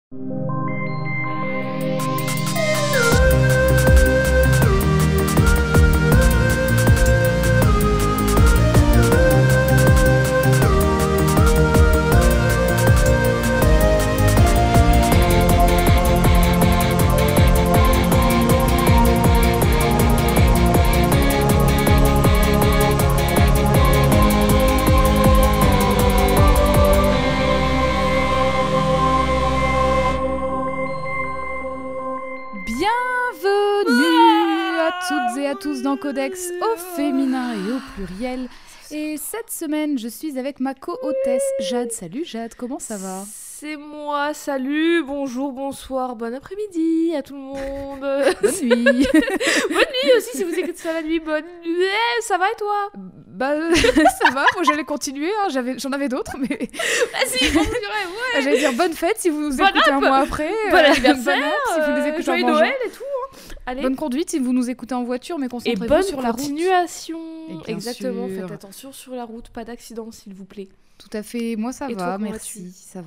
Tous dans Codex au féminin et au pluriel. Et cette semaine, je suis avec ma co-hôtesse Jade. Salut Jade, comment ça va ? C'est moi, salut, bonjour, bonsoir, bon après-midi à tout le monde. Bonne nuit. Bonne nuit aussi si vous écoutez ça la nuit, bonne nuit. Ça va et toi ? Bah ça va, moi j'allais continuer, hein. J'en avais d'autres mais... Vas-y, ouais. J'allais dire bonne fête si vous nous écoutez un mois après. Bon anniversaire, bonne heure, si vous nous écoutez joyeux en mangeant. Noël et tout. Allez. Bonne conduite si vous nous écoutez en voiture, mais concentrez-vous sur la route. Et bonne continuation. Exactement, faites attention sur la route, pas d'accident s'il vous plaît. Tout à fait, moi ça et va, toi, merci, ça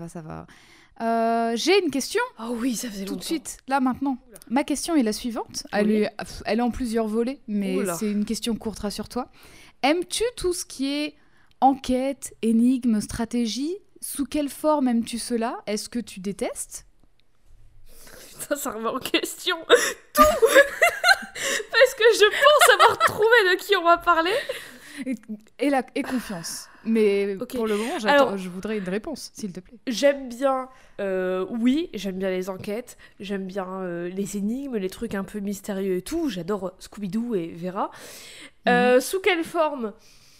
va. J'ai une question. Oh oui, ça faisait longtemps. Tout de suite, là maintenant. Ma question est la suivante. Elle est en plusieurs volets, mais c'est une question courte, rassure-toi. Aimes-tu tout ce qui est enquête, énigme, stratégie ? Sous quelle forme aimes-tu cela ? Est-ce que tu détestes ? Putain, ça remet en question tout. Parce que je pense avoir trouvé de qui on va parler. Et confiance. Mais pour le moment, je voudrais une réponse, s'il te plaît. J'aime bien, j'aime bien les enquêtes, j'aime bien les énigmes, les trucs un peu mystérieux et tout. J'adore Scooby-Doo et Vera. Sous quelle forme ?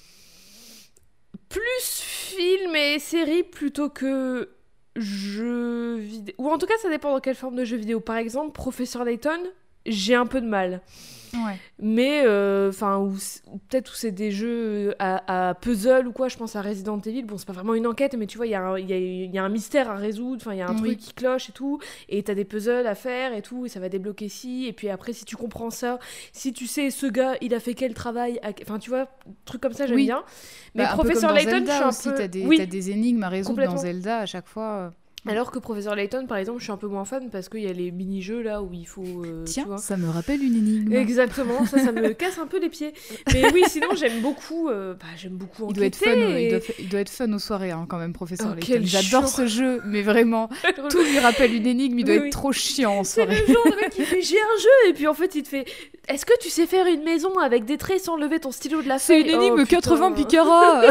Plus film et série plutôt que jeux vidéo. Ou en tout cas, ça dépend dans quelle forme de jeux vidéo. Par exemple, Professeur Layton, j'ai un peu de mal. Ouais. Mais ou peut-être où c'est des jeux à puzzle ou quoi, je pense à Resident Evil. Bon, c'est pas vraiment une enquête, mais tu vois, il y a un mystère à résoudre, il y a un truc qui cloche et tout, et t'as des puzzles à faire et tout, et ça va débloquer ci, et puis après, si tu comprends ça, si tu sais ce gars, il a fait quel travail, enfin tu vois, truc comme ça, j'aime bien. Mais Professeur Layton, je suis un peu... T'as des énigmes à résoudre dans Zelda à chaque fois. Alors que Professeur Layton, par exemple, je suis un peu moins fan parce qu'il y a les mini-jeux là où il faut... Tiens, tu vois. Ça me rappelle une énigme. Exactement, ça me casse un peu les pieds. Mais oui, sinon j'aime beaucoup enquêter. Il doit être fun aux soirées hein, quand même, Professeur Layton. J'adore ce jeu, mais vraiment, tout lui rappelle une énigme, il doit être trop chiant en soirée. C'est le genre de mec qui fait « j'ai un jeu » et puis en fait il te fait « est-ce que tu sais faire une maison avec des traits sans lever ton stylo de la feuille ?» C'est une énigme 80 picaras.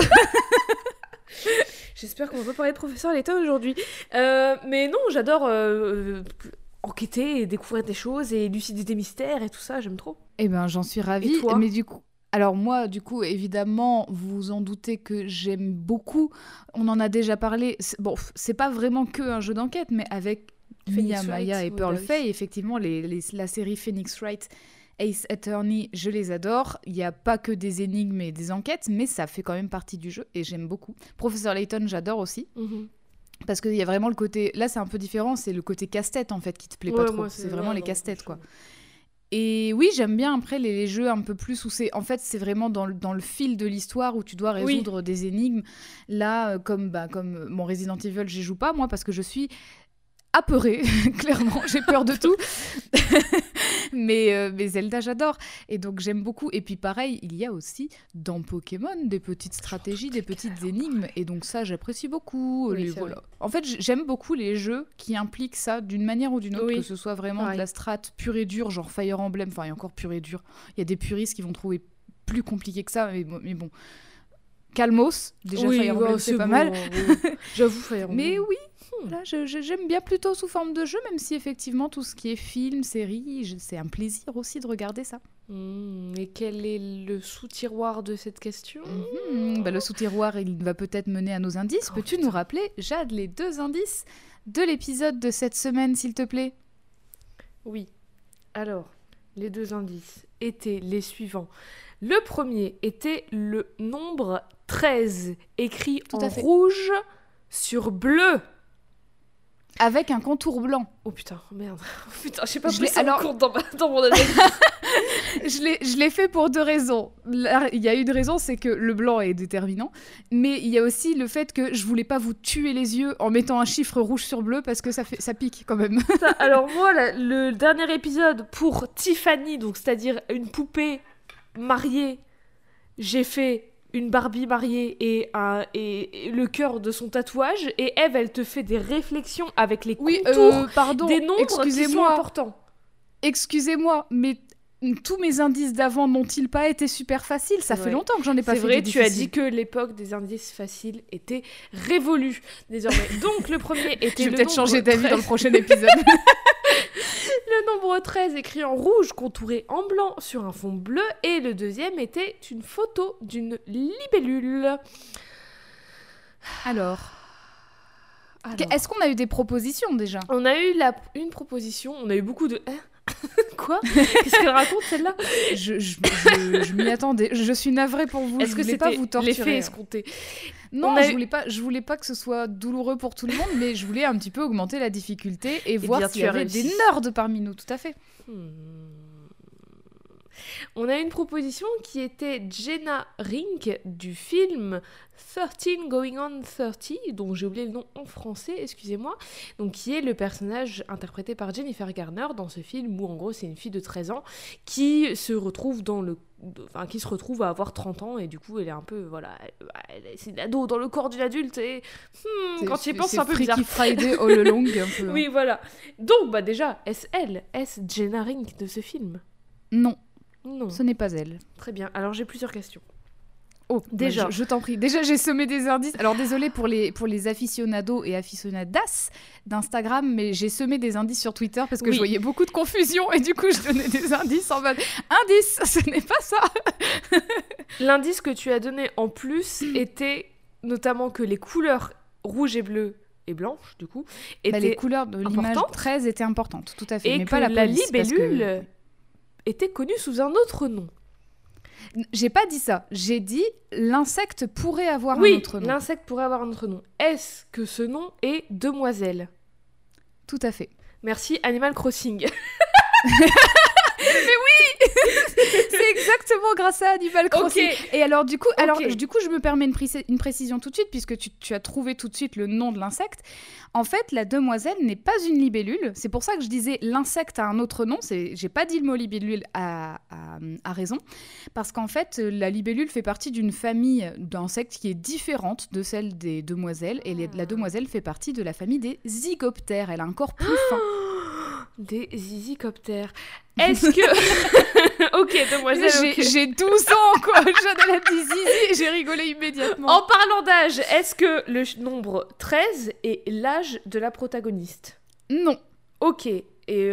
J'espère qu'on va pas parler de Professeur Layton aujourd'hui. Mais non, j'adore enquêter et découvrir des choses et élucider des mystères et tout ça, j'aime trop. Eh ben, j'en suis ravie. Et toi ? Mais du coup, alors moi, évidemment, vous vous en doutez que j'aime beaucoup. On en a déjà parlé. C'est pas vraiment que un jeu d'enquête, mais avec Mia, Maya et Pearl Fay, effectivement, la série Phoenix Wright, Ace Attorney, je les adore. Il n'y a pas que des énigmes et des enquêtes, mais ça fait quand même partie du jeu et j'aime beaucoup. Professeur Layton, j'adore aussi. Parce qu'il y a vraiment le côté... Là, c'est un peu différent, c'est le côté casse-tête, en fait, qui te plaît pas trop. C'est vraiment les casse-têtes, quoi. Et oui, j'aime bien, après, les jeux un peu plus où c'est... En fait, c'est vraiment dans le fil de l'histoire où tu dois résoudre des énigmes. Là, comme mon Resident Evil, j'y joue pas, moi, parce que je suis apeurée, clairement. J'ai peur de tout. mais Zelda, j'adore. Et donc, j'aime beaucoup. Et puis, pareil, il y a aussi, dans Pokémon, des petites stratégies, des petites énigmes. Et donc, ça, j'apprécie beaucoup. Voilà. En fait, j'aime beaucoup les jeux qui impliquent ça d'une manière ou d'une autre, que ce soit vraiment de la strat pure et dure, genre Fire Emblem. Enfin, il y a encore pure et dure. Il y a des puristes qui vont trouver plus compliqué que ça. Mais bon. Calmos, déjà Fire Emblem, c'est pas mal. J'avoue, Fire Emblem. Mais oui. Là, j'aime bien plutôt sous forme de jeu, même si effectivement tout ce qui est film, série, c'est un plaisir aussi de regarder ça. Et quel est le sous-tiroir de cette question ? Le sous-tiroir, il va peut-être mener à nos indices. Peux-tu nous rappeler, Jade, les 2 indices de l'épisode de cette semaine, s'il te plaît ? Oui. Alors, les 2 indices étaient les suivants. Le premier était le nombre 13, écrit en rouge sur bleu. avec un contour blanc. Oh putain, merde. Putain, je sais pas Je plus l'ai- ça alors- me compte dans mon analyse. Je l'ai fait pour 2 raisons. Là, il y a une raison, c'est que le blanc est déterminant, mais il y a aussi le fait que je voulais pas vous tuer les yeux en mettant un chiffre rouge sur bleu parce que ça pique quand même. Alors moi, le dernier épisode pour Tiffany, donc c'est-à-dire une poupée mariée, j'ai fait une Barbie mariée et le cœur de son tatouage, et Eve, elle te fait des réflexions avec les contours pardon, des nombres qui sont excusez-moi. importants. Excusez-moi, mais tous mes indices d'avant n'ont-ils pas été super faciles? Ça fait Ouais. longtemps que j'en ai pas C'est fait vrai, des tu as difficiles. dit que l'époque des indices faciles était révolue désormais. Donc le premier était Je vais le peut-être nombre changer d'avis 13. dans le prochain épisode. Le nombre 13 écrit en rouge, contouré en blanc sur un fond bleu, et le deuxième était une photo d'une libellule. Alors, Alors, est-ce qu'on a eu des propositions déjà? on a eu une proposition, on a eu beaucoup de... Hein quoi? Qu'est-ce qu'elle raconte celle-là? Je m'y attendais. Je suis navrée pour vous. Est-ce Je que voulais pas c'était vous torturer. l'effet escompté? Non, On a je eu- voulais pas que ce soit douloureux pour tout le monde, mais je voulais un petit peu augmenter la difficulté et voir bien, s'il tu y as avait des réussi. nerds parmi nous. Tout à fait. On a une proposition qui était Jenna Rink du film 13 Going on 30, dont j'ai oublié le nom en français, excusez-moi, donc qui est le personnage interprété par Jennifer Garner dans ce film où en gros c'est une fille de 13 ans qui se retrouve qui se retrouve à avoir 30 ans, et du coup elle est un peu, voilà, c'est une ado dans le corps d'une adulte, et quand tu y penses c'est un peu bizarre. Freaky Friday all along un peu. Oui, voilà. Donc bah déjà, est-ce Jenna Rink de ce film? Non, Non. ce n'est pas elle. Très bien, alors j'ai plusieurs questions. Oh, Déjà. je t'en prie. Déjà, j'ai semé des indices. Alors, désolé pour les aficionados et aficionadas d'Instagram, mais j'ai semé des indices sur Twitter parce que Oui. je voyais beaucoup de confusion et du coup, je donnais des indices en mode indice, ce n'est pas ça. L'indice que tu as donné en plus était notamment que les couleurs rouge et bleu et blanche, du coup, étaient Les couleurs de l'image importantes 13 étaient importantes, tout à fait. et mais que pas la la police, parce que- libellule était connue sous un autre nom. J'ai pas dit ça. J'ai dit l'insecte pourrait avoir un Oui, autre nom. l'insecte pourrait avoir un autre nom. Est-ce que ce nom est demoiselle? Tout à fait. Merci Animal Crossing. C'est exactement grâce à Animal Crossing. Ok. Et alors du coup, Ok. je me permets une précision tout de suite puisque tu as trouvé tout de suite le nom de l'insecte. En fait, la demoiselle n'est pas une libellule. C'est pour ça que je disais l'insecte a un autre nom. J'ai pas dit le mot libellule à raison, parce qu'en fait, la libellule fait partie d'une famille d'insectes qui est différente de celle des demoiselles, et la demoiselle fait partie de la famille des zygoptères. Elle a un corps plus fin. Des zizicoptères. Est-ce que... Ok, demoiselle, ok. J'ai 12 ans, quoi. Jeanne, elle a dit zizi et j'ai rigolé immédiatement. En parlant d'âge, est-ce que le nombre 13 est l'âge de la protagoniste? Non. Ok. Et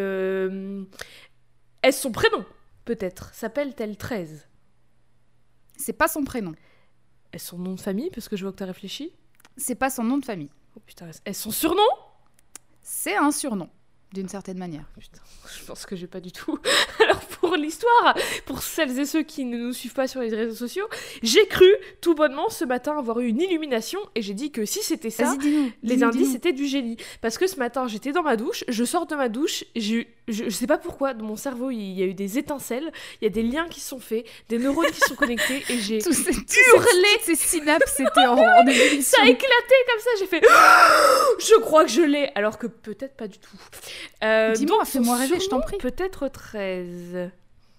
est-ce son prénom, peut-être? S'appelle-t-elle 13? C'est pas son prénom. Est-ce son nom de famille? Parce que je vois que t'as réfléchi. C'est pas son nom de famille. Oh putain, est-ce son surnom? C'est un surnom, d'une certaine manière. Putain, je pense que j'ai pas du tout. Alors pour l'histoire, pour celles et ceux qui ne nous suivent pas sur les réseaux sociaux, j'ai cru tout bonnement ce matin avoir eu une illumination, et j'ai dit que si c'était ça, Vas-y, dis-nous. les Dis-nous, indices dis-nous. c'était du génie. Parce que ce matin j'étais dans ma douche, je sors de ma douche, je sais pas pourquoi, dans mon cerveau il y a eu des étincelles, il y a des liens qui se sont faits, des neurones qui sont connectés, et j'ai Toutes ces synapses, c'était en ébullition. ça a éclaté comme ça, j'ai fait je crois que je l'ai, alors que peut-être pas du tout. Dis-moi, donc, fais-moi son rêver, je t'en surnom, prie. Peut-être 13.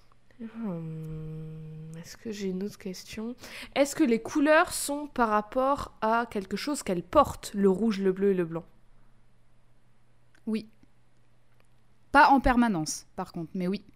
Est-ce que j'ai une autre question? Est-ce que les couleurs sont par rapport à quelque chose qu'elle porte, le rouge, le bleu et le blanc? Oui. Pas en permanence, par contre, mais oui.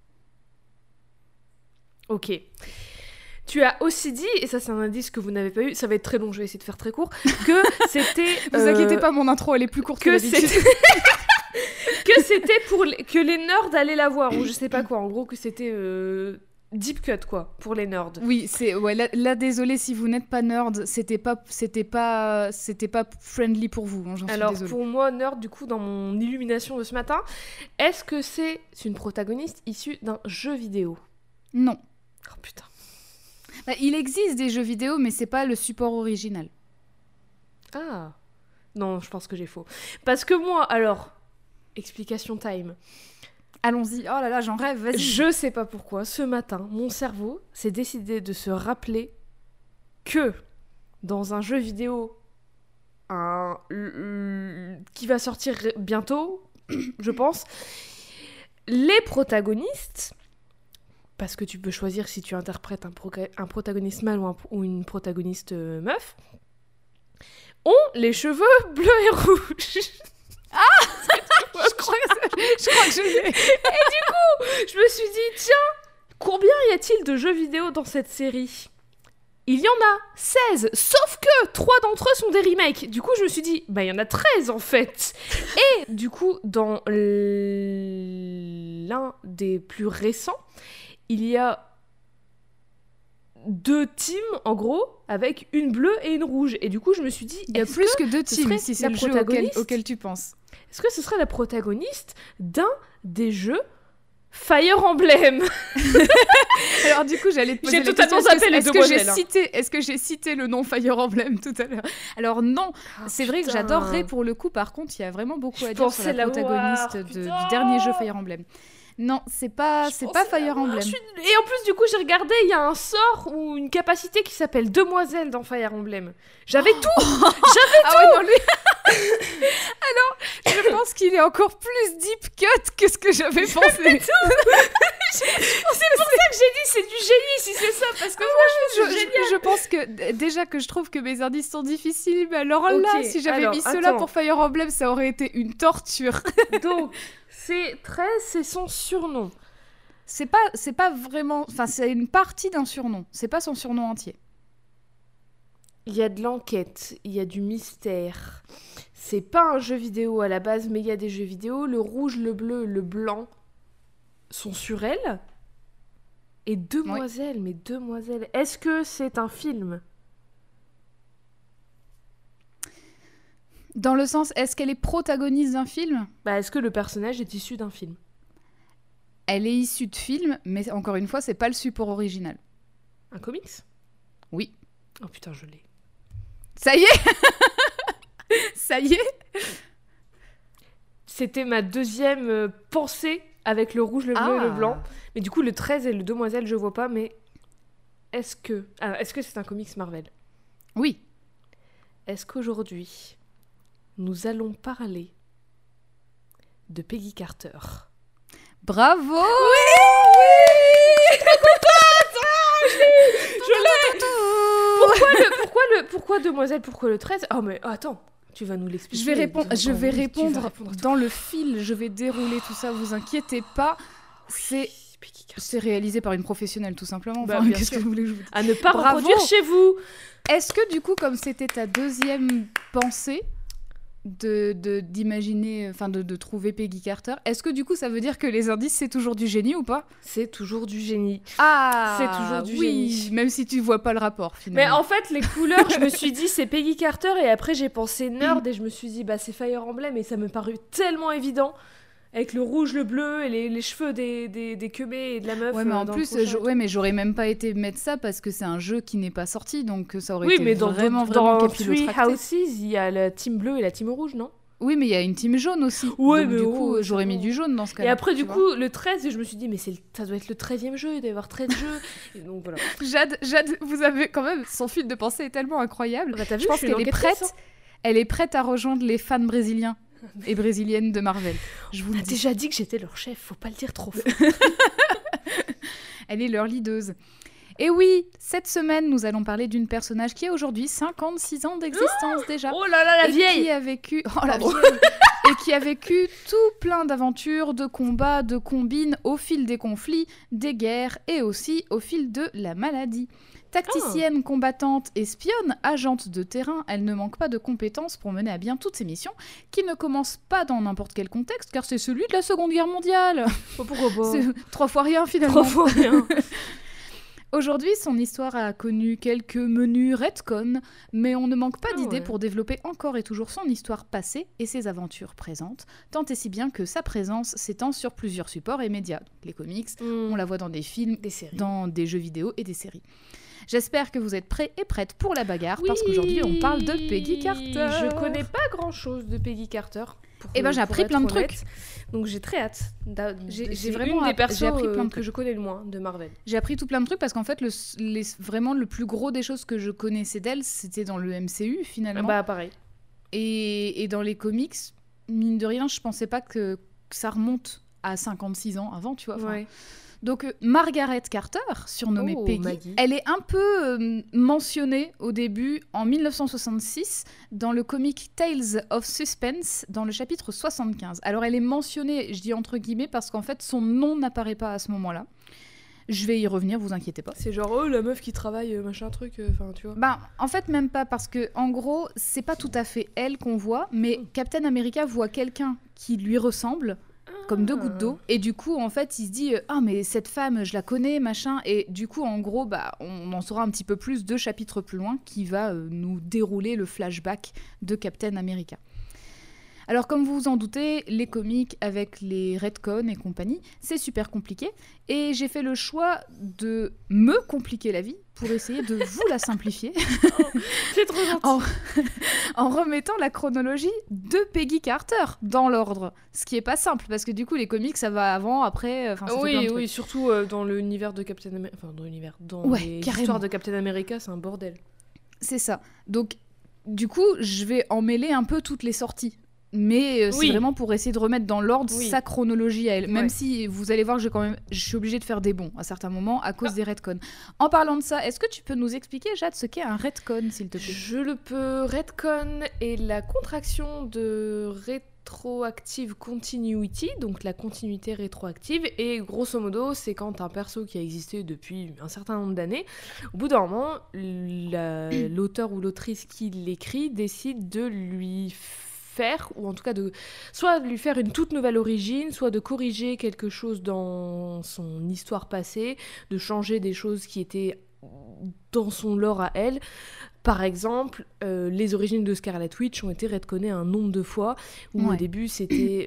Ok. Tu as aussi dit, et ça c'est un indice que vous n'avez pas eu, ça va être très long, je vais essayer de faire très court, que c'était... Vous inquiétez pas, mon intro, elle est plus courte que que d'habitude. c'était... que c'était pour que les nerds allaient la voir, ou je sais pas quoi, en gros que c'était deep cut quoi, pour les nerds. Oui, là, désolé si vous n'êtes pas nerd, c'était pas friendly pour vous, hein, j'en suis Alors désolée. pour moi, nerd, du coup, dans mon illumination de ce matin, est-ce que c'est une protagoniste issue d'un jeu vidéo? Non. Oh putain. Bah, il existe des jeux vidéo, mais c'est pas le support original. Ah. Non, je pense que j'ai faux. Parce que moi, alors, explication time. Allons-y. Oh là là, j'en rêve, vas-y. Je sais pas pourquoi, ce matin, mon cerveau s'est décidé de se rappeler que dans un jeu vidéo qui va sortir bientôt, je pense, les protagonistes, parce que tu peux choisir si tu interprètes un protagoniste mâle ou une protagoniste meuf, ont les cheveux bleus et rouges. Ah je crois que je l'ai. Et du coup, je me suis dit, tiens, combien y a-t-il de jeux vidéo dans cette série ? Il y en a 16, sauf que 3 d'entre eux sont des remakes. Du coup, je me suis dit, bah il y en a 13 en fait. Et du coup, dans l'un des plus récents, il y a 2 teams, en gros, avec une bleue et une rouge. Et du coup, je me suis dit... Il y a plus que 2 teams, si c'est le jeu auquel tu penses. Est-ce que ce serait la protagoniste d'un des jeux Fire Emblem? Alors du coup, j'allais te poser la question, est-ce que j'ai cité le nom Fire Emblem tout à l'heure? Alors non, c'est vrai que j'adorerais pour le coup. Par contre, il y a vraiment beaucoup à dire sur la protagoniste du dernier jeu Fire Emblem. Non, c'est pas Fire Emblem. Et en plus, du coup, j'ai regardé, il y a un sort ou une capacité qui s'appelle Demoiselle dans Fire Emblem. J'avais tout. J'avais tout. Ouais, non, lui... Alors, je pense qu'il est encore plus deep cut que ce que j'avais pensé. C'est pour ça que j'ai dit c'est du génie si c'est ça, parce que moi je pense que déjà que je trouve que mes indices sont difficiles, mais alors là, si j'avais mis cela pour Fire Emblem, ça aurait été une torture. Donc, c'est 13, c'est son surnom. C'est pas vraiment... Enfin, c'est une partie d'un surnom. C'est pas son surnom entier. Il y a de l'enquête, il y a du mystère. C'est pas un jeu vidéo à la base, mais il y a des jeux vidéo. Le rouge, le bleu, le blanc sont sur elle. Et Demoiselle, mais Demoiselle... Est-ce que c'est un film ? Dans le sens, est-ce qu'elle est protagoniste d'un film ? Bah, est-ce que le personnage est issu d'un film ? Elle est issue de film, mais encore une fois, c'est pas le support original. Un comics ? Oui. Oh putain, je l'ai. Ça y est. Ça y est. C'était ma deuxième pensée avec le rouge, le bleu et le blanc. Mais du coup, le 13 et le Demoiselle, je vois pas, mais est-ce que c'est un comics Marvel ? Oui. Est-ce qu'aujourd'hui, nous allons parler de Peggy Carter ? Bravo. Oui. Je suis trop contente. Je l'ai. Pourquoi Demoiselle ? Pourquoi le 13 ? Oh mais attends, tu vas nous l'expliquer. Je vais répondre dans le fil, je vais dérouler tout ça, vous inquiétez pas. C'est réalisé par une professionnelle tout simplement. Enfin, qu'est-ce que vous voulez que je vous dise ? À ne pas reproduire chez vous. Est-ce que du coup, comme c'était ta deuxième pensée d'imaginer, enfin de trouver Peggy Carter, est-ce que du coup ça veut dire que les indices c'est toujours du génie ou pas ? C'est toujours du génie. Ah, c'est toujours du génie. Même si tu vois pas le rapport finalement. Mais en fait les couleurs, je me suis dit c'est Peggy Carter et après j'ai pensé nerd et je me suis dit bah c'est Fire Emblem et ça me parut tellement évident. Avec le rouge, le bleu et les cheveux des queubés et de la meuf. Ouais, mais en plus, mais j'aurais même pas été mettre ça parce que c'est un jeu qui n'est pas sorti, donc ça aurait été vraiment capillotracté. Dans Three Houses, il y a la team bleue et la team rouge, non ? Oui, mais il y a une team jaune aussi. Ouais, donc mais du coup, j'aurais mis du jaune dans ce cas-là. Et après, du coup, le 13, je me suis dit, mais ça doit être le 13e jeu, il doit y avoir 13 jeux. Et donc voilà. Jade, vous avez quand même, son fil de pensée est tellement incroyable. Bah, t'as vu, je pense qu'elle est prête. Elle est prête à rejoindre les fans brésiliens et brésiliennes de Marvel. Je vous l'ai déjà dit que j'étais leur chef, faut pas le dire trop fort. Elle est leur leaduse. Et oui, cette semaine, nous allons parler d'une personnage qui a aujourd'hui 56 ans d'existence déjà. Oh là là, la vieille. Qui a vécu... Oh la vieille. Et qui a vécu tout plein d'aventures, de combats, de combines au fil des conflits, des guerres et aussi au fil de la maladie. Tacticienne, combattante, espionne, agente de terrain, elle ne manque pas de compétences pour mener à bien toutes ses missions, qui ne commencent pas dans n'importe quel contexte, car c'est celui de la Seconde Guerre mondiale. Oh, pourquoi pas ? C'est 3 fois rien finalement. 3 fois rien. Aujourd'hui, son histoire a connu quelques menus retcon, mais on ne manque pas d'idées pour développer encore et toujours son histoire passée et ses aventures présentes, tant et si bien que sa présence s'étend sur plusieurs supports et médias. Les comics, on la voit dans des films, des séries. Dans des jeux vidéo et des séries. J'espère que vous êtes prêts et prêtes pour la bagarre, parce qu'aujourd'hui, on parle de Peggy Carter. Je connais pas grand-chose de Peggy Carter. Et ben j'ai appris plein de trucs. Donc j'ai très hâte. J'ai vraiment une des persos appris plein de que je connais le moins de Marvel. J'ai appris tout plein de trucs parce qu'en fait, vraiment le plus gros des choses que je connaissais d'elle, c'était dans le MCU finalement. Bah pareil. Et dans les comics, mine de rien, je pensais pas que ça remonte à 56 ans avant, tu vois. Ouais. Donc Margaret Carter, surnommée Peggy, Maggie. elle est un peu mentionnée au début en 1966 dans le comic Tales of Suspense dans le chapitre 75. Alors elle est mentionnée, je dis entre guillemets, parce qu'en fait son nom n'apparaît pas à ce moment-là. Je vais y revenir, vous inquiétez pas. C'est genre la meuf qui travaille machin truc, enfin tu vois. Bah en fait même pas, parce que en gros c'est pas tout à fait elle qu'on voit, mais Captain America voit quelqu'un qui lui ressemble. Comme 2 gouttes d'eau, et du coup en fait il se dit ah mais cette femme je la connais machin, et du coup en gros on en saura un petit peu plus 2 chapitres plus loin qui va nous dérouler le flashback de Captain America. Alors comme vous vous en doutez, les comics avec les retcons et compagnie, c'est super compliqué, et j'ai fait le choix de me compliquer la vie pour essayer de vous la simplifier. C'est trop gentil. En remettant la chronologie de Peggy Carter dans l'ordre, ce qui est pas simple parce que du coup les comics ça va avant, après, oui, surtout dans l'univers de Captain America, enfin dans les histoires de Captain America, c'est un bordel. C'est ça. Donc du coup, je vais en mêler un peu toutes les sorties. Mais c'est vraiment pour essayer de remettre dans l'ordre sa chronologie à elle. Même si vous allez voir que je suis obligée de faire des bons à certains moments à cause des retcons. En parlant de ça, est-ce que tu peux nous expliquer, Jade, ce qu'est un retcon, s'il te plaît ? Je le peux. Retcon est la contraction de retroactive continuity, donc la continuité rétroactive. Et grosso modo, c'est quand un perso qui a existé depuis un certain nombre d'années, au bout d'un moment, l'auteur ou l'autrice qui l'écrit décide de lui faire, ou en tout cas de soit de lui faire une toute nouvelle origine, soit de corriger quelque chose dans son histoire passée, de changer des choses qui étaient dans son lore à elle. Par exemple, les origines de Scarlet Witch ont été retconnées un nombre de fois, où au début c'était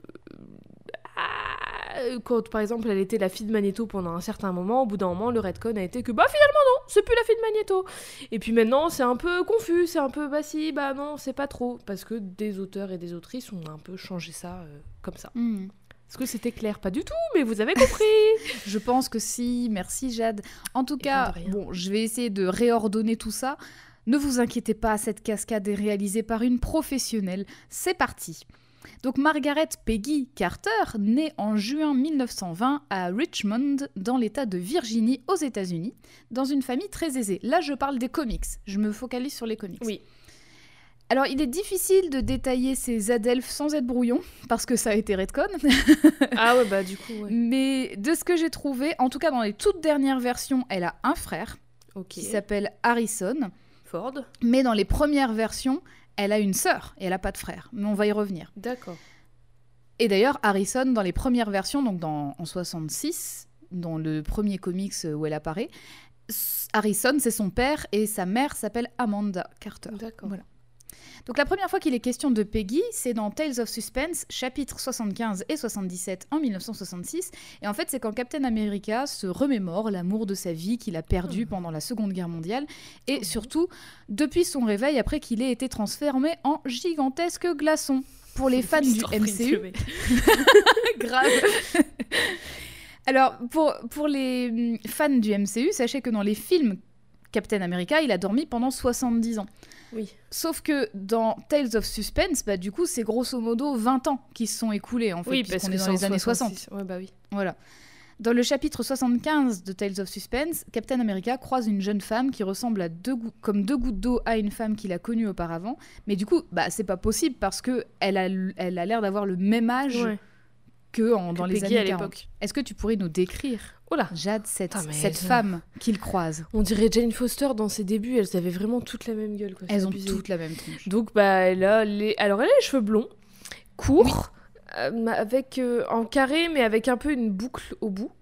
quand par exemple elle était la fille de Magneto pendant un certain moment, au bout d'un moment le retcon a été que finalement non, c'est plus la fille de Magneto, et puis maintenant c'est un peu confus, c'est un peu si, non, c'est pas trop, parce que des auteurs et des autrices ont un peu changé ça comme ça. Est-ce que c'était clair ? Pas du tout, mais vous avez compris. Je pense que si, merci Jade. En tout cas, je vais essayer de réordonner tout ça. Ne vous inquiétez pas, cette cascade est réalisée par une professionnelle. C'est parti. Donc Margaret Peggy Carter, née en juin 1920 à Richmond, dans l'État de Virginie, aux États-Unis, dans une famille très aisée. Là, je parle des comics. Je me focalise sur les comics. Oui. Alors, il est difficile de détailler ces adelphes sans être brouillon, parce que ça a été retcon. Ah ouais, du coup, ouais. Mais de ce que j'ai trouvé, en tout cas dans les toutes dernières versions, elle a un frère qui s'appelle Harrison Ford. Mais dans les premières versions, elle a une sœur et elle n'a pas de frère. Mais on va y revenir. D'accord. Et d'ailleurs, Harrison, dans les premières versions, donc en 66, dans le premier comics où elle apparaît, Harrison, c'est son père et sa mère s'appelle Amanda Carter. D'accord. Voilà. Donc la première fois qu'il est question de Peggy, c'est dans Tales of Suspense, chapitres 75 et 77 en 1966. Et en fait, c'est quand Captain America se remémore l'amour de sa vie qu'il a perdu pendant la Seconde Guerre mondiale. Et surtout, depuis son réveil, après qu'il ait été transformé en gigantesque glaçon. Pour les fans du MCU... Grave. Alors, pour les fans du MCU, sachez que dans les films Captain America, il a dormi pendant 70 ans. Oui. Sauf que dans Tales of Suspense, du coup, c'est grosso modo 20 ans qui se sont écoulés, en fait, oui, parce qu'on est dans les années 60. Ouais, oui. Voilà. Dans le chapitre 75 de Tales of Suspense, Captain America croise une jeune femme qui ressemble comme 2 gouttes d'eau à une femme qu'il a connue auparavant. Mais du coup, c'est pas possible parce qu'elle a l'air d'avoir le même âge que dans les années 40. Est-ce que tu pourrais nous décrire, Jade, cette femme qu'il croise? On dirait Jane Foster dans ses débuts, elles avaient vraiment toutes la même gueule. Elles ont toutes la même tronche. Donc elle a les cheveux blonds, courts, avec en carré, mais avec un peu une boucle au bout.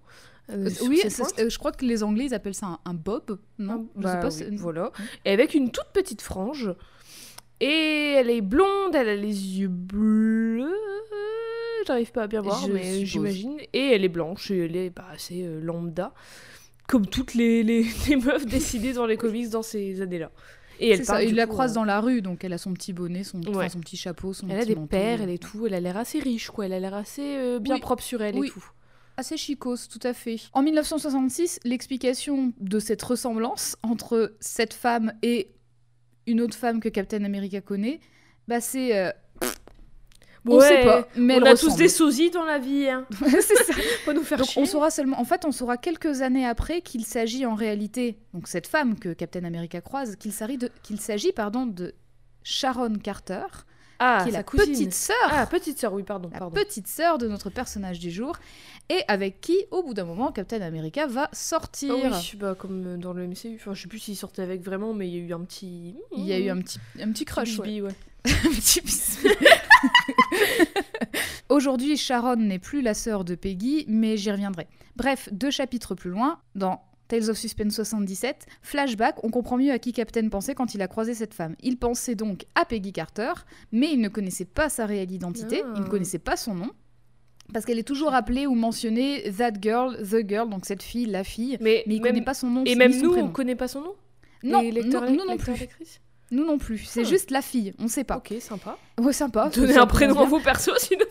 Je crois que les Anglais ils appellent ça un bob, non? Je sais pas. Voilà. Et avec une toute petite frange. Et elle est blonde, elle a les yeux bleus. J'arrive pas à bien voir, mais j'imagine. Et elle est blanche, et elle est assez lambda. comme toutes les meufs dessinées dans les comics dans ces années-là. Et elle parle, il la croise dans la rue, donc elle a son petit bonnet, son petit chapeau, son petit manteau. Elle a des perles, elle est tout, elle a l'air assez riche, quoi. Elle a l'air assez bien propre sur elle et tout. Assez chicose, tout à fait. En 1966, l'explication de cette ressemblance entre cette femme et une autre femme que Captain America connaît, c'est... on sait pas, mais on a tous des sosies dans la vie, hein. C'est ça. Faut nous faire donc chier. on saura quelques années après qu'il s'agit en réalité, donc cette femme que Captain America croise, qu'il s'agit de Sharon Carter, qui est la petite sœur. Ah, petite sœur, oui, pardon. Petite sœur de notre personnage du jour, et avec qui, au bout d'un moment, Captain America va sortir. Oui, comme dans le MCU. Enfin, je sais plus s'il sortait avec vraiment, mais il y a eu un petit... Il y a eu un petit crush, ouais. Un petit bisbis. Aujourd'hui, Sharon n'est plus la sœur de Peggy, mais j'y reviendrai. Bref, 2 chapitres plus loin, dans Tales of Suspense 77, flashback, on comprend mieux à qui Captain pensait quand il a croisé cette femme. Il pensait donc à Peggy Carter, mais il ne connaissait pas sa réelle identité, il ne connaissait pas son nom, parce qu'elle est toujours appelée ou mentionnée That Girl, The Girl, donc cette fille, la fille, mais il ne connaît pas son nom. Et même nous, on ne connaît pas son nom ? Non, nous non plus. Nous non plus, c'est juste la fille, on sait pas. Ok, sympa. Ouais, sympa. Donnez un prénom à vos persos, sinon.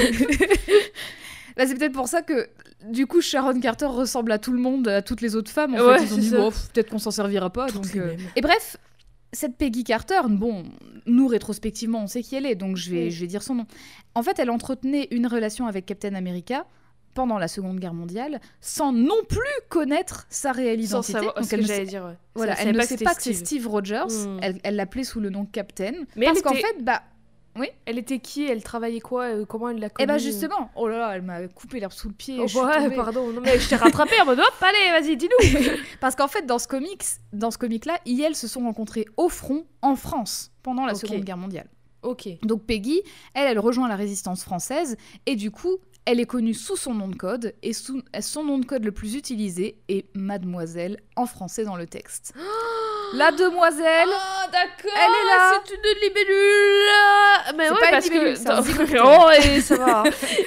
C'est peut-être pour ça que, du coup, Sharon Carter ressemble à tout le monde, à toutes les autres femmes. En fait, ils ont dit, peut-être qu'on s'en servira pas. Donc, Et bref, cette Peggy Carter, nous, rétrospectivement, on sait qui elle est, donc je vais dire son nom. En fait, elle entretenait une relation avec Captain America pendant la Seconde Guerre mondiale, sans non plus connaître sa réelle identité. Sans savoir ce que j'allais dire, ouais. Voilà, elle ne sait pas que c'est Steve Rogers, elle l'appelait sous le nom Captain, mais parce qu'en fait, oui. Elle était qui ? Elle travaillait quoi ? Comment elle l'a connue ? Justement, oh là là, elle m'a coupé l'herbe sous le pied. Pardon, non mais je t'ai rattrapé en mode hop, allez, vas-y, dis-nous. Parce qu'en fait, dans ce comic-là, elles se sont rencontrées au front en France pendant la Seconde Guerre mondiale. Ok. Donc Peggy, elle rejoint la résistance française et du coup, elle est connue sous son nom de code, et son nom de code le plus utilisé est Mademoiselle, en français dans le texte. La demoiselle, d'accord, elle est là. C'est une libellule. Mais c'est ouais, pas parce une libellule, que et ça va.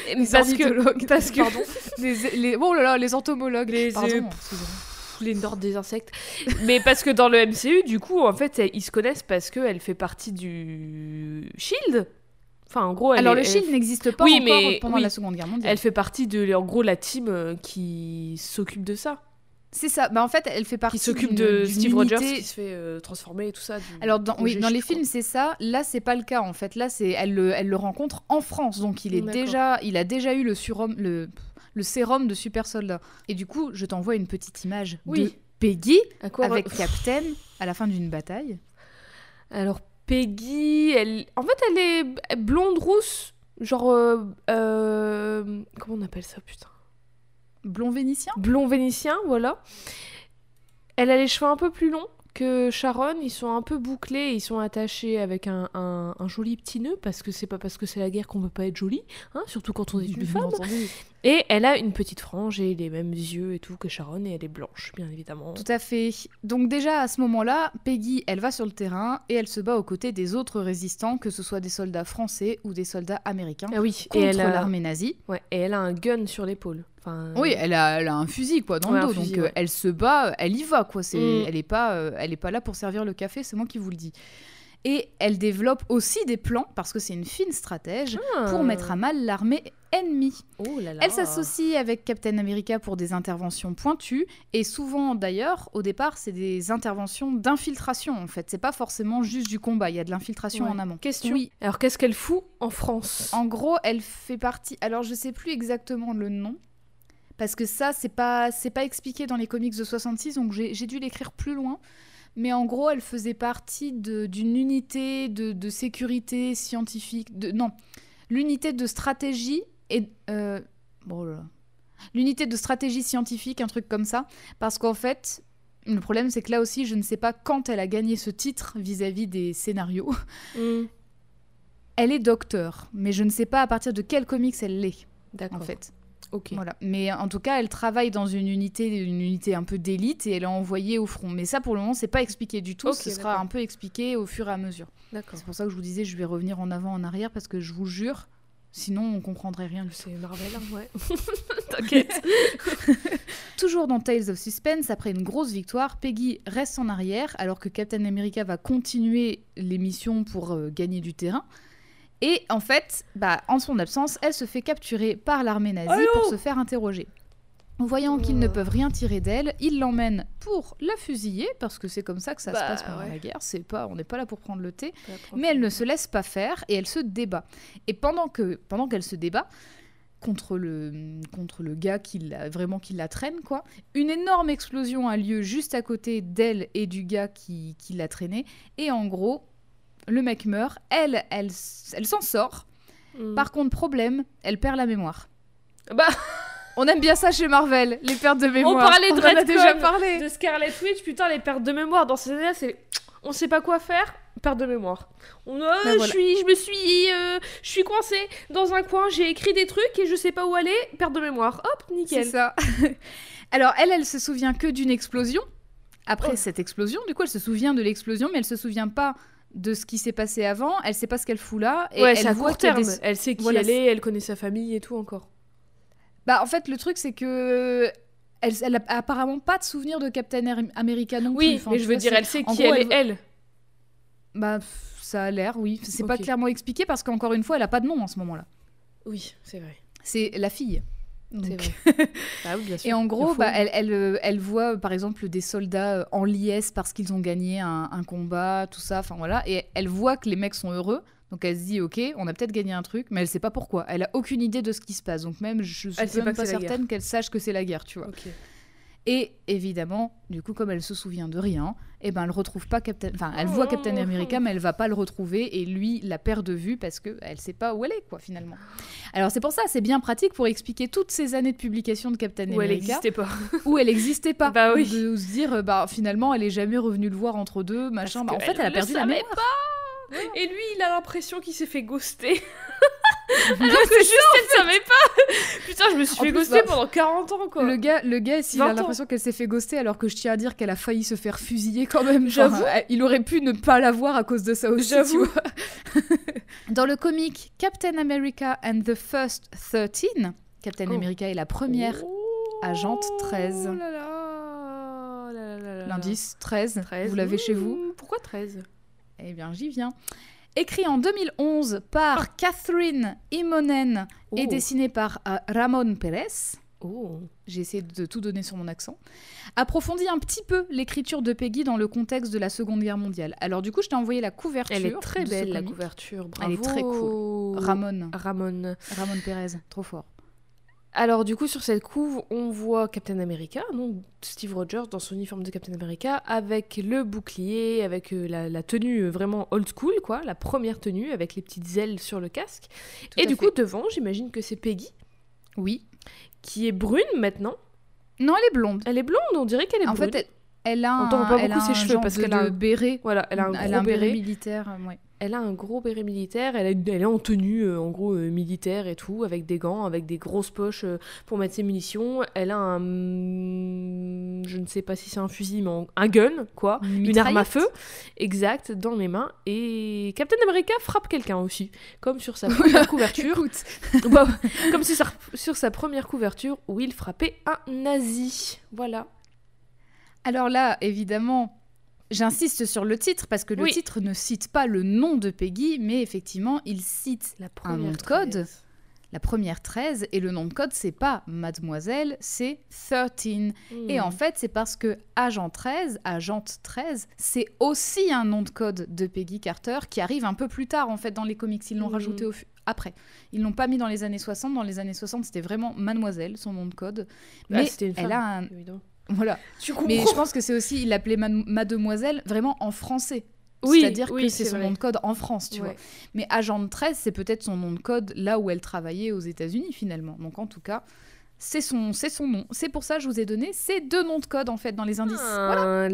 parce que pardon, oh là là, les entomologues, les nords des insectes. Mais parce que dans le MCU, du coup, en fait, ils se connaissent parce qu'elle fait partie du Shield. Enfin, en gros, le Shield n'existe pas encore pendant la Seconde Guerre mondiale. Elle fait partie de, en gros, la team qui s'occupe de ça. C'est ça. En fait, elle fait partie qui s'occupe de Steve Rogers qui se fait transformer et tout ça. Alors, dans les films, c'est ça. Là, c'est pas le cas, en fait. Là, elle le rencontre en France. Donc, il a déjà eu le sérum de super soldat. Et du coup, je t'envoie une petite image de Peggy avec Captain à la fin d'une bataille. Alors, Peggy, elle est blonde rousse, genre comment on appelle ça, putain ? Blond vénitien ? Blond vénitien, voilà. Elle a les cheveux un peu plus longs que Sharon, ils sont un peu bouclés, ils sont attachés avec un joli petit nœud, parce que c'est pas parce que c'est la guerre qu'on peut pas être jolie, hein, surtout quand on est une femme. Et elle a une petite frange et les mêmes yeux et tout que Sharon, et elle est blanche, bien évidemment. Tout à fait. Donc déjà, à ce moment-là, Peggy, elle va sur le terrain et elle se bat aux côtés des autres résistants, que ce soit des soldats français ou des soldats américains, contre l'armée nazie. Ouais, et elle a un gun sur l'épaule. Oui, elle a un fusil dans le dos, donc elle se bat, elle y va quoi. Elle est pas là pour servir le café, c'est moi qui vous le dis. Et elle développe aussi des plans, parce que c'est une fine stratège, pour mettre à mal l'armée ennemie. Oh là là. Elle s'associe avec Captain America pour des interventions pointues, et souvent d'ailleurs, au départ, c'est des interventions d'infiltration en fait. C'est pas forcément juste du combat, il y a de l'infiltration en amont. Question. Oui. Alors qu'est-ce qu'elle fout en France ? En gros, elle fait partie... Alors je sais plus exactement le nom, parce que ça, c'est pas expliqué dans les comics de 66, donc j'ai dû l'écrire plus loin. Mais en gros, elle faisait partie d'une unité de sécurité scientifique. L'unité de stratégie et l'unité de stratégie scientifique, un truc comme ça. Parce qu'en fait, le problème, c'est que là aussi, je ne sais pas quand elle a gagné ce titre vis-à-vis des scénarios. Elle est docteur, mais je ne sais pas à partir de quel comics elle l'est. D'accord. En fait. Okay. Voilà. Mais en tout cas, elle travaille dans une unité un peu d'élite et elle est envoyée au front. Mais ça, pour le moment, c'est pas expliqué du tout. Ce sera un peu expliqué au fur et à mesure. D'accord. C'est pour ça que je vous disais, je vais revenir en avant, en arrière, parce que je vous jure, sinon on comprendrait rien. C'est Marvel, hein, ouais. T'inquiète. Toujours dans Tales of Suspense, après une grosse victoire, Peggy reste en arrière alors que Captain America va continuer les missions pour gagner du terrain. Et en fait, en son absence, elle se fait capturer par l'armée nazie pour se faire interroger. Voyant qu'ils ne peuvent rien tirer d'elle, ils l'emmènent pour la fusiller, parce que c'est comme ça que ça se passe pendant la guerre. On n'est pas là pour prendre le thé. Mais elle ne se laisse pas faire et elle se débat. Et pendant qu'elle se débat contre le gars qui la traîne, quoi, une énorme explosion a lieu juste à côté d'elle et du gars qui l'a traînée. Et en gros, le mec meurt. Elle s'en sort. Par contre, problème, elle perd la mémoire. On aime bien ça chez Marvel, les pertes de mémoire. On parlait de Redcon, déjà parlé. De Scarlet Witch, putain, les pertes de mémoire dans ces années-là, c'est... On sait pas quoi faire, perte de mémoire. Voilà. Je suis coincée dans un coin, j'ai écrit des trucs et je sais pas où aller, perte de mémoire. Hop, nickel. C'est ça. Alors, elle se souvient que d'une explosion. Après cette explosion, du coup, elle se souvient de l'explosion, mais elle se souvient pas de ce qui s'est passé avant, elle sait pas ce qu'elle fout là. Et elle voit à court terme. Elle sait qui elle est, elle connaît sa famille et tout encore. En fait, le truc, c'est que elle a apparemment pas de souvenir de Captain America non plus. Oui, mais je veux dire, elle sait qui elle est, elle. Ça a l'air, oui. C'est pas clairement expliqué parce qu'encore une fois, elle a pas de nom en ce moment-là. Oui, c'est vrai. C'est la fille. Donc... C'est vrai. Oui, bien sûr. Et en gros, elle voit, par exemple, des soldats en liesse parce qu'ils ont gagné un combat, tout ça, enfin voilà. Et elle voit que les mecs sont heureux. Donc elle se dit, ok, on a peut-être gagné un truc, mais elle sait pas pourquoi. Elle a aucune idée de ce qui se passe. Donc même, je suis même pas certaine qu'elle sache que c'est la guerre, tu vois. Okay. Et évidemment, du coup, comme elle se souvient de rien, elle retrouve pas Captain... Enfin, elle voit Captain America, mais elle va pas le retrouver. Et lui la perd de vue parce qu'elle sait pas où elle est, quoi, finalement. Alors c'est pour ça, c'est bien pratique pour expliquer toutes ces années de publication de Captain America. Où elle n'existait pas. Où elle n'existait pas. Oui. De se dire, finalement, elle est jamais revenue le voir entre deux, machin. En fait, elle a perdu la mémoire. Et lui, il a l'impression qu'il s'est fait ghoster. Alors que juste, elle savait pas. Putain, je me suis fait ghoster pendant 40 ans, quoi. Le gars, s'il a l'impression qu'elle s'est fait ghoster, alors que je tiens à dire qu'elle a failli se faire fusiller quand même. J'avoue. Il aurait pu ne pas la voir à cause de ça aussi, tu vois. Dans le comic Captain America and the First 13, Captain America est la première agente 13. L'indice 13, vous l'avez chez vous. Pourquoi 13 ? Eh bien, j'y viens. Écrit en 2011 par Catherine Immonen et dessiné par Ramon Pérez. J'ai essayé de tout donner sur mon accent. Approfondit un petit peu l'écriture de Peggy dans le contexte de la Seconde Guerre mondiale. Alors du coup, je t'ai envoyé la couverture. Elle est très belle, la couverture. Bravo. Elle est très cool. Ramon Pérez, trop fort. Alors du coup, sur cette couve, on voit Captain America, donc Steve Rogers dans son uniforme de Captain America, avec le bouclier, avec la tenue vraiment old school, quoi, la première tenue, avec les petites ailes sur le casque. Et du coup, devant, j'imagine que c'est Peggy. Oui. Qui est brune maintenant. Non, elle est blonde. Elle est blonde, on dirait qu'elle est brune. En fait, elle a on entend pas beaucoup ses cheveux parce qu'elle a un béret. Voilà, elle a un béret militaire, ouais. Elle a un gros béret militaire, elle est en tenue en gros militaire et tout, avec des gants, avec des grosses poches pour mettre ses munitions. Elle a un... je ne sais pas si c'est un fusil, mais un gun, quoi. Une arme à feu, exact, dans les mains. Et Captain America frappe quelqu'un aussi, comme sur sa première couverture. Comme sur sa première couverture où il frappait un nazi. Voilà. Alors là, évidemment... J'insiste sur le titre parce que le titre ne cite pas le nom de Peggy, mais effectivement, il cite un nom de code, la première 13, et le nom de code, c'est pas Mademoiselle, c'est 13. Et en fait, c'est parce que Agente 13, c'est aussi un nom de code de Peggy Carter qui arrive un peu plus tard, en fait, dans les comics. Ils l'ont rajouté après. Ils l'ont pas mis dans les années 60. Dans les années 60, c'était vraiment Mademoiselle, son nom de code. Mais c'était une femme, elle a un... évidemment. Voilà. Mais je pense que c'est aussi, il l'appelait Mademoiselle vraiment en français. Oui, c'est-à-dire que c'est son nom de code en France, tu vois. Mais Agent 13, c'est peut-être son nom de code là où elle travaillait aux États-Unis finalement. Donc en tout cas, c'est son nom. C'est pour ça que je vous ai donné ces deux noms de code en fait dans les indices. Voilà.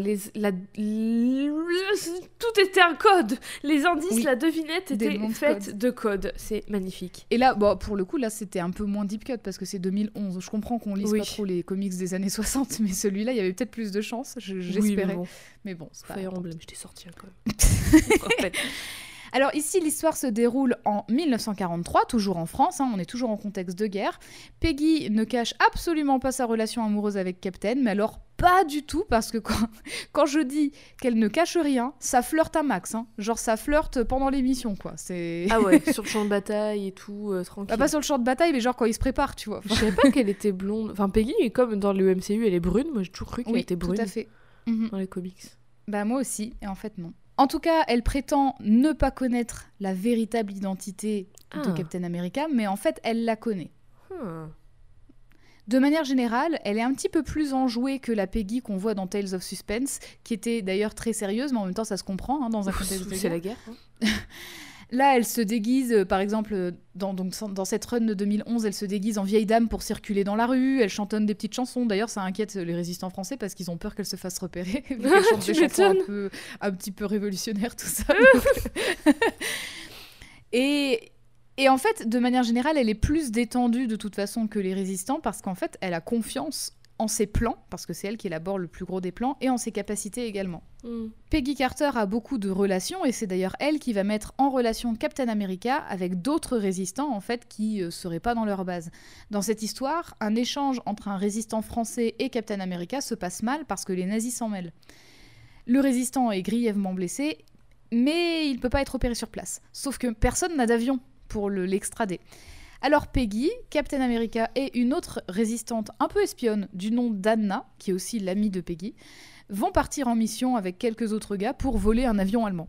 Tout était un code. Les indices, la devinette était faite de code. C'est magnifique. Et là, pour le coup, là, c'était un peu moins deep cut parce que c'est 2011. Je comprends qu'on lise pas trop les comics des années 60, mais celui-là, il y avait peut-être plus de chance. J'espérais. Oui, mais bon, c'est pas Fire Emblem, je t'ai sorti un code. Alors ici, l'histoire se déroule en 1943, toujours en France, on est toujours en contexte de guerre. Peggy ne cache absolument pas sa relation amoureuse avec Captain, mais alors pas du tout, parce que quand je dis qu'elle ne cache rien, ça flirte à max. Genre ça flirte pendant l'émission, quoi. Ah ouais, sur le champ de bataille et tout, tranquille. Bah, pas sur le champ de bataille, mais genre quand il se prépare, tu vois. Je savais pas qu'elle était blonde. Enfin, Peggy, comme dans le MCU, elle est brune. Moi, j'ai toujours cru qu'elle était brune. Oui, tout à fait. Dans les comics. Bah moi aussi, et en fait non. En tout cas, elle prétend ne pas connaître la véritable identité de Captain America, mais en fait, elle la connaît. De manière générale, elle est un petit peu plus enjouée que la Peggy qu'on voit dans Tales of Suspense, qui était d'ailleurs très sérieuse, mais en même temps, ça se comprend dans un contexte de guerre. C'est la guerre. Là, elle se déguise, par exemple, dans cette run de 2011, elle se déguise en vieille dame pour circuler dans la rue, elle chantonne des petites chansons. D'ailleurs, ça inquiète les résistants français parce qu'ils ont peur qu'elle se fasse repérer. Elle chante des chansons un petit peu révolutionnaires, tout ça. Et en fait, de manière générale, elle est plus détendue de toute façon que les résistants parce qu'en fait, elle a confiance en ses plans, parce que c'est elle qui élabore le plus gros des plans, et en ses capacités également. Peggy Carter a beaucoup de relations, et c'est d'ailleurs elle qui va mettre en relation Captain America avec d'autres résistants, en fait, qui seraient pas dans leur base. Dans cette histoire, un échange entre un résistant français et Captain America se passe mal parce que les nazis s'en mêlent. Le résistant est grièvement blessé, mais il peut pas être opéré sur place. Sauf que personne n'a d'avion pour l'extrader. Alors Peggy, Captain America et une autre résistante un peu espionne du nom d'Anna, qui est aussi l'amie de Peggy, vont partir en mission avec quelques autres gars pour voler un avion allemand.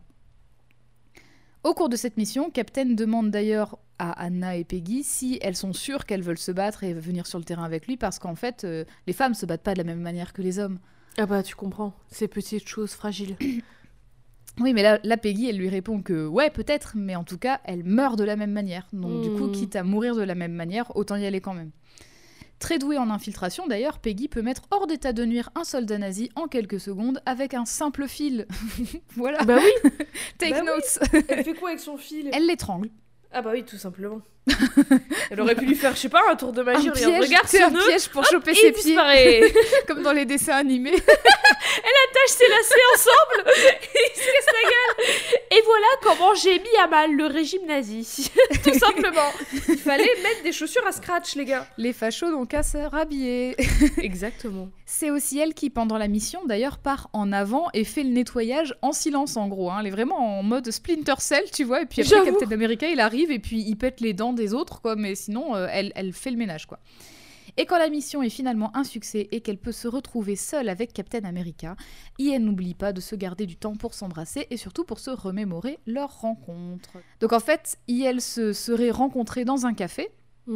Au cours de cette mission, Captain demande d'ailleurs à Anna et Peggy si elles sont sûres qu'elles veulent se battre et venir sur le terrain avec lui, parce qu'en fait, les femmes se battent pas de la même manière que les hommes. Ah bah tu comprends, ces petites choses fragiles. Oui, mais là, Peggy, elle lui répond que ouais, peut-être, mais en tout cas, elle meurt de la même manière. Donc du coup, quitte à mourir de la même manière, autant y aller quand même. Très douée en infiltration, d'ailleurs, Peggy peut mettre hors d'état de nuire un soldat nazi en quelques secondes avec un simple fil. Voilà. Bah oui. Take notes. Oui. Elle fait quoi avec son fil ? Elle l'étrangle. Ah bah oui, tout simplement. Elle aurait pu lui faire, je sais pas, un tour de magie. Un piège, un piège pour choper ses pieds. Comme dans les dessins animés. Elle attache ses lacets ensemble et il se casse la gueule. Et voilà comment j'ai mis à mal le régime nazi. Tout simplement. Il fallait mettre des chaussures à scratch, les gars. Les fachos n'ont qu'à se rhabiller. Exactement. C'est aussi elle qui, pendant la mission, d'ailleurs, part en avant et fait le nettoyage en silence, en gros. Elle est vraiment en mode Splinter Cell, tu vois. Et puis après, Captain America, il arrive et puis il pète les dents des autres, quoi. Mais sinon, elle fait le ménage, quoi. Et quand la mission est finalement un succès et qu'elle peut se retrouver seule avec Captain America, elle n'oublie pas de se garder du temps pour s'embrasser et surtout pour se remémorer leur rencontre. Donc en fait, elle se serait rencontrée dans un café,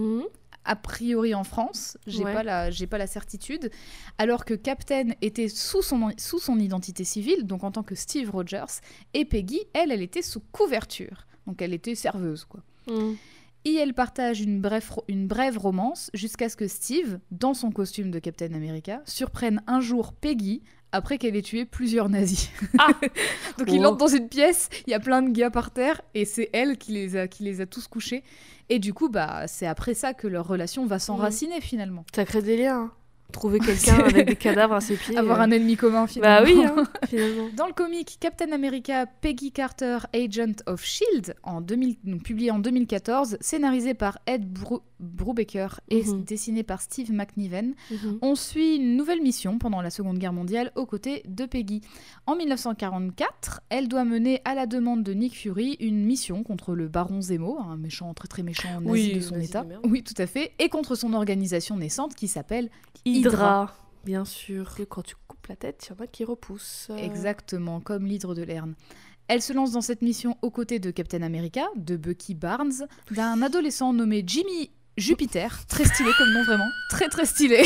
a priori en France, j'ai pas la certitude, alors que Captain était sous son identité civile, donc en tant que Steve Rogers, et Peggy, elle était sous couverture, donc elle était serveuse, quoi. Et elle partage une brève romance jusqu'à ce que Steve, dans son costume de Captain America, surprenne un jour Peggy après qu'elle ait tué plusieurs nazis. Donc il entre dans une pièce, il y a plein de gars par terre et c'est elle qui les a tous couchés. Et du coup, c'est après ça que leur relation va s'enraciner finalement. Ça crée des liens. Trouver quelqu'un avec des cadavres à ses pieds. Avoir un ennemi commun, finalement. Bah oui, finalement. Dans le comic Captain America, Peggy Carter, Agent of S.H.I.E.L.D., publié en 2014, scénarisé par Ed Brubaker et dessiné par Steve McNiven, on suit une nouvelle mission pendant la Seconde Guerre mondiale aux côtés de Peggy. En 1944, elle doit mener à la demande de Nick Fury une mission contre le baron Zemo, un méchant, très très méchant nazi de son état. Oui, tout à fait. Et contre son organisation naissante qui s'appelle Hydra. Bien sûr. Et quand tu coupes la tête, il y en a qui repoussent. Exactement, comme l'hydre de Lerne. Elle se lance dans cette mission aux côtés de Captain America, de Bucky Barnes, d'un adolescent nommé Jimmy Jupiter, très stylé comme nom vraiment, très très stylé.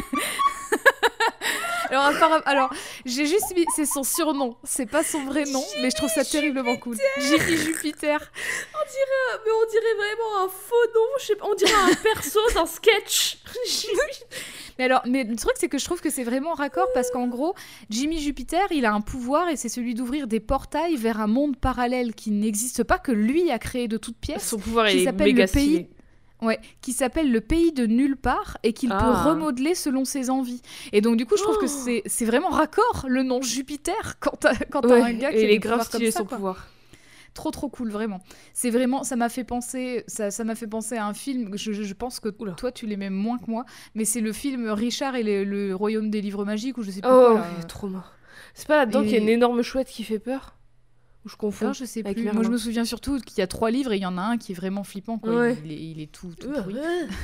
Alors, j'ai juste mis, c'est son surnom, c'est pas son vrai nom, mais je trouve ça terriblement cool. Jimmy Jupiter. On dirait vraiment un faux nom, je sais pas, on dirait un perso d'un sketch. Mais le truc, c'est que je trouve que c'est vraiment raccord parce qu'en gros, Jimmy Jupiter, il a un pouvoir et c'est celui d'ouvrir des portails vers un monde parallèle qui n'existe pas, que lui a créé de toutes pièces. Son pouvoir est méga stylé. Qui s'appelle le pays de nulle part et qu'il peut remodeler selon ses envies. Et donc du coup, je trouve que c'est vraiment raccord le nom Jupiter quand t'as un gars qui a des pouvoirs comme ça, son pouvoir. trop cool, vraiment. C'est vraiment, ça m'a fait penser à un film, je pense que toi tu l'aimais moins que moi, mais c'est le film Richard et le Royaume des Livres Magiques, ou je sais plus quoi. Oh, trop marrant. C'est pas là-dedans qu'il y a une énorme chouette qui fait peur? Ou je confonds? Non, je sais plus. Moi je me souviens surtout qu'il y a 3 livres et il y en a un qui est vraiment flippant, quoi. Ouais. Il est tout pourri.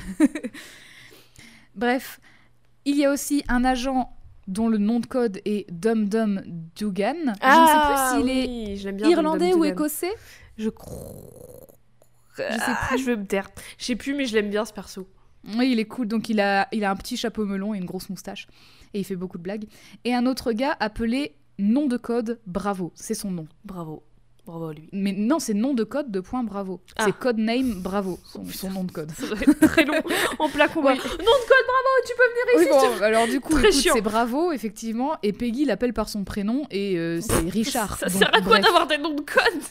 Bref, il y a aussi un agent dont le nom de code est Dum Dum Dugan. Je ne sais plus s'il est irlandais ou écossais. Je sais plus. Je vais me taire. Je sais plus, mais je l'aime bien ce perso. Oui, il est cool. Donc il a un petit chapeau melon et une grosse moustache. Et il fait beaucoup de blagues. Et un autre gars appelé nom de code Bravo. C'est son nom. Bravo à lui. Mais non, c'est nom de code de point Bravo. C'est codename Bravo, son nom de code. Ça doit être très long, en plein combat. Oui. Nom de code Bravo, tu peux venir ici. Bon, alors du coup, c'est Bravo, effectivement, et Peggy l'appelle par son prénom, et c'est Richard. Ça sert à quoi d'avoir des noms de code?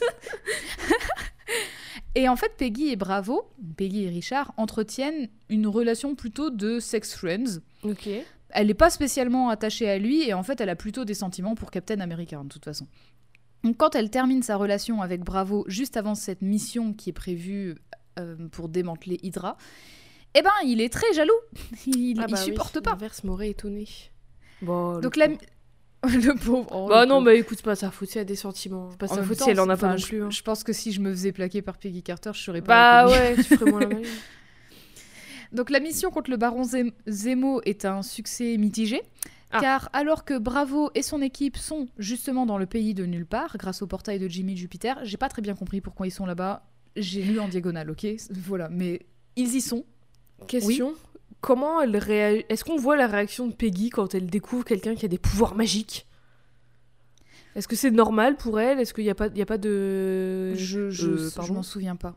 Et en fait, Peggy et Richard entretiennent une relation plutôt de sex friends. Ok. Elle n'est pas spécialement attachée à lui, et en fait, elle a plutôt des sentiments pour Captain America, de toute façon. Donc, quand elle termine sa relation avec Bravo juste avant cette mission qui est prévue pour démanteler Hydra, eh ben, il est très jaloux. Il supporte pas. L'inverse m'aurait étonné. Bon, donc le pauvre. Oh, bah non, mais écoute, c'est pas sa faute, si elle a des sentiments. C'est pas sa faute si elle en a pas non plus. Je pense que si je me faisais plaquer par Peggy Carter, je serais pas. Bah ouais, tu ferais moins la maline. Donc la mission contre le baron Zemo est un succès mitigé. Car alors que Bravo et son équipe sont justement dans le pays de nulle part, grâce au portail de Jimmy Jupiter, j'ai pas très bien compris pourquoi ils sont là-bas. J'ai lu en diagonale, ok? Voilà, mais ils y sont. Question, oui. Comment elle réagit? Est-ce qu'on voit la réaction de Peggy quand elle découvre quelqu'un qui a des pouvoirs magiques? Est-ce que c'est normal pour elle? Est-ce qu'il n'y a pas de... Je m'en souviens pas.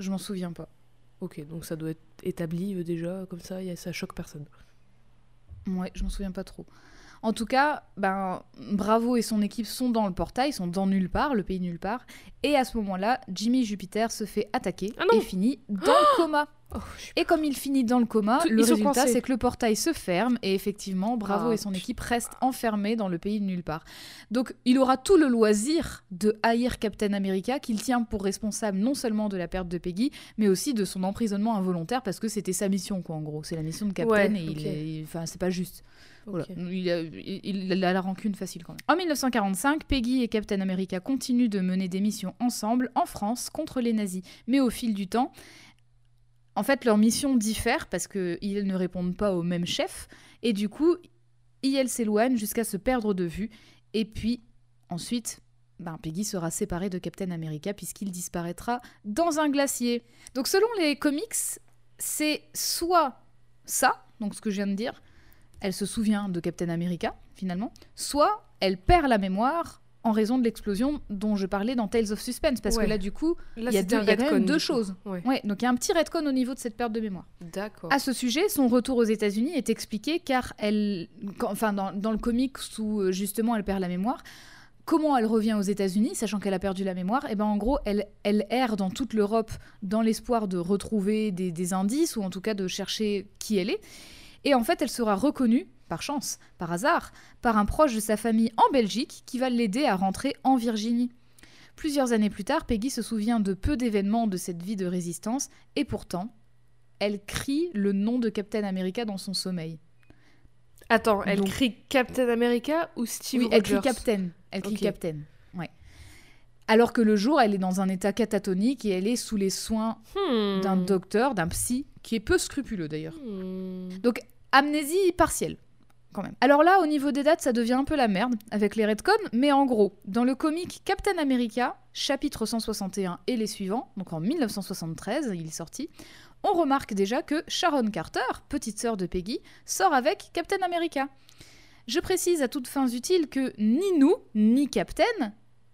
Ok, donc ça doit être établi déjà, comme ça ça choque personne. Ouais, je m'en souviens pas trop. En tout cas, Bravo et son équipe sont dans le portail, sont dans nulle part, le pays nulle part. Et à ce moment-là, Jimmy Jupiter se fait attaquer et finit dans le coma. Et comme il finit dans le coma, le résultat, c'est que le portail se ferme et effectivement, Bravo et son équipe restent enfermés dans le pays de nulle part. Donc, il aura tout le loisir de haïr Captain America, qu'il tient pour responsable non seulement de la perte de Peggy, mais aussi de son emprisonnement involontaire, parce que c'était sa mission, quoi, en gros. C'est la mission de Captain et c'est pas juste. Voilà. Il a la rancune facile quand même. En 1945, Peggy et Captain America continuent de mener des missions ensemble en France contre les nazis. Mais au fil du temps, en fait, leurs missions diffèrent parce qu'ils ne répondent pas au même chef. Et du coup, elles s'éloignent jusqu'à se perdre de vue. Et puis, ensuite, Peggy sera séparée de Captain America puisqu'il disparaîtra dans un glacier. Donc, selon les comics, c'est soit ça, donc ce que je viens de dire, elle se souvient de Captain America, finalement, soit elle perd la mémoire en raison de l'explosion dont je parlais dans Tales of Suspense, parce que là, du coup, il y a quand même deux choses. Ouais, donc il y a un petit retcon au niveau de cette perte de mémoire. D'accord. À ce sujet, son retour aux États-Unis est expliqué car dans le comic où justement elle perd la mémoire, comment elle revient aux États-Unis, sachant qu'elle a perdu la mémoire? Et en gros, elle erre dans toute l'Europe dans l'espoir de retrouver des indices, ou en tout cas de chercher qui elle est. Et en fait, elle sera reconnue, par chance, par hasard, par un proche de sa famille en Belgique qui va l'aider à rentrer en Virginie. Plusieurs années plus tard, Peggy se souvient de peu d'événements de cette vie de résistance, et pourtant, elle crie le nom de Captain America dans son sommeil. Attends, elle crie Captain America ou Steve Rogers? Elle crie Captain. Elle crie Captain, ouais. Alors que le jour, elle est dans un état catatonique et elle est sous les soins d'un docteur, d'un psy, qui est peu scrupuleux d'ailleurs. Donc, amnésie partielle, quand même. Alors là, au niveau des dates, ça devient un peu la merde, avec les retcons, mais en gros, dans le comic Captain America, chapitre 161 et les suivants, donc en 1973, il est sorti, on remarque déjà que Sharon Carter, petite sœur de Peggy, sort avec Captain America. Je précise à toutes fins utiles que ni nous, ni Captain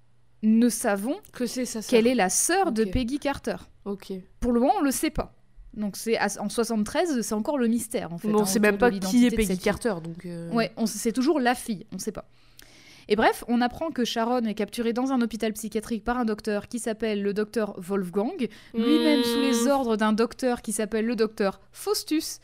ne savons qu'elle est la sœur de Peggy Carter. Pour le moment, on le sait pas. Donc en 73, c'est encore le mystère en fait. On sait même pas qui est Peggy Carter, donc. Ouais, c'est toujours la fille, on sait pas. Et bref, on apprend que Sharon est capturée dans un hôpital psychiatrique par un docteur qui s'appelle le docteur Wolfgang, lui-même sous les ordres d'un docteur qui s'appelle le docteur Faustus.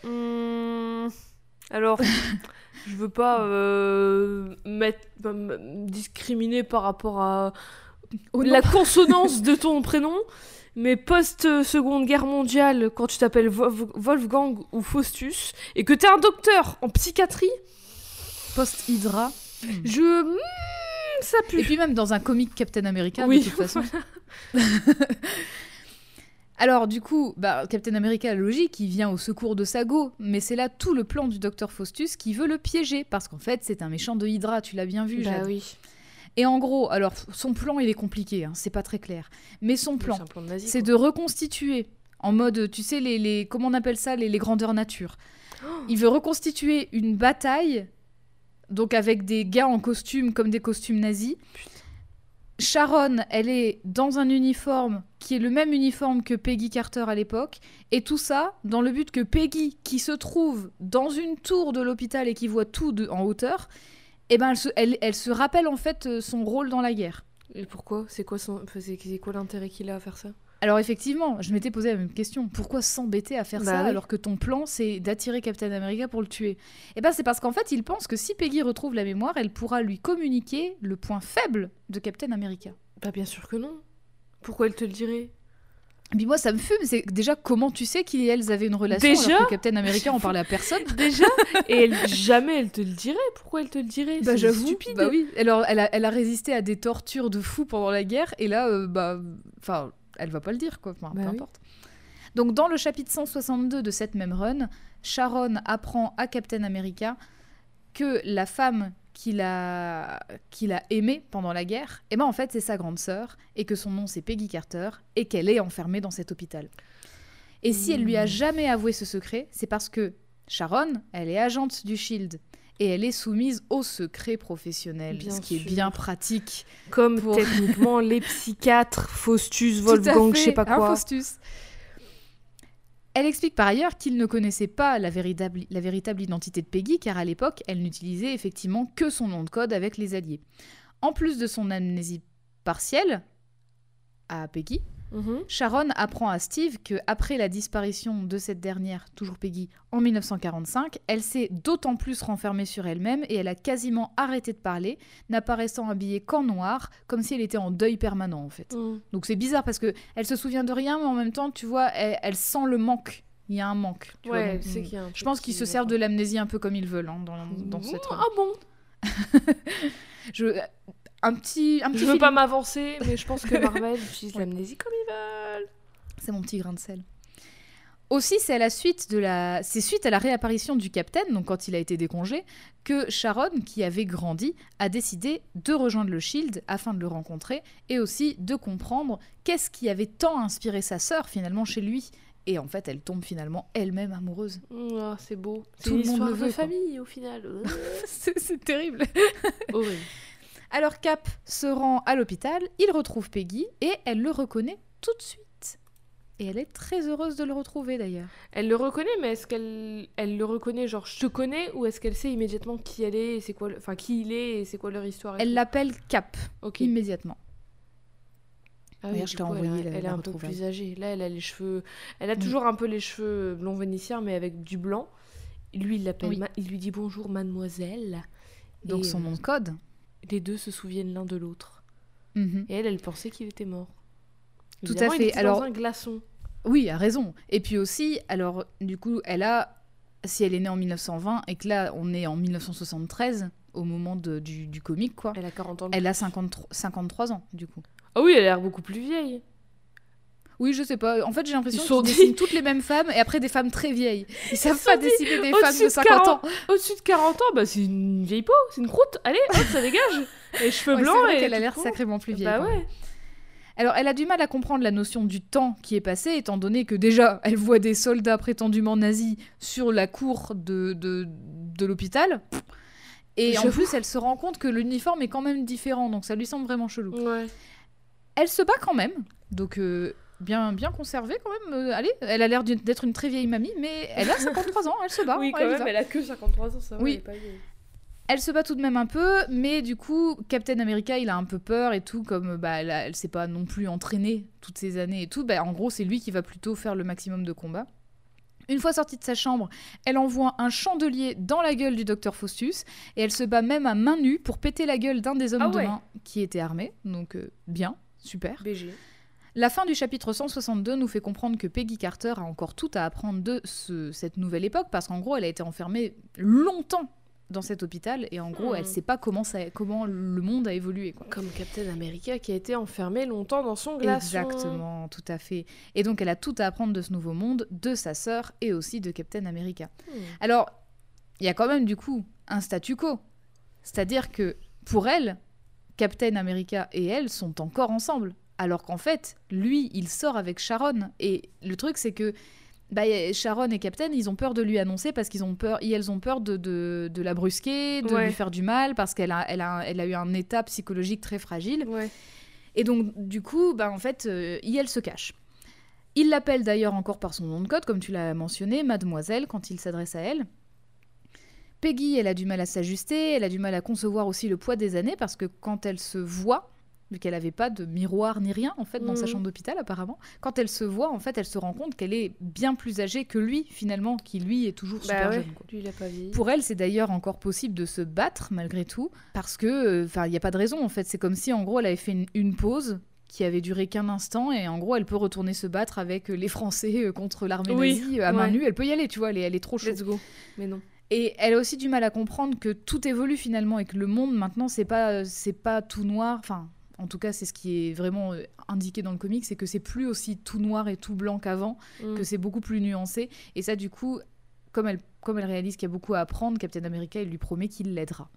Alors, je veux pas discriminer par rapport la consonance de ton prénom, mais post-seconde guerre mondiale, quand tu t'appelles Wolfgang ou Faustus, et que t'es un docteur en psychiatrie... Post-Hydra. Ça pue. Et puis même dans un comic Captain America, oui. de toute façon. Alors du coup, Captain America, logique, il vient au secours de Sago, mais c'est là tout le plan du docteur Faustus qui veut le piéger, parce qu'en fait c'est un méchant de Hydra, tu l'as bien vu, Jade. Oui. Et en gros, alors son plan il est compliqué, hein, c'est pas très clair, mais son plan, nazi, c'est de reconstituer en mode, tu sais, les comment on appelle ça, les grandeurs nature. Il veut reconstituer une bataille, donc avec des gars en costume comme des costumes nazis. Putain. Sharon, elle est dans un uniforme qui est le même uniforme que Peggy Carter à l'époque, et tout ça dans le but que Peggy, qui se trouve dans une tour de l'hôpital et qui voit tout en hauteur, elle se rappelle en fait son rôle dans la guerre. Et pourquoi ? C'est quoi l'intérêt qu'il a à faire ça ? Alors effectivement, je m'étais posé la même question. Pourquoi s'embêter à faire ça oui. alors que ton plan, c'est d'attirer Captain America pour le tuer ? C'est parce qu'en fait, il pense que si Peggy retrouve la mémoire, elle pourra lui communiquer le point faible de Captain America. Bien sûr que non. Pourquoi elle te le dirait ? Mais moi, ça me fume. C'est déjà comment tu sais qu'ils et elles avaient une relation alors que Captain America en parlait à personne. Déjà. Et jamais elle te le dirait. Pourquoi elle te le dirait ? C'est j'avoue. Stupide. Oui. Alors, elle a résisté à des tortures de fou pendant la guerre. Et là, elle va pas le dire, quoi. Peu importe. Donc, dans le chapitre 162 de cette même run, Sharon apprend à Captain America que la femme qu'il a aimée pendant la guerre, en fait, c'est sa grande sœur, et que son nom, c'est Peggy Carter, et qu'elle est enfermée dans cet hôpital. Et si elle lui a jamais avoué ce secret, c'est parce que Sharon, elle est agente du SHIELD, et elle est soumise au secret professionnel, ce qui est bien pratique. Comme techniquement les psychiatres, Faustus, Wolfgang, je sais pas quoi. Faustus. Elle explique par ailleurs qu'il ne connaissait pas la véritable identité de Peggy, car à l'époque, elle n'utilisait effectivement que son nom de code avec les Alliés. En plus de son amnésie partielle à Peggy, Sharon apprend à Steve qu'après la disparition de cette dernière, toujours Peggy, en 1945, elle s'est d'autant plus renfermée sur elle-même et elle a quasiment arrêté de parler, n'apparaissant habillée qu'en noir, comme si elle était en deuil permanent en fait. Donc c'est bizarre parce qu'elle se souvient de rien, mais en même temps, tu vois, elle sent le manque. Il y a un manque. Ouais, c'est qu'il y a un je pense qu'ils se servent de l'amnésie un peu comme ils veulent dans cette... Ah bon. Je veux pas m'avancer, mais je pense que Marvel utilise l'amnésie comme ils veulent. C'est mon petit grain de sel. Aussi, c'est suite à la réapparition du Capitaine, donc quand il a été décongé, que Sharon, qui avait grandi, a décidé de rejoindre le SHIELD afin de le rencontrer et aussi de comprendre qu'est-ce qui avait tant inspiré sa sœur finalement chez lui. Et en fait, elle tombe finalement elle-même amoureuse. Oh, c'est beau. Tout le monde le veut, de famille, au final. c'est terrible. Horrible. Alors Cap se rend à l'hôpital, il retrouve Peggy et elle le reconnaît tout de suite. Et elle est très heureuse de le retrouver d'ailleurs. Elle le reconnaît, mais est-ce qu'elle le reconnaît genre je te connais, ou est-ce qu'elle sait immédiatement qui elle est, et c'est quoi qui il est et c'est quoi leur histoire? Elle l'appelle Cap, immédiatement. Ah oui, je t'ai envoyé elle est un peu plus âgée. Là, elle a les cheveux, elle a toujours un peu les cheveux blond vénitien, mais avec du blanc. Lui, il l'appelle, il lui dit bonjour mademoiselle. Donc son nom de code. Les deux se souviennent l'un de l'autre. Mm-hmm. Et elle pensait qu'il était mort. Tout à fait. Il était dans un glaçon. Oui, a raison. Et puis aussi, alors du coup, si elle est née en 1920 et que là, on est en 1973 au moment du comic, quoi. Elle a 40 ans. Elle a 53 ans, du coup. Ah oui, elle a l'air beaucoup plus vieille. Oui, je sais pas. En fait, j'ai l'impression qu'ils dessinent toutes les mêmes femmes et après des femmes très vieilles. Ils savent pas dessiner des femmes de 50 ans. Au-dessus de 40 ans, c'est une vieille peau, c'est une croûte. Allez, hop, ça dégage. Les cheveux blancs. C'est vrai qu'elle a l'air sacrément plus vieille. Bah ouais. Alors, elle a du mal à comprendre la notion du temps qui est passé, étant donné que déjà, elle voit des soldats prétendument nazis sur la cour de l'hôpital. Et en plus, elle se rend compte que l'uniforme est quand même différent, donc ça lui semble vraiment chelou. Ouais. Elle se bat quand même, donc bien conservée quand même. Allez, elle a l'air d'être une très vieille mamie, mais elle a 53 ans, elle se bat. Oui, quand même, elle a que 53 ans, ça va, oui. elle est pas vieille. Elle se bat tout de même un peu, mais du coup, Captain America, il a un peu peur et tout, comme elle s'est pas non plus entraînée toutes ces années et tout. En gros, c'est lui qui va plutôt faire le maximum de combats. Une fois sortie de sa chambre, elle envoie un chandelier dans la gueule du docteur Faustus et elle se bat même à main nue pour péter la gueule d'un des hommes de main qui était armé. Donc bien, super. BG. La fin du chapitre 162 nous fait comprendre que Peggy Carter a encore tout à apprendre de cette nouvelle époque parce qu'en gros, elle a été enfermée longtemps dans cet hôpital et en gros, elle sait pas comment le monde a évolué. Quoi. Comme Captain America qui a été enfermé longtemps dans son glaçon. Exactement, tout à fait. Et donc, elle a tout à apprendre de ce nouveau monde, de sa sœur et aussi de Captain America. Alors, il y a quand même du coup un statu quo. C'est-à-dire que pour elle, Captain America et elle sont encore ensemble. Alors qu'en fait, lui, il sort avec Sharon. Et le truc, c'est que Sharon et Captain, ils ont peur de lui annoncer parce qu'ils ont peur, elles ont peur de la brusquer, de lui faire du mal, parce qu'elle a eu un état psychologique très fragile. Ouais. Et donc, du coup, en fait, elle se cache. Il l'appelle d'ailleurs encore par son nom de code, comme tu l'as mentionné, Mademoiselle, quand il s'adresse à elle. Peggy, elle a du mal à s'ajuster, elle a du mal à concevoir aussi le poids des années, parce que quand elle se voit, vu qu'elle n'avait pas de miroir ni rien en fait dans sa chambre d'hôpital apparemment. Quand elle se voit, en fait, elle se rend compte qu'elle est bien plus âgée que lui finalement, qui lui est toujours super jeune. Quoi. Lui, il a pas vieilli. Pour elle, c'est d'ailleurs encore possible de se battre malgré tout, parce que, il y a pas de raison en fait. C'est comme si en gros elle avait fait une pause qui avait duré qu'un instant et en gros elle peut retourner se battre avec les Français contre l'armée nazie à main nue. Elle peut y aller, tu vois. Elle est trop chaude. Let's go. Mais non. Et elle a aussi du mal à comprendre que tout évolue finalement et que le monde maintenant c'est pas tout noir. Enfin. En tout cas, c'est ce qui est vraiment indiqué dans le comic, c'est que c'est plus aussi tout noir et tout blanc qu'avant, que c'est beaucoup plus nuancé. Et ça, du coup, comme elle réalise qu'il y a beaucoup à apprendre, Captain America, il lui promet qu'il l'aidera.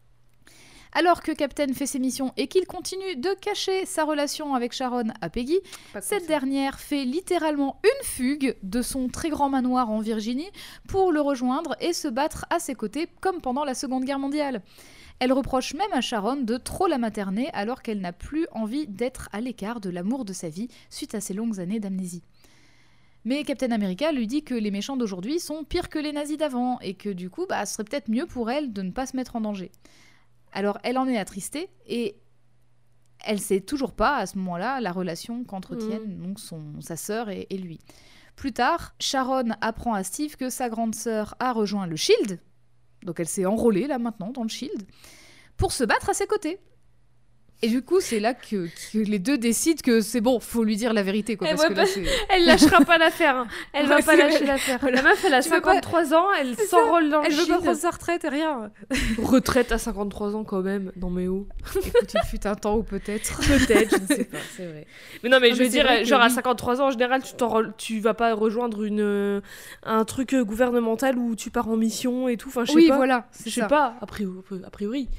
Alors que Captain fait ses missions et qu'il continue de cacher sa relation avec Sharon à Peggy, cette dernière fait littéralement une fugue de son très grand manoir en Virginie pour le rejoindre et se battre à ses côtés, comme pendant la Seconde Guerre mondiale. Elle reproche même à Sharon de trop la materner alors qu'elle n'a plus envie d'être à l'écart de l'amour de sa vie suite à ses longues années d'amnésie. Mais Captain America lui dit que les méchants d'aujourd'hui sont pires que les nazis d'avant et que du coup, ce serait peut-être mieux pour elle de ne pas se mettre en danger. Alors elle en est attristée et elle sait toujours pas à ce moment-là la relation qu'entretiennent donc sa sœur et lui. Plus tard, Sharon apprend à Steve que sa grande sœur a rejoint le Shield. Donc elle s'est enrôlée là maintenant dans le Shield pour se battre à ses côtés. Et du coup, c'est là que les deux décident que c'est bon, faut lui dire la vérité. Quoi, parce que là, elle lâchera pas l'affaire. Hein. Elle va pas lâcher l'affaire. La meuf, elle a 53 ans, elle s'enrôle dans le Shield. Elle veut pas prendre sa retraite et rien. Retraite à 53 ans quand même. Non mais où? Écoute, il fut un temps ou peut-être. Peut-être, je ne sais pas, c'est vrai. Mais non, mais je veux dire, genre à 53 ans, en général, tu vas pas rejoindre un truc gouvernemental où tu pars en mission et tout. Enfin, je sais pas. Oui, voilà. Je sais pas, a priori.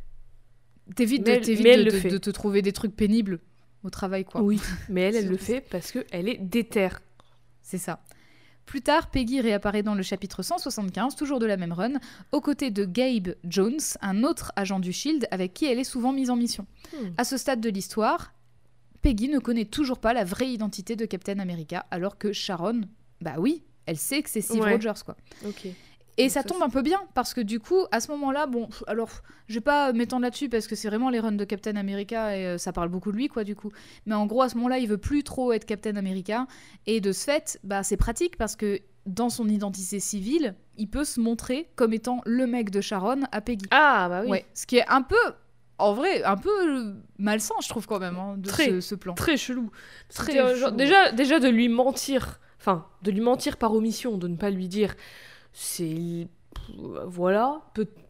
T'évites de te trouver des trucs pénibles au travail, quoi. Oui, mais elle le fait parce qu'elle est déterre. C'est ça. Plus tard, Peggy réapparaît dans le chapitre 175, toujours de la même run, aux côtés de Gabe Jones, un autre agent du Shield avec qui elle est souvent mise en mission. À ce stade de l'histoire, Peggy ne connaît toujours pas la vraie identité de Captain America, alors que Sharon, oui, elle sait que c'est Steve Rogers, quoi. Ok. Et donc ça tombe un peu bien, parce que du coup, à ce moment-là, alors, je vais pas m'étendre là-dessus, parce que c'est vraiment les runs de Captain America, et ça parle beaucoup de lui, quoi, du coup. Mais en gros, à ce moment-là, il veut plus trop être Captain America, et de ce fait, c'est pratique, parce que dans son identité civile, il peut se montrer comme étant le mec de Sharon à Peggy. Ah, bah oui. Ouais, ce qui est un peu... En vrai, un peu malsain, je trouve, quand même, ce plan. Très chelou. Chelou. Déjà, de lui mentir, par omission, de ne pas lui dire... C'est... Voilà.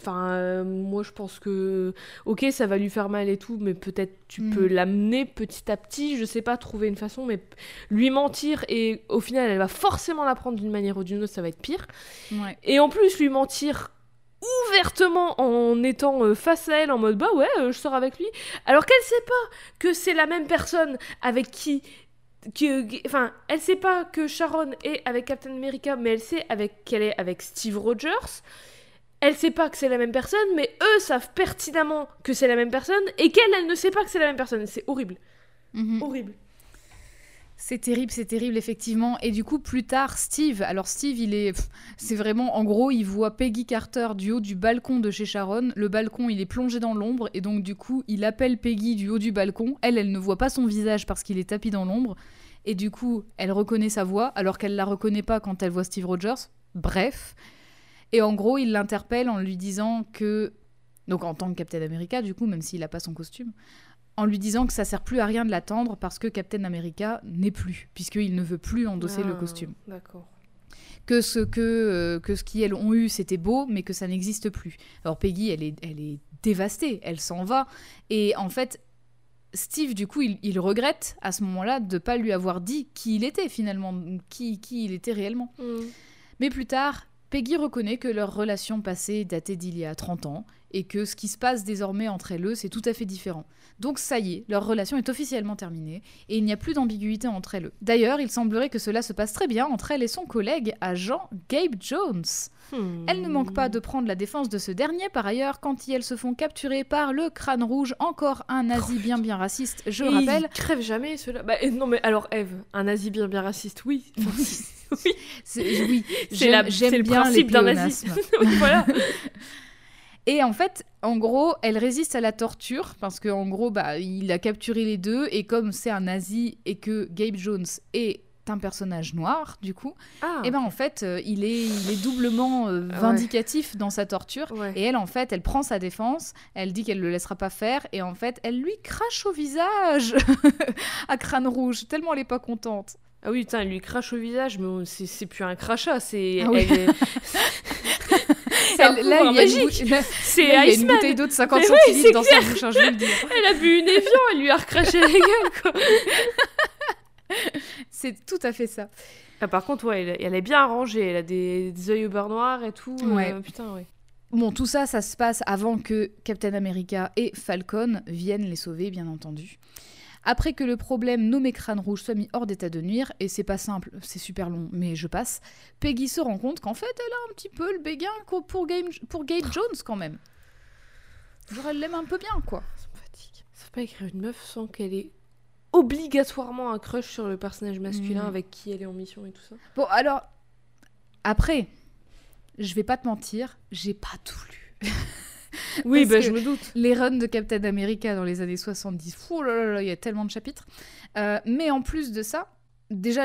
Moi, je pense que... Ok, ça va lui faire mal et tout, mais peut-être tu peux l'amener petit à petit, je sais pas, trouver une façon, mais lui mentir, et au final, elle va forcément l'apprendre d'une manière ou d'une autre, ça va être pire. Ouais. Et en plus, lui mentir ouvertement en étant face à elle, en mode, je sors avec lui, alors qu'elle sait pas que c'est la même personne avec qui... elle sait pas que Sharon est avec Captain America, mais elle sait qu'elle est avec Steve Rogers. Elle sait pas que c'est la même personne, mais eux savent pertinemment que c'est la même personne, et elle ne sait pas que c'est la même personne. C'est horrible. Horrible. C'est terrible, effectivement. Et du coup, plus tard, Steve, c'est vraiment, en gros, il voit Peggy Carter du haut du balcon de chez Sharon. Le balcon, il est plongé dans l'ombre, et donc, du coup, il appelle Peggy du haut du balcon. Elle ne voit pas son visage parce qu'il est tapis dans l'ombre. et du coup, elle reconnaît sa voix, alors qu'elle la reconnaît pas quand elle voit Steve Rogers. Bref. Et en gros, il l'interpelle en lui disant que... Donc en tant que Captain America, du coup, même s'il n'a pas son costume, en lui disant que ça sert plus à rien de l'attendre parce que Captain America n'est plus, puisqu'il ne veut plus endosser le costume. D'accord. Que ce qu'elles ont eu, c'était beau, mais que ça n'existe plus. Alors Peggy, elle est dévastée, elle s'en va. Et en fait, Steve, du coup, il regrette à ce moment-là de ne pas lui avoir dit qui il était finalement, qui il était réellement. Mais plus tard, Peggy reconnaît que leur relation passée datait d'il y a 30 ans et que ce qui se passe désormais entre elles, c'est tout à fait différent. Donc ça y est, leur relation est officiellement terminée et il n'y a plus d'ambiguïté entre elles. D'ailleurs, il semblerait que cela se passe très bien entre elle et son collègue agent Gabe Jones. Elle ne manque pas de prendre la défense de ce dernier par ailleurs quand ils se font capturer par le Crâne Rouge, encore un nazi bien raciste, je rappelle. Il crève jamais ceux-là. Bah, non mais alors Eve, un nazi bien raciste, oui. Oui. J'aime le bien principe les d'un nazi. Voilà. Et en fait, en gros, elle résiste à la torture parce qu'en gros, il a capturé les deux et comme c'est un nazi et que Gabe Jones est un personnage noir, du coup, et en fait, il est doublement vindicatif dans sa torture. Ouais. Et elle, en fait, elle prend sa défense, elle dit qu'elle le laissera pas faire et en fait, elle lui crache au visage à Crâne Rouge, tellement elle est pas contente. Ah oui, putain, elle lui crache au visage, mais c'est plus un crachat, c'est... Ah oui. Là, il y a une bouteille d'eau de 50 centilitres dans sa bouche, je veux le dire. Elle a bu une Evian, elle lui a recraché la gueule, quoi. C'est tout à fait ça. Ah, par contre, ouais, elle est bien arrangée, elle a des yeux au beurre noir et tout. Ouais. Putain, ouais. Bon, tout ça, ça se passe avant que Captain America et Falcon viennent les sauver, bien entendu. Après que le problème nommé Crâne Rouge soit mis hors d'état de nuire, et c'est pas simple, c'est super long, mais je passe, Peggy se rend compte qu'en fait, elle a un petit peu le béguin pour Gabe Jones, quand même. Genre, elle l'aime un peu bien, quoi. Ça me fatigue. Ça peut pas écrire une meuf sans qu'elle ait obligatoirement un crush sur le personnage masculin avec qui elle est en mission et tout ça. Bon, alors, après, je vais pas te mentir, j'ai pas tout lu. Oui, je me doute. Les runs de Captain America dans les années 70, oh là là, il y a tellement de chapitres. Mais en plus de ça, déjà,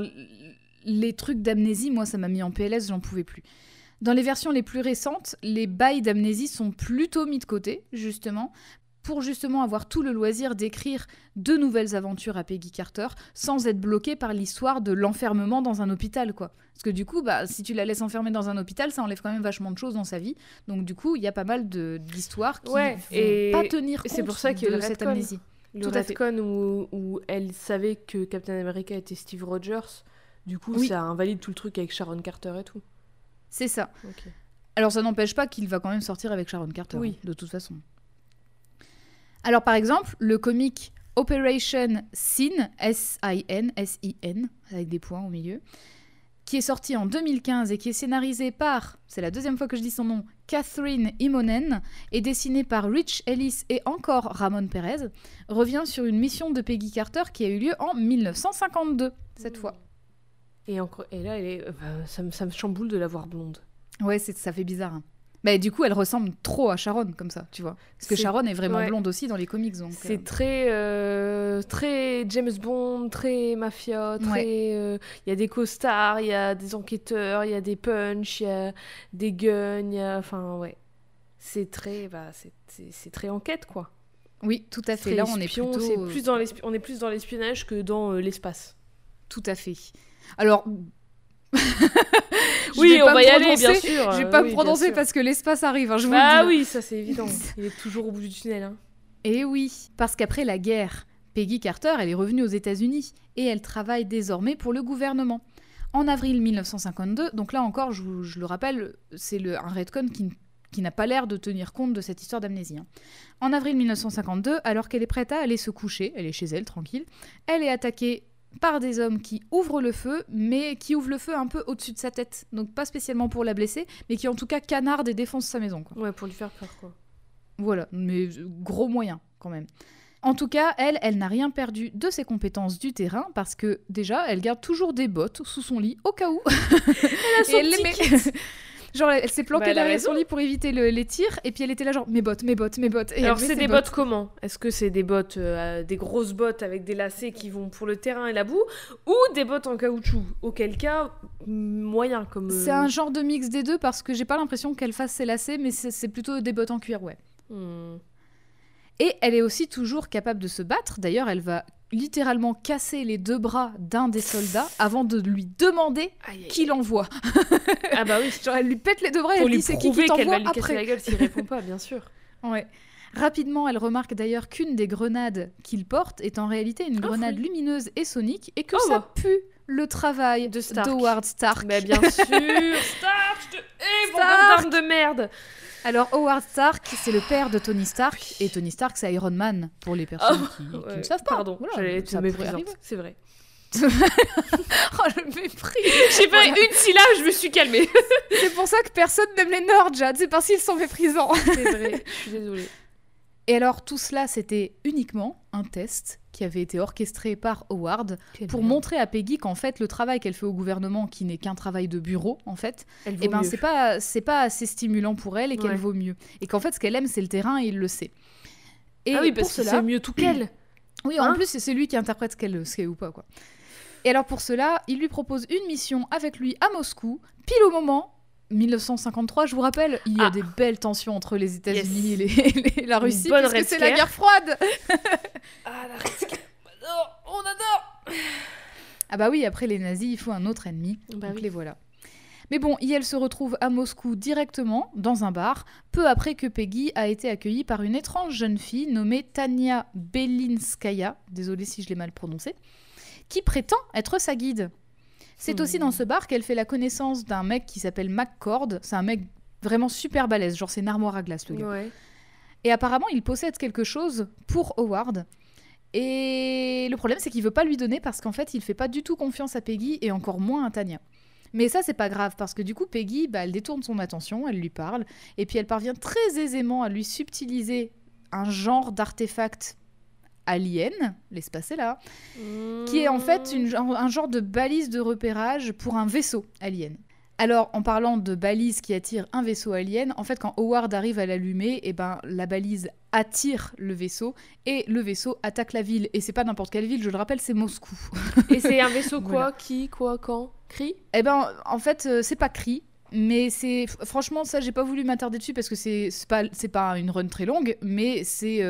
les trucs d'amnésie, moi, ça m'a mis en PLS, j'en pouvais plus. Dans les versions les plus récentes, les bails d'amnésie sont plutôt mis de côté, justement, pour justement avoir tout le loisir d'écrire de nouvelles aventures à Peggy Carter sans être bloqué par l'histoire de l'enfermement dans un hôpital, quoi. Parce que du coup, si tu la laisses enfermer dans un hôpital, ça enlève quand même vachement de choses dans sa vie. Donc du coup, il y a pas mal d'histoires qui vont pas tenir compte c'est pour ça qu'il y a de cette amnésie. Le retcon où elle savait que Captain America était Steve Rogers, du coup, ça invalide tout le truc avec Sharon Carter et tout. C'est ça. Okay. Alors ça n'empêche pas qu'il va quand même sortir avec Sharon Carter, de toute façon. Alors par exemple, le comic Operation Sin, S-I-N, avec des points au milieu, qui est sorti en 2015 et qui est scénarisé par, c'est la deuxième fois que je dis son nom, Catherine Immonen, et dessiné par Rich Ellis et encore Ramon Perez, revient sur une mission de Peggy Carter qui a eu lieu en 1952, cette fois. Et là, ça me chamboule de la voir blonde. Ouais, ça fait bizarre, hein. Mais du coup, elle ressemble trop à Sharon, comme ça, tu vois. Parce que Sharon est vraiment blonde aussi dans les comics. Donc, c'est très James Bond, très mafia, très... Il y a des costards, il y a des enquêteurs, il y a des punchs, il y a des guns, il y a... Enfin, ouais. C'est très... c'est très enquête, quoi. Oui, tout à fait. Là, on est plutôt... on est plus dans l'espionnage que dans l'espace. Tout à fait. Alors... Oui, on va y aller, bien sûr. Je vais pas me prononcer parce que l'espace arrive, hein, je vous le dis. Ah oui, ça c'est évident. Il est toujours au bout du tunnel. Hein. Et oui, parce qu'après la guerre, Peggy Carter, elle est revenue aux États-Unis et elle travaille désormais pour le gouvernement. En avril 1952, donc là encore, je le rappelle, c'est un retcon qui n'a pas l'air de tenir compte de cette histoire d'amnésie. Hein. En avril 1952, alors qu'elle est prête à aller se coucher, elle est chez elle, tranquille, elle est attaquée par des hommes qui ouvrent le feu, mais qui ouvrent le feu un peu au-dessus de sa tête. Donc pas spécialement pour la blesser, mais qui en tout cas canardent et défoncent sa maison. Quoi. Ouais, pour lui faire peur, quoi. Voilà, mais gros moyen, quand même. En tout cas, elle n'a rien perdu de ses compétences du terrain, parce que, déjà, elle garde toujours des bottes sous son lit, au cas où. Elle a son petit kit. Genre, elle s'est planquée derrière son lit pour éviter les tirs, et puis elle était là genre, mes bottes. Et alors, c'est des bottes comment ? Est-ce que c'est des bottes, des grosses bottes avec des lacets qui vont pour le terrain et la boue, ou des bottes en caoutchouc ? Auquel cas, moyen comme... C'est un genre de mix des deux, parce que j'ai pas l'impression qu'elle fasse ses lacets, mais c'est plutôt des bottes en cuir, ouais. Et elle est aussi toujours capable de se battre. D'ailleurs, elle va littéralement casser les 2 bras d'un des soldats avant de lui demander qui l'envoie. Ah bah oui. Genre, elle lui pète les 2 bras et pour elle lui dit c'est prouver qui t'envoie qu'elle va lui après. casser la gueule s'il répond pas, bien sûr. Ouais. Rapidement, elle remarque d'ailleurs qu'une des grenades qu'il porte est en réalité une grenade lumineuse et sonique, et que ça pue le travail d'Howard Stark. Mais bien sûr, Stark, je te hais, mon de merde. Alors, Howard Stark, c'est le père de Tony Stark, et Tony Stark, c'est Iron Man, pour les personnes qui ne savent pas. Pardon, j'allais être méprisante, c'est vrai. Oh, le mépris. J'ai pas une syllabe, je me suis calmée. C'est pour ça que personne n'aime les nerds, Jade, c'est parce qu'ils sont méprisants. C'est vrai, je suis désolée. Et alors, tout cela, c'était uniquement un test qui avait été orchestré par Howard pour montrer à Peggy qu'en fait, le travail qu'elle fait au gouvernement, qui n'est qu'un travail de bureau, en fait, c'est pas assez stimulant pour elle et qu'elle vaut mieux. Et qu'en fait, ce qu'elle aime, c'est le terrain et il le sait. Et oui, parce que c'est mieux tout qu'elle. Oui, en plus, c'est lui qui interprète ce qu'elle sait ou pas, quoi. Et alors, pour cela, il lui propose une mission avec lui à Moscou, pile au moment... 1953, je vous rappelle, il y a des belles tensions entre les États-Unis et la Russie, parce que c'est la guerre froide. Ah, la rescare, on adore. Ah bah oui, après les nazis, il faut un autre ennemi, donc les voilà. Mais bon, elle se retrouve à Moscou directement, dans un bar, peu après que Peggy a été accueillie par une étrange jeune fille nommée Tania Belinskaya, désolée si je l'ai mal prononcée, qui prétend être sa guide. C'est aussi dans ce bar qu'elle fait la connaissance d'un mec qui s'appelle McCord. C'est un mec vraiment super balèze, genre c'est une armoire à glace, le gars. Ouais. Et apparemment, il possède quelque chose pour Howard. Et le problème, c'est qu'il veut pas lui donner parce qu'en fait, il fait pas du tout confiance à Peggy et encore moins à Tania. Mais ça, c'est pas grave parce que du coup, Peggy, elle détourne son attention, elle lui parle, et puis elle parvient très aisément à lui subtiliser un genre d'artefact alien, l'espace est là, qui est en fait un genre de balise de repérage pour un vaisseau alien. Alors, en parlant de balise qui attire un vaisseau alien, en fait, quand Howard arrive à l'allumer, la balise attire le vaisseau, et le vaisseau attaque la ville. Et c'est pas n'importe quelle ville, je le rappelle, c'est Moscou. Et c'est un vaisseau quoi, voilà. Qui, quoi, quand ? Kree ? En fait, c'est pas Kree. Mais c'est franchement ça, j'ai pas voulu m'attarder dessus parce que c'est pas une run très longue, mais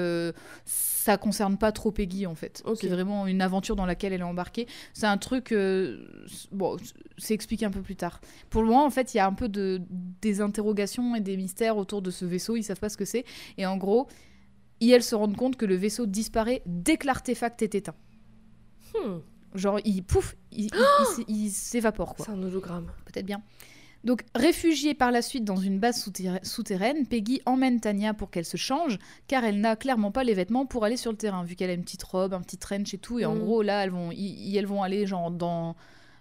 ça concerne pas trop Peggy en fait. Okay. C'est vraiment une aventure dans laquelle elle est embarquée. C'est un truc c'est expliqué un peu plus tard. Pour le moment en fait, il y a un peu des interrogations et des mystères autour de ce vaisseau, ils savent pas ce que c'est et en gros, ils se rendent compte que le vaisseau disparaît dès que l'artefact est éteint. Genre il s'évapore quoi. C'est un hologramme. Peut-être bien. Donc, réfugiée par la suite dans une base souterraine, Peggy emmène Tania pour qu'elle se change, car elle n'a clairement pas les vêtements pour aller sur le terrain, vu qu'elle a une petite robe, un petit trench et tout. Et en gros, là, elles vont aller genre dans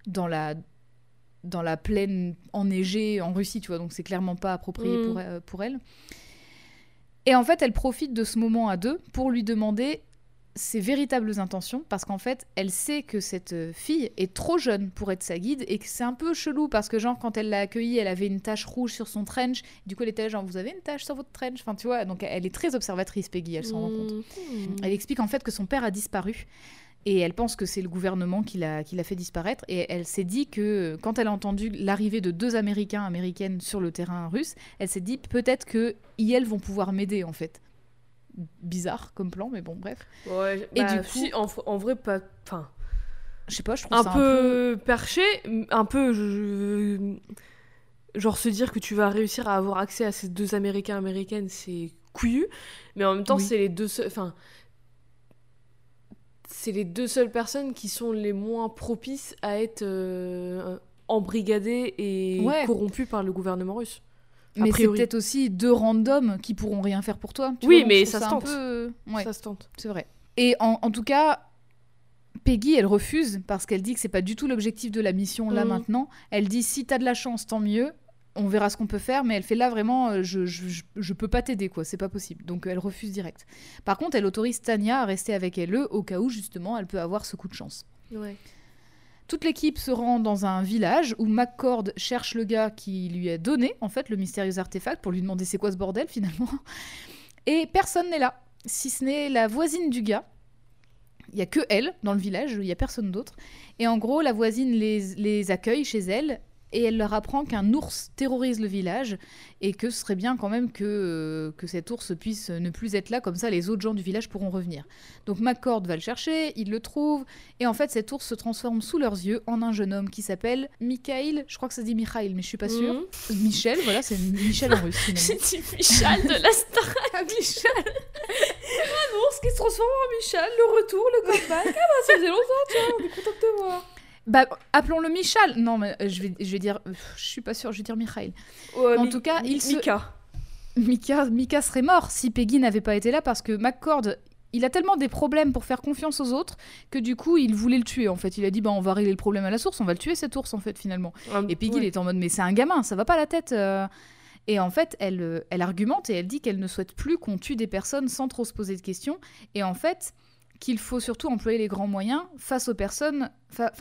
la plaine enneigée en Russie, tu vois. Donc, c'est clairement pas approprié pour elle. Et en fait, elle profite de ce moment à deux pour lui demander ses véritables intentions, parce qu'en fait, elle sait que cette fille est trop jeune pour être sa guide, et que c'est un peu chelou, parce que genre, quand elle l'a accueillie, elle avait une tache rouge sur son trench, du coup, elle était là, genre, vous avez une tache sur votre trench ? Enfin, tu vois, donc elle est très observatrice, Peggy, elle s'en rend compte. Elle explique en fait que son père a disparu, et elle pense que c'est le gouvernement qui l'a fait disparaître, et elle s'est dit que, quand elle a entendu l'arrivée de 2 Américaines sur le terrain russe, elle s'est dit, peut-être que elles vont pouvoir m'aider, en fait. Bizarre comme plan, mais bon, bref. Ouais, et du coup, en vrai, pas. Enfin, je sais pas, je trouve ça un peu perché, un peu. Genre se dire que tu vas réussir à avoir accès à ces 2 Américaines, c'est couillu, mais en même temps, c'est les deux seuls. Enfin, c'est les 2 seules personnes qui sont les moins propices à être embrigadées et corrompues par le gouvernement russe. Mais c'est peut-être aussi 2 randoms qui pourront rien faire pour toi. Oui, mais ça se tente. Ça se tente. C'est vrai. Et en tout cas, Peggy, elle refuse parce qu'elle dit que c'est pas du tout l'objectif de la mission là maintenant. Elle dit si t'as de la chance, tant mieux. On verra ce qu'on peut faire, mais elle fait là vraiment, je peux pas t'aider quoi, c'est pas possible. Donc elle refuse direct. Par contre, elle autorise Tania à rester avec elle au cas où justement elle peut avoir ce coup de chance. Ouais. Toute l'équipe se rend dans un village où McCord cherche le gars qui lui a donné, en fait, le mystérieux artefact pour lui demander c'est quoi ce bordel, finalement. Et personne n'est là, si ce n'est la voisine du gars. Il n'y a que elle dans le village, il n'y a personne d'autre. Et en gros, la voisine les accueille chez elle et elle leur apprend qu'un ours terrorise le village et que ce serait bien quand même que cet ours puisse ne plus être là, comme ça les autres gens du village pourront revenir. Donc McCord va le chercher, il le trouve, et en fait cet ours se transforme sous leurs yeux en un jeune homme qui s'appelle Mikhail, je crois que ça se dit Mikhail, mais je suis pas sûre. Michel, voilà, c'est Michel en russe. J'ai dit Michel de la Starac. Michel. Un ours qui se transforme en Michel, le retour, le comeback. Ah bah ça faisait longtemps, tiens, on est content de te voir. Bah, appelons-le Michal. Non, mais je vais dire... Je suis pas sûre, je vais dire Mikhail. En tout cas, Mika serait mort si Peggy n'avait pas été là, parce que McCord, il a tellement des problèmes pour faire confiance aux autres que du coup, il voulait le tuer, en fait. Il a dit, bah, on va régler le problème à la source, on va le tuer, cet ours, en fait, finalement. Et Peggy, il était en mode, mais c'est un gamin, ça va pas la tête. Et en fait, elle argumente et elle dit qu'elle ne souhaite plus qu'on tue des personnes sans trop se poser de questions. Et en fait... qu'il faut surtout employer les grands moyens face aux personnes,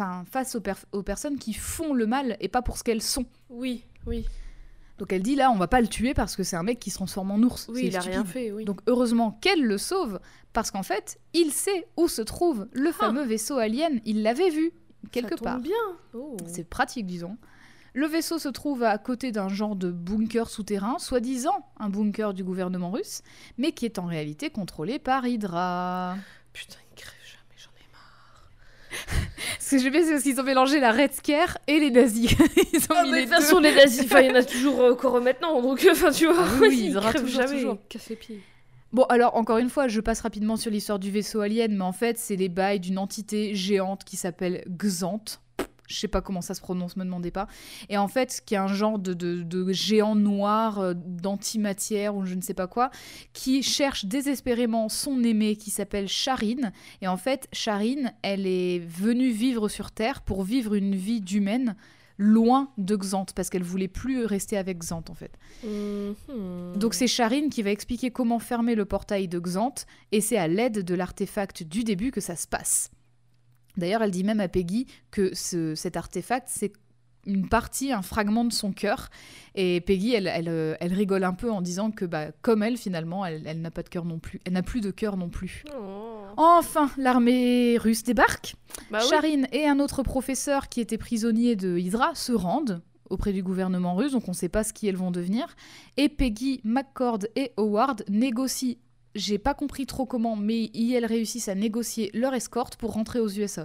aux personnes qui font le mal et pas pour ce qu'elles sont. Oui. Donc elle dit là, on va pas le tuer parce que c'est un mec qui se transforme en ours. Oui, il a rien fait, oui. Donc heureusement qu'elle le sauve, parce qu'en fait, il sait où se trouve le fameux vaisseau alien. Il l'avait vu quelque part. Ça tombe bien. Oh. C'est pratique, disons. Le vaisseau se trouve à côté d'un genre de bunker souterrain, soi-disant un bunker du gouvernement russe, mais qui est en réalité contrôlé par Hydra. Putain, ils crèvent jamais, j'en ai marre. Ce que je sais, c'est parce qu'ils ont mélangé la Red Scare et les nazis. Ils ont mis mais les de toute façon, les nazis, il y en a toujours encore maintenant, donc tu vois, oui, ils crèvent jamais. Casse les pieds. Bon, alors, encore une fois, je passe rapidement sur l'histoire du vaisseau alien, mais en fait, c'est les bails d'une entité géante qui s'appelle Xant. Je sais pas comment ça se prononce, me demandez pas. Et en fait, qui est un genre de géant noir, d'antimatière ou je ne sais pas quoi, qui cherche désespérément son aimé qui s'appelle Charin. Et en fait, Charin, elle est venue vivre sur Terre pour vivre une vie d'humaine loin de Xant, parce qu'elle voulait plus rester avec Xant, en fait. Donc c'est Charin qui va expliquer comment fermer le portail de Xant, et c'est à l'aide de l'artefact du début que ça se passe. D'ailleurs, elle dit même à Peggy que cet artefact, c'est une partie, un fragment de son cœur. Et Peggy, elle rigole un peu en disant que, comme elle, finalement, elle n'a pas de cœur non plus. Elle n'a plus de cœur non plus. Oh. Enfin, l'armée russe débarque. Charin et un autre professeur qui était prisonnier de Hydra se rendent auprès du gouvernement russe, donc on ne sait pas ce qu'elles vont devenir. Et Peggy, McCord et Howard négocient. J'ai pas compris trop comment, mais elles réussissent à négocier leur escorte pour rentrer aux USA.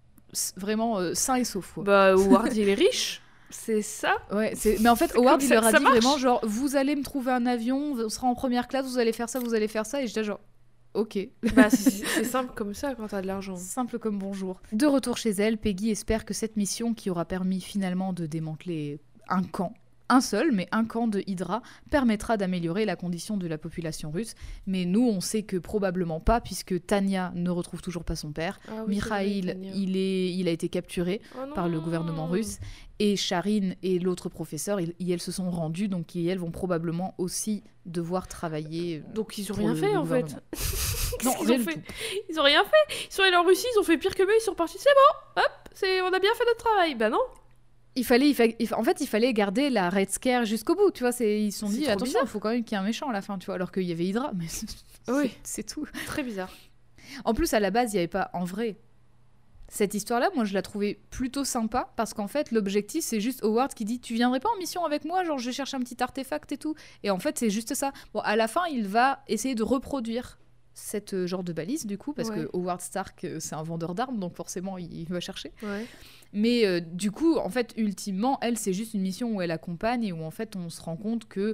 Vraiment sain et sauf. Quoi. Howard, il est riche. C'est ça. Ouais, mais en fait, Howard, il leur a dit vraiment, genre, vous allez me trouver un avion, on sera en première classe, vous allez faire ça. Et j'étais genre, ok. C'est simple comme ça quand t'as de l'argent. Simple comme bonjour. De retour chez elle, Peggy espère que cette mission, qui aura permis finalement de démanteler un camp, un seul, mais un camp de Hydra, permettra d'améliorer la condition de la population russe. Mais nous, on sait que probablement pas, puisque Tanya ne retrouve toujours pas son père. Mikhail, il a été capturé par le gouvernement russe. Et Charin et l'autre professeur, elles se sont rendus, donc elles vont probablement aussi devoir travailler. Donc ils ont rien fait, en fait. Non, ils ont rien fait. Ils sont allés en Russie, ils ont fait pire que eux, ils sont partis. C'est bon, hop, on a bien fait notre travail. Bah non. Il fallait garder la Red Scare jusqu'au bout, tu vois. Ils se sont dit, attention, il faut quand même qu'il y ait un méchant à la fin, tu vois. Alors qu'il y avait Hydra, mais c'est tout. Très bizarre. En plus, à la base, il n'y avait pas, en vrai, cette histoire-là, moi, je la trouvais plutôt sympa, parce qu'en fait, l'objectif, c'est juste Howard qui dit, tu viendrais pas en mission avec moi, genre, je cherche un petit artefact et tout. Et en fait, c'est juste ça. Bon, à la fin, il va essayer de reproduire cette genre de balise, du coup, parce que Howard Stark, c'est un vendeur d'armes, donc forcément, il va chercher. Ouais. Mais du coup, en fait, ultimement, elle, c'est juste une mission où elle accompagne et où, en fait, on se rend compte que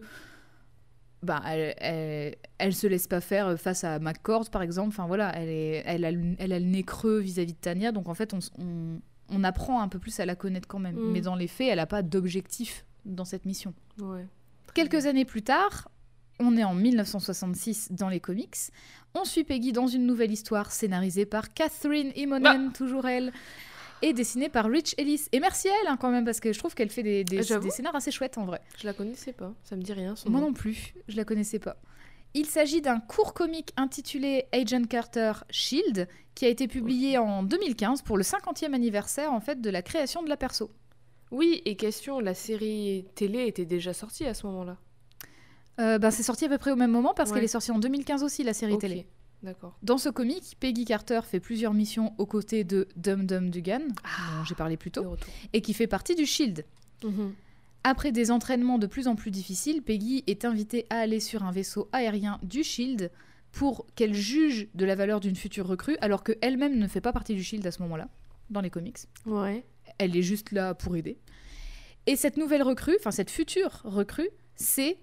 elle se laisse pas faire face à McCord, par exemple. Enfin, voilà, elle a le nez creux vis-à-vis de Tanya, donc, en fait, on apprend un peu plus à la connaître quand même. Mais dans les faits, elle a pas d'objectif dans cette mission. Ouais. Quelques années plus tard, on est en 1966 dans les comics. On suit Peggy dans une nouvelle histoire scénarisée par Catherine Immonen, toujours elle, et dessinée par Rich Ellis. Et merci à elle quand même, parce que je trouve qu'elle fait des scénars assez chouettes en vrai. Je la connaissais pas, ça me dit rien. Moi non plus, je la connaissais pas. Il s'agit d'un court comique intitulé Agent Carter Shield qui a été publié en 2015 pour le 50e anniversaire en fait de la création de la perso. Oui, et question, la série télé était déjà sortie à ce moment-là. C'est sorti à peu près au même moment parce qu'elle est sortie en 2015 aussi, la série télé. D'accord. Dans ce comic, Peggy Carter fait plusieurs missions aux côtés de Dum Dum Dugan, dont j'ai parlé plus tôt, et qui fait partie du SHIELD. Après des entraînements de plus en plus difficiles, Peggy est invitée à aller sur un vaisseau aérien du SHIELD pour qu'elle juge de la valeur d'une future recrue, alors qu'elle-même ne fait pas partie du SHIELD à ce moment-là, dans les comics. Ouais. Elle est juste là pour aider. Et cette nouvelle recrue, enfin cette future recrue, c'est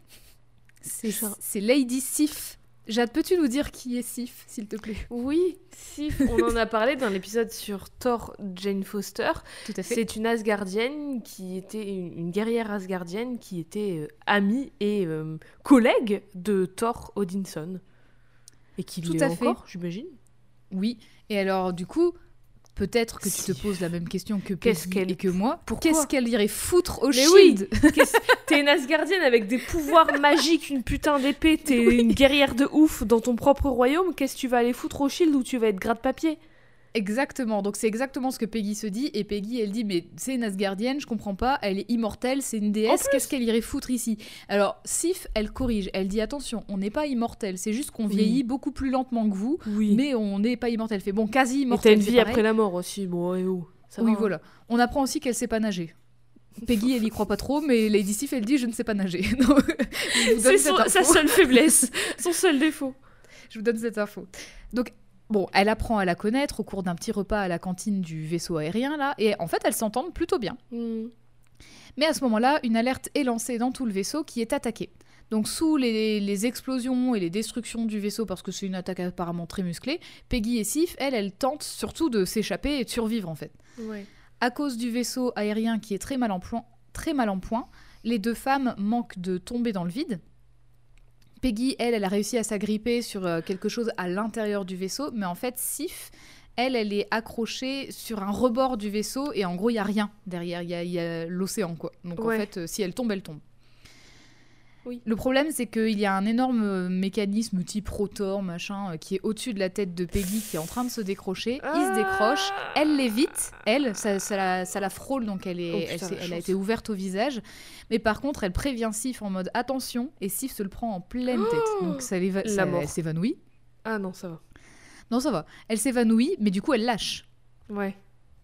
Lady Sif. Jade, peux-tu nous dire qui est Sif, s'il te plaît ? Oui, Sif, on en a parlé dans l'épisode sur Thor Jane Foster. Tout à fait. C'est une Asgardienne qui était une guerrière Asgardienne qui était amie et collègue de Thor Odinson. Et qui l'est encore, j'imagine. Oui, et alors du coup... Peut-être que tu te poses la même question que Peggy et que moi. Qu'est-ce qu'elle irait foutre au SHIELD ? T'es une Asgardienne avec des pouvoirs magiques, une putain d'épée, t'es une guerrière de ouf dans ton propre royaume. Qu'est-ce que tu vas aller foutre au SHIELD où tu vas être gratte-papier ? Exactement, donc c'est exactement ce que Peggy se dit, et Peggy elle dit mais c'est une Asgardienne, je comprends pas, elle est immortelle, c'est une déesse, qu'est-ce qu'elle irait foutre ici ? Alors Sif elle corrige, elle dit attention, on n'est pas immortel, c'est juste qu'on vieillit beaucoup plus lentement que vous, mais on n'est pas immortel, fait bon quasi immortel. Et t'as une vie après la mort aussi, bon et où ça va, voilà, on apprend aussi qu'elle sait pas nager. Peggy elle y croit pas trop, mais Lady Sif elle dit je ne sais pas nager. Donc, c'est sa seule faiblesse, son seul défaut. Je vous donne cette info. Donc bon, elle apprend à la connaître au cours d'un petit repas à la cantine du vaisseau aérien, là, et en fait, elles s'entendent plutôt bien. Mais à ce moment-là, une alerte est lancée dans tout le vaisseau qui est attaqué. Donc sous les explosions et les destructions du vaisseau, parce que c'est une attaque apparemment très musclée, Peggy et Sif, elles tentent surtout de s'échapper et de survivre, en fait. Ouais. À cause du vaisseau aérien qui est très mal en point, les deux femmes manquent de tomber dans le vide. Peggy, elle a réussi à s'agripper sur quelque chose à l'intérieur du vaisseau, mais en fait, Sif, elle est accrochée sur un rebord du vaisseau, et en gros, il n'y a rien derrière, il y a l'océan, quoi. Donc en fait, si elle tombe, elle tombe. Oui. Le problème, c'est qu'il y a un énorme mécanisme type rotor, machin, qui est au-dessus de la tête de Peggy, qui est en train de se décrocher. Il se décroche, elle l'évite, ça la frôle, donc elle a été ouverte au visage. Mais par contre, elle prévient Sif en mode attention, et Sif se le prend en pleine tête. Donc elle s'évanouit. Ah non, ça va. Non, ça va. Elle s'évanouit, mais du coup, elle lâche. Ouais.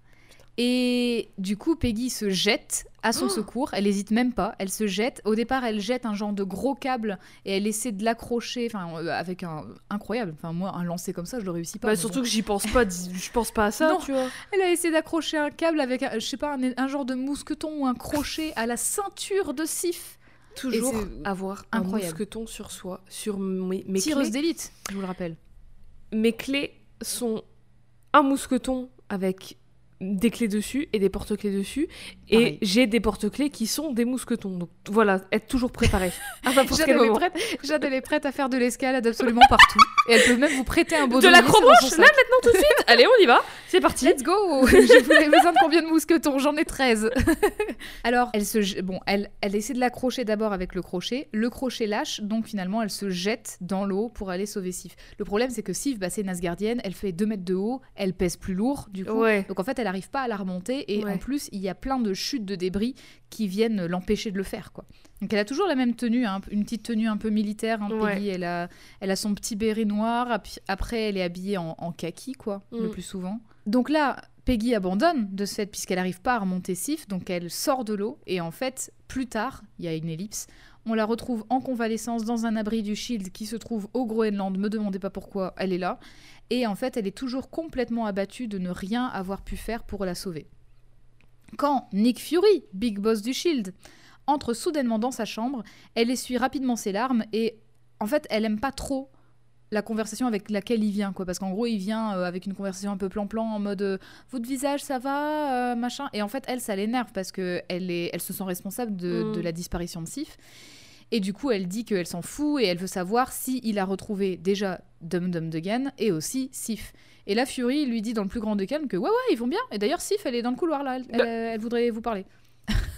Et du coup, Peggy se jette à son secours. Elle n'hésite même pas. Elle se jette. Au départ, elle jette un genre de gros câble et elle essaie de l'accrocher, avec un incroyable. Enfin, moi, un lancer comme ça, je le réussis pas. Surtout que je pense pas à ça, non, tu vois. Elle a essayé d'accrocher un câble avec, je sais pas, un genre de mousqueton ou un crochet à la ceinture de Sif. Toujours avoir un mousqueton sur soi, sur mes tireuse d'élite, je vous le rappelle. Mes clés sont un mousqueton avec des clés dessus et des porte-clés dessus. Pareil. Et j'ai des porte-clés qui sont des mousquetons. Donc voilà, être toujours préparé. Jade, elle est prête à faire de l'escalade absolument partout. Et elle peut même vous prêter un beau de l'acrobranche, là, maintenant, tout de suite. Allez, on y va. C'est parti. Let's go. Vous avez besoin de combien de mousquetons ? J'en ai 13. Alors, elle essaie de l'accrocher d'abord avec le crochet. Le crochet lâche, donc finalement, elle se jette dans l'eau pour aller sauver Sif. Le problème, c'est que Sif, c'est une Asgardienne. Elle fait 2 mètres de haut. Elle pèse plus lourd, du coup. Ouais. Donc en fait, elle n'arrive pas à la remonter. Et en plus, il y a plein de chutes de débris qui viennent l'empêcher de le faire, quoi. Donc elle a toujours la même tenue, hein, une petite tenue un peu militaire. Peggy, elle a son petit béret noir. Après, elle est habillée en kaki, quoi, le plus souvent. Donc là, Peggy abandonne de ce fait puisqu'elle n'arrive pas à remonter Sif. Donc elle sort de l'eau. Et en fait, plus tard, il y a une ellipse. On la retrouve en convalescence dans un abri du SHIELD qui se trouve au Groenland. Me demandez pas pourquoi elle est là. Et en fait, elle est toujours complètement abattue de ne rien avoir pu faire pour la sauver. Quand Nick Fury, big boss du SHIELD, entre soudainement dans sa chambre, elle essuie rapidement ses larmes et en fait, elle aime pas trop la conversation avec laquelle il vient, quoi, parce qu'en gros, il vient avec une conversation un peu plan-plan en mode votre visage, ça va, machin. Et en fait, elle, ça l'énerve parce qu'elle se sent responsable de la disparition de Sif. Et du coup, elle dit qu'elle s'en fout et elle veut savoir s'il a retrouvé déjà Dum Dum Dugan et aussi Sif. Et là, Fury lui dit dans le plus grand des calmes que ouais, ils vont bien. Et d'ailleurs, Sif, elle est dans le couloir là, elle voudrait vous parler.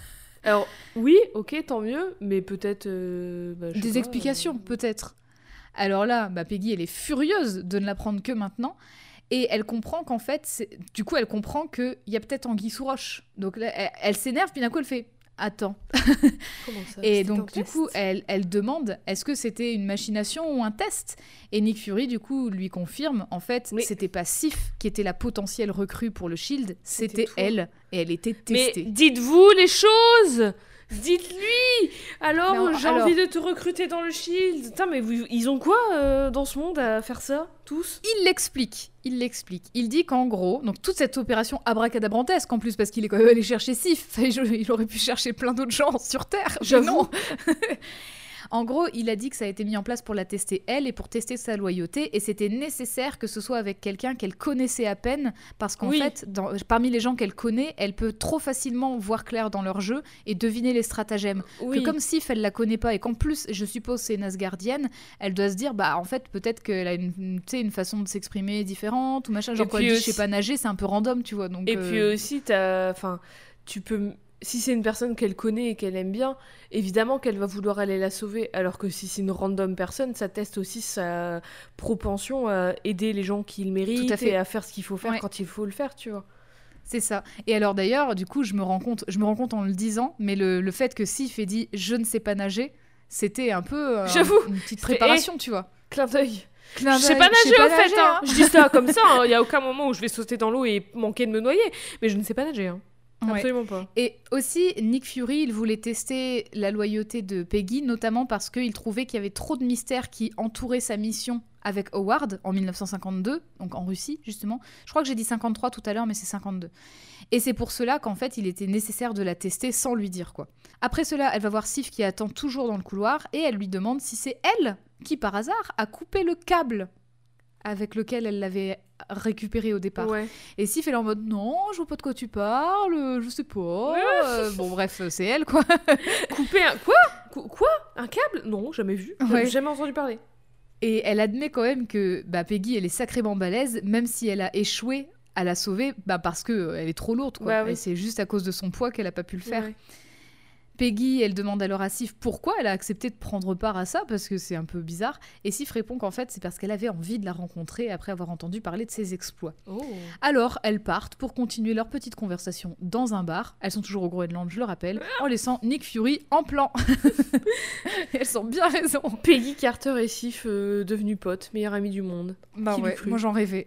Alors, oui, ok, tant mieux, mais peut-être... des explications, peut-être. Alors là, Peggy, elle est furieuse de ne l'apprendre que maintenant. Et elle comprend qu'en fait, elle comprend qu'il y a peut-être anguille sous roche. Donc là, elle s'énerve, puis d'un coup, elle fait « Attends ». Comment ça ? Et donc, du coup, elle demande « Est-ce que c'était une machination ou un test ?» Et Nick Fury, du coup, lui confirme, en fait, c'était pas Sif qui était la potentielle recrue pour le SHIELD, c'était elle. Et elle était testée. Mais dites-vous les choses ! Dites-lui. Alors, j'ai envie de te recruter dans le SHIELD. Putain, mais ils ont quoi dans ce monde à faire ça, tous ? Il l'explique. Il dit qu'en gros, donc toute cette opération abracadabrantesque en plus, parce qu'il est quand même allé chercher Sif. Il aurait pu chercher plein d'autres gens sur Terre. J'avoue. En gros, il a dit que ça a été mis en place pour la tester elle et pour tester sa loyauté, et c'était nécessaire que ce soit avec quelqu'un qu'elle connaissait à peine, parce qu'en fait, parmi les gens qu'elle connaît, elle peut trop facilement voir clair dans leur jeu et deviner les stratagèmes. Que comme Sif, elle la connaît pas, et qu'en plus, je suppose c'est une Asgardienne, elle doit se dire, en fait, peut-être qu'elle a une façon de s'exprimer différente, ou machin, genre quand elle dit, je sais pas nager, c'est un peu random, tu vois. Donc, et puis aussi, tu peux... Si c'est une personne qu'elle connaît et qu'elle aime bien, évidemment qu'elle va vouloir aller la sauver. Alors que si c'est une random personne, ça teste aussi sa propension à aider les gens qui le méritent et à faire ce qu'il faut faire quand il faut le faire, tu vois. C'est ça. Et alors d'ailleurs, du coup, je me rends compte en le disant, mais le fait que Sif ait dit « je ne sais pas nager », c'était un peu une petite préparation, tu vois. Clin d'œil. Je sais pas nager, en fait. Hein. Je dis ça comme ça, il y a aucun moment où je vais sauter dans l'eau et manquer de me noyer. Mais je ne sais pas nager, hein. Absolument pas. Et aussi, Nick Fury, il voulait tester la loyauté de Peggy, notamment parce qu'il trouvait qu'il y avait trop de mystères qui entouraient sa mission avec Howard en 1952, donc en Russie, justement. Je crois que j'ai dit 53 tout à l'heure, mais c'est 52. Et c'est pour cela qu'en fait, il était nécessaire de la tester sans lui dire quoi. Après cela, elle va voir Sif qui attend toujours dans le couloir, et elle lui demande si c'est elle qui, par hasard, a coupé le câble avec lequel elle l'avait récupéré au départ. Et Sif elle est en mode non, je vois pas de quoi tu parles, je sais pas. Bon bref, c'est elle quoi. Couper un quoi un câble ? Non, jamais vu. Jamais entendu parler. Et elle admet quand même que Peggy elle est sacrément balèze, même si elle a échoué à la sauver parce que elle est trop lourde quoi. Et c'est juste à cause de son poids qu'elle a pas pu le faire. Peggy, elle demande alors à Sif pourquoi elle a accepté de prendre part à ça, parce que c'est un peu bizarre. Et Sif répond qu'en fait, c'est parce qu'elle avait envie de la rencontrer après avoir entendu parler de ses exploits. Alors, elles partent pour continuer leur petite conversation dans un bar. Elles sont toujours au Groenland, je le rappelle, en laissant Nick Fury en plan. Elles ont bien raison. Peggy Carter et Sif devenus potes, meilleurs amis du monde. Moi j'en rêvais.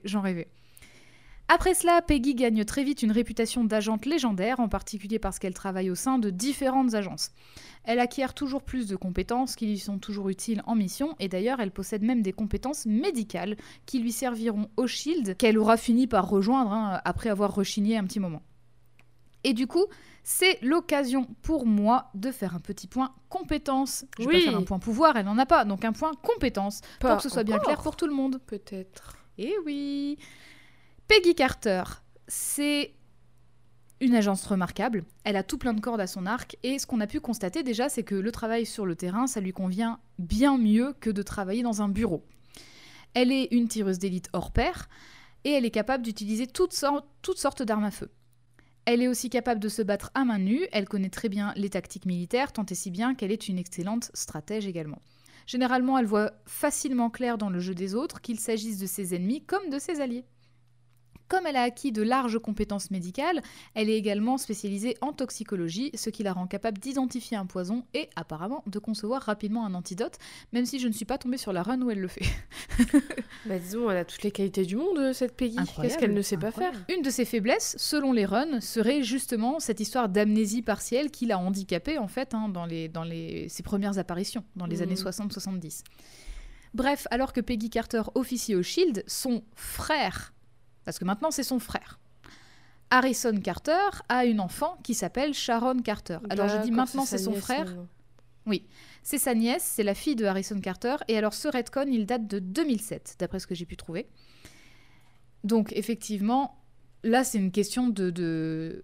Après cela, Peggy gagne très vite une réputation d'agente légendaire, en particulier parce qu'elle travaille au sein de différentes agences. Elle acquiert toujours plus de compétences qui lui sont toujours utiles en mission, et d'ailleurs elle possède même des compétences médicales qui lui serviront au SHIELD, qu'elle aura fini par rejoindre après avoir rechigné un petit moment. Et du coup, c'est l'occasion pour moi de faire un petit point compétences. Je vais pas faire un point pouvoir, elle n'en a pas, donc un point compétences, pour que ce soit bien clair pour tout le monde. Peut-être. Eh oui. Peggy Carter, c'est une agence remarquable. Elle a tout plein de cordes à son arc, et ce qu'on a pu constater déjà, c'est que le travail sur le terrain, ça lui convient bien mieux que de travailler dans un bureau. Elle est une tireuse d'élite hors pair, et elle est capable d'utiliser toutes sortes d'armes à feu. Elle est aussi capable de se battre à main nue, elle connaît très bien les tactiques militaires, tant et si bien qu'elle est une excellente stratège également. Généralement, elle voit facilement clair dans le jeu des autres, qu'il s'agisse de ses ennemis comme de ses alliés. Comme elle a acquis de larges compétences médicales, elle est également spécialisée en toxicologie, ce qui la rend capable d'identifier un poison et apparemment de concevoir rapidement un antidote, même si je ne suis pas tombée sur la run où elle le fait. Disons, elle a toutes les qualités du monde, cette Peggy. Qu'est-ce qu'elle ne sait pas faire ? Une de ses faiblesses, selon les runs, serait justement cette histoire d'amnésie partielle qui l'a handicapée en fait dans ses premières apparitions, dans les années 60-70. Bref, alors que Peggy Carter officie au SHIELD, son frère, parce que maintenant c'est son frère, Harrison Carter a une enfant qui s'appelle Sharon Carter. Alors je dis maintenant c'est son frère. Oui, c'est sa nièce, c'est la fille de Harrison Carter. Et alors ce retcon, il date de 2007, d'après ce que j'ai pu trouver. Donc effectivement, là c'est une question de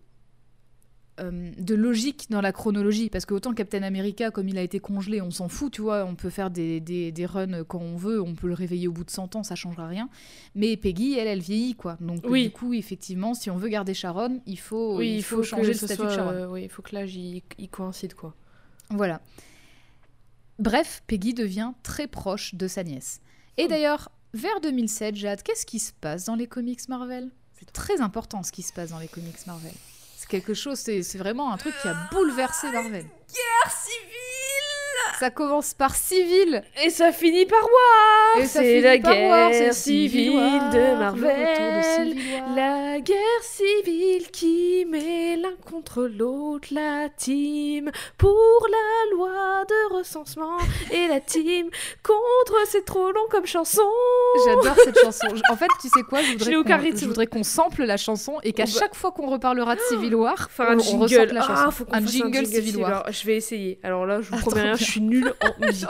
logique dans la chronologie, parce que autant Captain America, comme il a été congelé, on s'en fout, tu vois, on peut faire des runs quand on veut, on peut le réveiller au bout de 100 ans, ça changera rien. Mais Peggy, elle vieillit, quoi. Donc du coup, effectivement, si on veut garder Sharon, il faut changer le statut de Sharon. Il faut que l'âge il coïncide, quoi. Voilà. Bref, Peggy devient très proche de sa nièce. Et d'ailleurs, vers 2007, Jade, qu'est-ce qui se passe dans les comics Marvel ? C'est très important ce qui se passe dans les comics Marvel. C'est quelque chose, c'est vraiment un truc qui a bouleversé Marvel. Guerre civile. Ça commence par Civil et ça finit par War. C'est la guerre civile de Marvel. La guerre civile qui met l'un contre l'autre la team pour la loi de recensement et la team contre c'est trop long comme chanson. J'adore cette chanson. En fait, tu sais quoi, je voudrais qu'on sample la chanson et qu'à chaque fois qu'on reparlera de Civil War, on ressorte la chanson. Faut qu'on fasse un jingle Civil War. Je vais essayer. Alors là, je vous promets rien, je suis nulle en musique.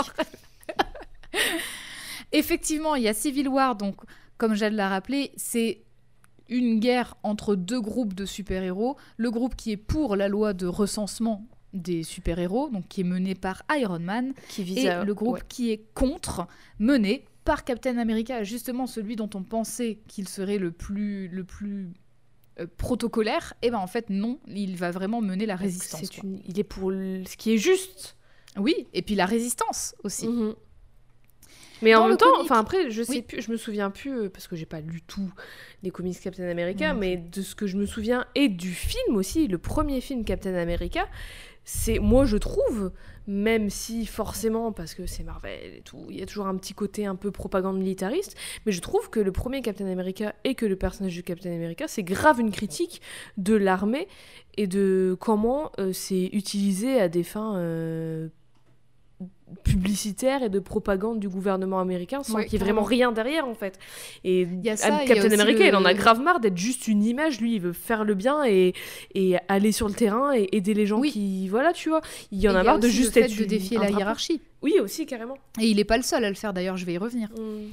Effectivement, il y a Civil War, donc comme Jade l'a rappelé, c'est une guerre entre deux groupes de super-héros. Le groupe qui est pour la loi de recensement des super-héros, donc qui est mené par Iron Man, et le groupe qui est contre, mené par Captain America, justement celui dont on pensait qu'il serait le plus protocolaire. Et ben en fait non, il va vraiment mener la résistance. Il est pour ce qui est juste. Oui, et puis la résistance aussi. Mm-hmm. Mais en même temps, après, je sais plus, je me souviens plus, parce que j'ai pas lu tout les comics Captain America, mais de ce que je me souviens, et du film aussi, le premier film Captain America, c'est, moi je trouve, même si forcément, parce que c'est Marvel et tout, il y a toujours un petit côté un peu propagande militariste, mais je trouve que le premier Captain America et que le personnage du Captain America, c'est grave une critique de l'armée et de comment c'est utilisé à des fins publicitaire et de propagande du gouvernement américain sans qu'il y ait vraiment rien derrière en fait. Et Captain America il en a grave marre d'être juste une image, lui il veut faire le bien et aller sur le terrain et aider les gens qui voilà tu vois, il y en a marre de juste être de défier la hiérarchie. Oui aussi carrément. Et il est pas le seul à le faire d'ailleurs, je vais y revenir.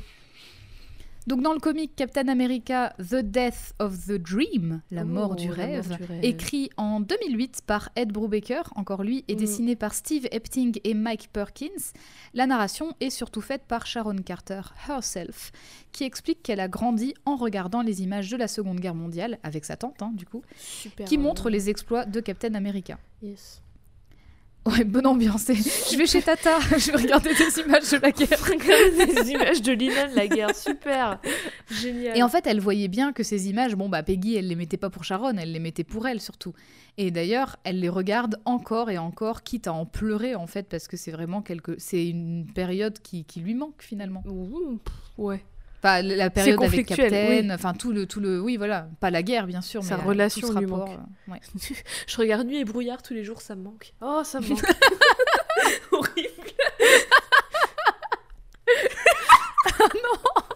Donc dans le comic Captain America The Death of the Dream, la mort du rêve, écrit en 2008 par Ed Brubaker, encore lui, et dessiné par Steve Epting et Mike Perkins, la narration est surtout faite par Sharon Carter herself, qui explique qu'elle a grandi en regardant les images de la Seconde Guerre mondiale, avec sa tante du coup, qui montrent les exploits de Captain America. Yes. Ouais, bonne ambiance. Je vais chez Tata, je vais regarder des images de la guerre. Regarder des images de Lina de la guerre, super. Génial. Et en fait, elle voyait bien que ces images, Peggy, elle les mettait pas pour Sharon, elle les mettait pour elle surtout. Et d'ailleurs, elle les regarde encore et encore, quitte à en pleurer en fait, parce que c'est vraiment c'est une période qui lui manque finalement. Ouais. Enfin, la période avec Captain, enfin tout le, oui voilà, pas la guerre bien sûr, mais sa relation lui rapport, manque. Ouais. Je regarde Nuit et brouillard tous les jours, ça me manque. Oh, ça me manque. Horrible. Non.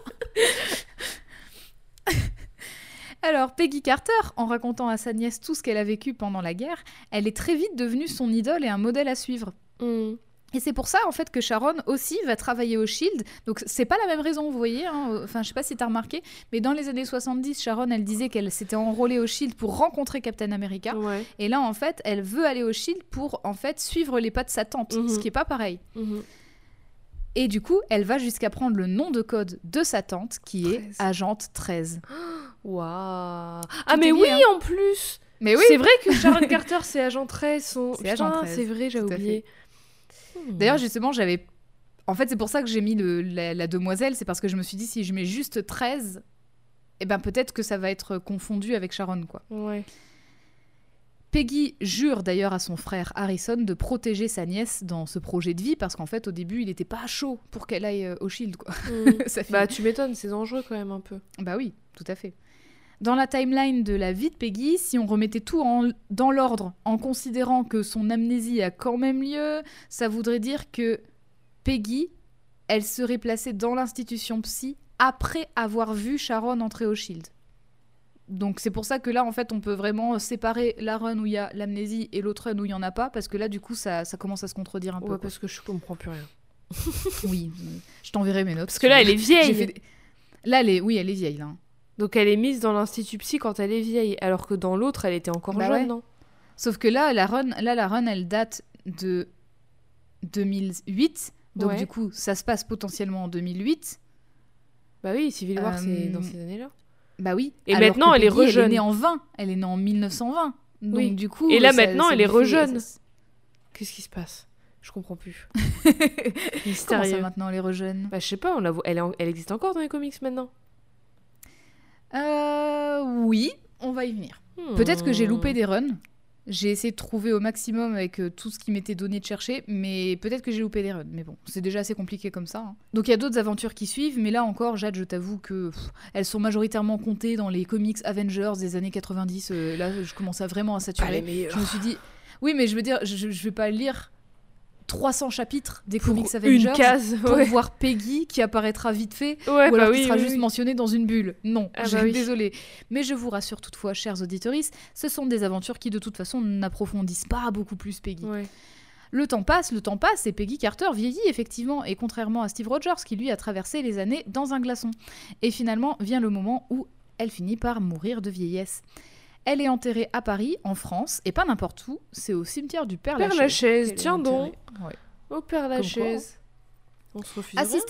Alors, Peggy Carter, en racontant à sa nièce tout ce qu'elle a vécu pendant la guerre, elle est très vite devenue son idole et un modèle à suivre. Et c'est pour ça, en fait, que Sharon aussi va travailler au S.H.I.E.L.D. Donc, c'est pas la même raison, vous voyez. Enfin, je sais pas si t'as remarqué, mais dans les années 70, Sharon, elle disait qu'elle s'était enrôlée au S.H.I.E.L.D. pour rencontrer Captain America. Ouais. Et là, en fait, elle veut aller au S.H.I.E.L.D. pour, en fait, suivre les pas de sa tante, ce qui est pas pareil. Et du coup, elle va jusqu'à prendre le nom de code de sa tante, qui est Agente 13. Waouh. Ah, mais oui, en plus. Mais oui. C'est vrai que Sharon Carter, c'est Agent 13. C'est Agent 13. C'est vrai, j'ai oublié. D'ailleurs, justement, j'avais... En fait, c'est pour ça que j'ai mis la demoiselle, c'est parce que je me suis dit, si je mets juste 13, eh ben peut-être que ça va être confondu avec Sharon, quoi. Ouais. Peggy jure d'ailleurs à son frère Harrison de protéger sa nièce dans ce projet de vie, parce qu'en fait, au début, il était pas chaud pour qu'elle aille au S.H.I.E.L.D., quoi. Bah, tu m'étonnes, c'est dangereux quand même un peu. Bah oui, tout à fait. Dans la timeline de la vie de Peggy, si on remettait tout dans l'ordre, en considérant que son amnésie a quand même lieu, ça voudrait dire que Peggy, elle serait placée dans l'institution psy après avoir vu Sharon entrer au S.H.I.E.L.D. Donc c'est pour ça que là, en fait, on peut vraiment séparer la run où il y a l'amnésie et l'autre run où il n'y en a pas, parce que là, du coup, ça commence à se contredire un peu. Ouais, parce que je comprends plus rien. Oui, je t'enverrai mes notes. Parce que là, elle est vieille. Là, elle est vieille, là. Donc elle est mise dans l'institut psy quand elle est vieille, alors que dans l'autre, elle était encore jeune, non ? Sauf que là, la run, elle date de 2008, donc du coup, ça se passe potentiellement en 2008. Bah oui, Civil War, c'est dans ces années-là. Bah oui. Et alors maintenant, elle est rejeune. Elle est née en 20, elle est née en 1920. Donc du coup... Et là, maintenant, elle est rejeune. Qu'est-ce qui se passe ? Je comprends plus. Comment ça maintenant, les rejeunes? Bah, je sais pas, elle existe encore dans les comics maintenant. Oui, on va y venir. Peut-être que j'ai loupé des runs. J'ai essayé de trouver au maximum avec tout ce qui m'était donné de chercher, mais peut-être que j'ai loupé des runs. Mais bon, c'est déjà assez compliqué comme ça. Hein. Donc il y a d'autres aventures qui suivent, mais là encore, Jade, je t'avoue que elles sont majoritairement comptées dans les comics Avengers des années 90. Là, je commençais vraiment à saturer. Je me suis dit, oui, mais je veux dire, je vais pas lire 300 chapitres des comics Avengers une case, pour voir Peggy qui apparaîtra vite fait ou alors qui sera juste mentionnée dans une bulle. Non, désolée. Mais je vous rassure toutefois, chers auditeuristes, ce sont des aventures qui de toute façon n'approfondissent pas beaucoup plus Peggy. Ouais. Le temps passe, et Peggy Carter vieillit effectivement, et contrairement à Steve Rogers qui lui a traversé les années dans un glaçon. Et finalement vient le moment où elle finit par mourir de vieillesse. Elle est enterrée à Paris, en France, et pas n'importe où, c'est au cimetière du Père-Lachaise. Tiens donc. Ouais. Au Père-Lachaise. On se refuse. Assiste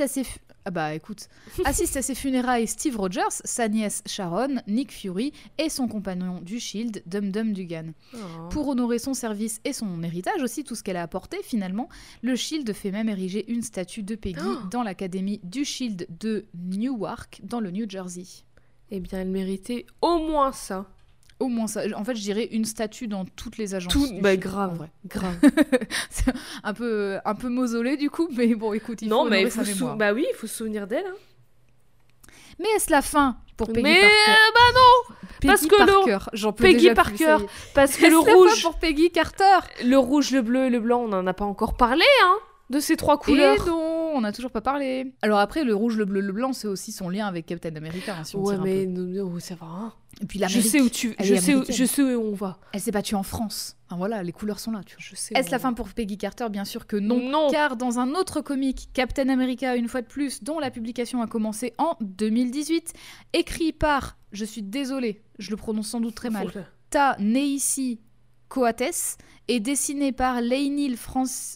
à ses funérailles Steve Rogers, sa nièce Sharon, Nick Fury et son compagnon du Shield, Dum-Dum Dugan. Oh. Pour honorer son service et son héritage, aussi tout ce qu'elle a apporté finalement, le Shield fait même ériger une statue de Peggy dans l'académie du Shield de Newark, dans le New Jersey. Eh bien, elle méritait au moins ça. Au moins ça. En fait, je dirais une statue dans toutes les agences. Grave. C'est un peu mausolé du coup, mais bon, écoute, il faut honorer sa mémoire. Bah oui, il faut se souvenir d'elle. Hein. Mais est-ce la fin pour Peggy Parker? Bah non. Parce que Peggy Parker. Parce que le rouge. La fin pour Peggy Carter. Le rouge, le bleu et le blanc, on n'en a pas encore parlé, hein. De ces trois couleurs. Et non, on n'a toujours pas parlé. Alors après, le rouge, le bleu, le blanc, c'est aussi son lien avec Captain America. Hein, si on tire mais un peu. non, ça va. Hein. Et puis je sais où on va. Elle s'est battue en France. Enfin, voilà, les couleurs sont là. Tu vois. Est-ce la fin pour Peggy Carter? Bien sûr que non. Car dans un autre comic, Captain America, une fois de plus, dont la publication a commencé en 2018, écrit par, je suis désolée, je le prononce sans doute très mal, Ta-Nehisi Coates, et dessiné par Leinil Francis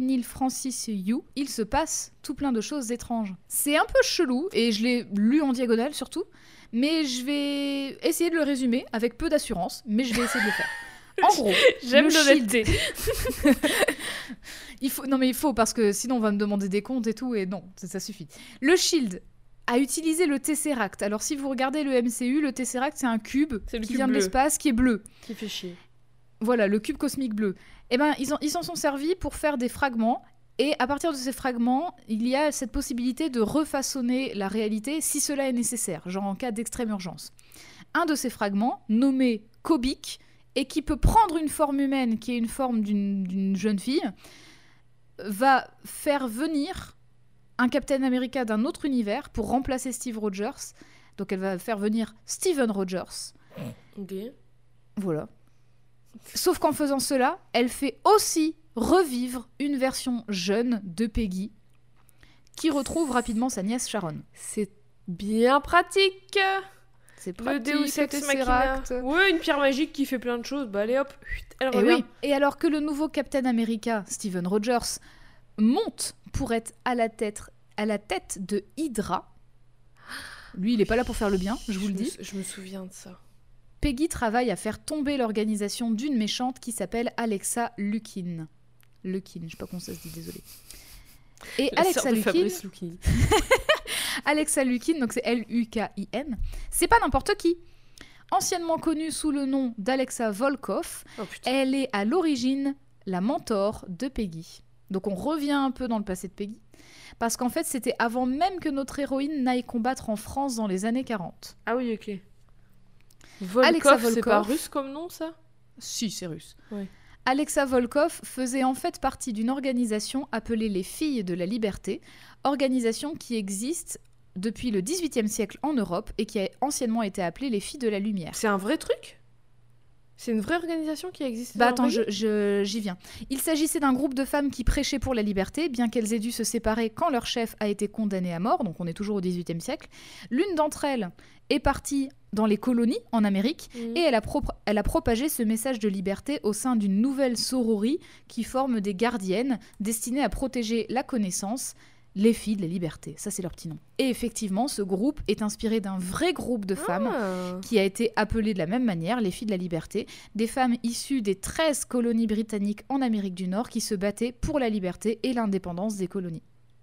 Yu, il se passe tout plein de choses étranges. C'est un peu chelou, et je l'ai lu en diagonale surtout, mais je vais essayer de le résumer avec peu d'assurance, mais je vais essayer de le faire. En gros, j'aime l'honnêteté. il faut, parce que sinon on va me demander des comptes et tout, et non, ça suffit. Le Shield a utilisé le Tesseract. Alors si vous regardez le MCU, le Tesseract c'est un cube qui vient de l'espace, qui est bleu. Qui fait chier. Voilà, le cube cosmique bleu. Eh ben, ils s'en sont servis pour faire des fragments, et à partir de ces fragments, il y a cette possibilité de refaçonner la réalité si cela est nécessaire, genre en cas d'extrême urgence. Un de ces fragments, nommé Kobik, et qui peut prendre une forme humaine, qui est une forme d'une jeune fille, va faire venir un Captain America d'un autre univers pour remplacer Steve Rogers. Donc elle va faire venir Steven Rogers. Ok. Voilà. Sauf qu'en faisant cela, elle fait aussi revivre une version jeune de Peggy qui retrouve rapidement sa nièce Sharon. C'est bien pratique. C'est pratique. Le Deus Ex Machina. Ouais, une pierre magique qui fait plein de choses. Bah allez hop, elle revient. Oui. Et alors que le nouveau Captain America, Steven Rogers, monte pour être à la tête de Hydra. Lui, il est pas là pour faire le bien, je vous le dis. Je me souviens de ça. Peggy travaille à faire tomber l'organisation d'une méchante qui s'appelle Alexa Lukin. Lukin, je sais pas comment ça se dit, désolée. Et Alexa Lukin... Alexa Lukin, donc c'est L-U-K-I-N, c'est pas n'importe qui. Anciennement connue sous le nom d'Alexa Volkov, elle est à l'origine la mentor de Peggy. Donc on revient un peu dans le passé de Peggy, parce qu'en fait c'était avant même que notre héroïne n'aille combattre en France dans les années 40. Ah oui, ok. Volkov, c'est pas russe comme nom, ça? Si, c'est russe. Ouais. Alexa Volkov faisait en fait partie d'une organisation appelée les Filles de la Liberté, organisation qui existe depuis le XVIIIe siècle en Europe et qui a anciennement été appelée les Filles de la Lumière. C'est un vrai truc? C'est une vraie organisation qui existe? Bah attends, j'y viens. Il s'agissait d'un groupe de femmes qui prêchaient pour la liberté, bien qu'elles aient dû se séparer quand leur chef a été condamné à mort, donc on est toujours au XVIIIe siècle. L'une d'entre elles est partie dans les colonies en Amérique et elle a propagé ce message de liberté au sein d'une nouvelle sororie qui forme des gardiennes destinées à protéger la connaissance, les filles de la liberté. Ça, c'est leur petit nom. Et effectivement, ce groupe est inspiré d'un vrai groupe de femmes qui a été appelé de la même manière, les filles de la liberté. Des femmes issues des 13 colonies britanniques en Amérique du Nord qui se battaient pour la liberté et l'indépendance des colonies.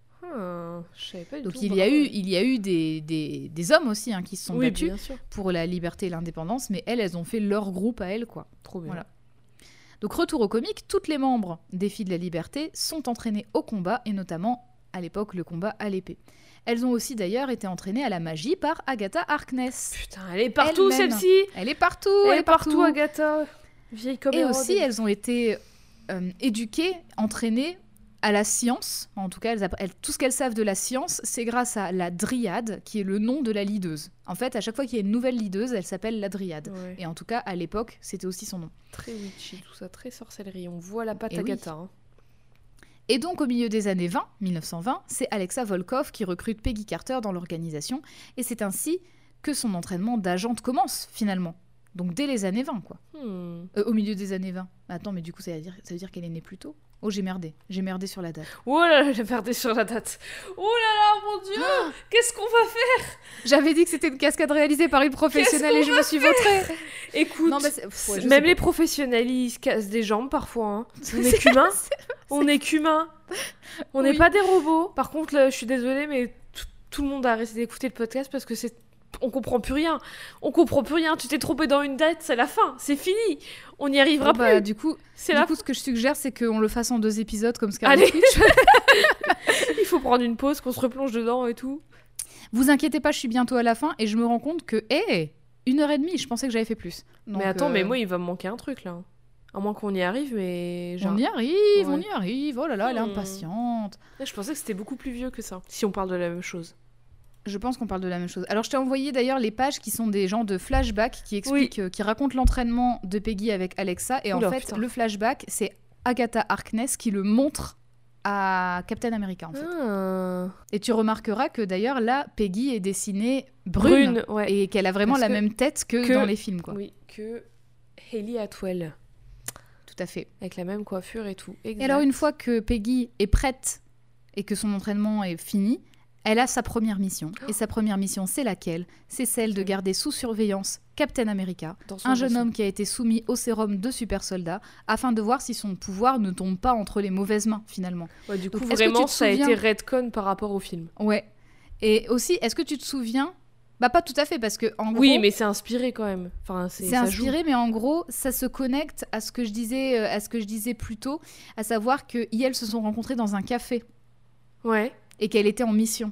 Je savais pas du Donc tout. il y a eu des hommes aussi qui se sont battus pour la liberté et l'indépendance, mais elles ont fait leur groupe à elles, quoi. Trop bien. Voilà. Donc retour au comique, toutes les membres des filles de la liberté sont entraînées au combat, et notamment, à l'époque, le combat à l'épée. Elles ont aussi d'ailleurs été entraînées à la magie par Agatha Harkness. Putain, elle est partout celle-ci. Elle est partout. Elle est partout, Agatha. Vieille comme et aussi, elles ont été éduquées, entraînées à la science. En tout cas, tout ce qu'elles savent de la science, c'est grâce à la Dryade, qui est le nom de la leaduse. En fait, à chaque fois qu'il y a une nouvelle leaduse, elle s'appelle la Dryade. Ouais. Et en tout cas, à l'époque, c'était aussi son nom. Très witchy, tout ça, très sorcellerie. On voit la patte Agatha. Oui. Et donc, au milieu des années 1920, c'est Alexa Volkov qui recrute Peggy Carter dans l'organisation. Et c'est ainsi que son entraînement d'agente commence, finalement. Donc, dès les années 20, quoi. Au milieu des années 20. Attends, mais du coup, ça veut dire qu'elle est née plus tôt ? Oh, j'ai merdé sur la date. Oh là là, j'ai merdé sur la date. Oh là là, mon Dieu, qu'est-ce qu'on va faire ? J'avais dit que c'était une cascade réalisée par une professionnelle et je me suis vautrée. Écoute, même les professionnels, ils se cassent des jambes parfois. Hein. On est qu'humains. On est qu'humains. On n'est pas des robots. Par contre, là, je suis désolée, mais tout le monde a arrêté d'écouter le podcast parce que on comprend plus rien. On comprend plus rien. Tu t'es trompé dans une date, c'est la fin. C'est fini. On n'y arrivera plus. Du coup, ce que je suggère, c'est qu'on le fasse en 2 épisodes comme ça. Allez. Il faut prendre une pause, qu'on se replonge dedans et tout. Vous inquiétez pas, je suis bientôt à la fin et je me rends compte que, 1h30, je pensais que j'avais fait plus. Donc, mais attends, mais moi, il va me manquer un truc là. À moins qu'on y arrive, mais... On y arrive. Oh là là, elle est impatiente. Je pensais que c'était beaucoup plus vieux que ça, si on parle de la même chose. Je pense qu'on parle de la même chose. Alors, je t'ai envoyé d'ailleurs les pages qui sont des genres de flashbacks qui expliquent, qui racontent l'entraînement de Peggy avec Alexa. Et le flashback, c'est Agatha Harkness qui le montre à Captain America, en fait. Et tu remarqueras que d'ailleurs, là, Peggy est dessinée brune et qu'elle a vraiment la même tête que dans les films, quoi. Oui, que Hayley Atwell. Tout à fait. Avec la même coiffure et tout. Exact. Et alors, une fois que Peggy est prête et que son entraînement est fini, elle a sa première mission. Et sa première mission, c'est laquelle ? C'est celle de garder sous surveillance Captain America, un jeune homme qui a été soumis au sérum de super soldat, afin de voir si son pouvoir ne tombe pas entre les mauvaises mains, finalement. Ouais, du coup, donc, vraiment, ça a été redcon par rapport au film. Ouais. Et aussi, est-ce que tu te souviens ? Bah, pas tout à fait, parce que en gros... Oui, mais c'est inspiré quand même. Enfin, c'est inspiré, mais en gros, ça se connecte à ce que je disais plus tôt, à savoir qu'elles se sont rencontrées dans un café. Ouais. Et qu'elle était en mission.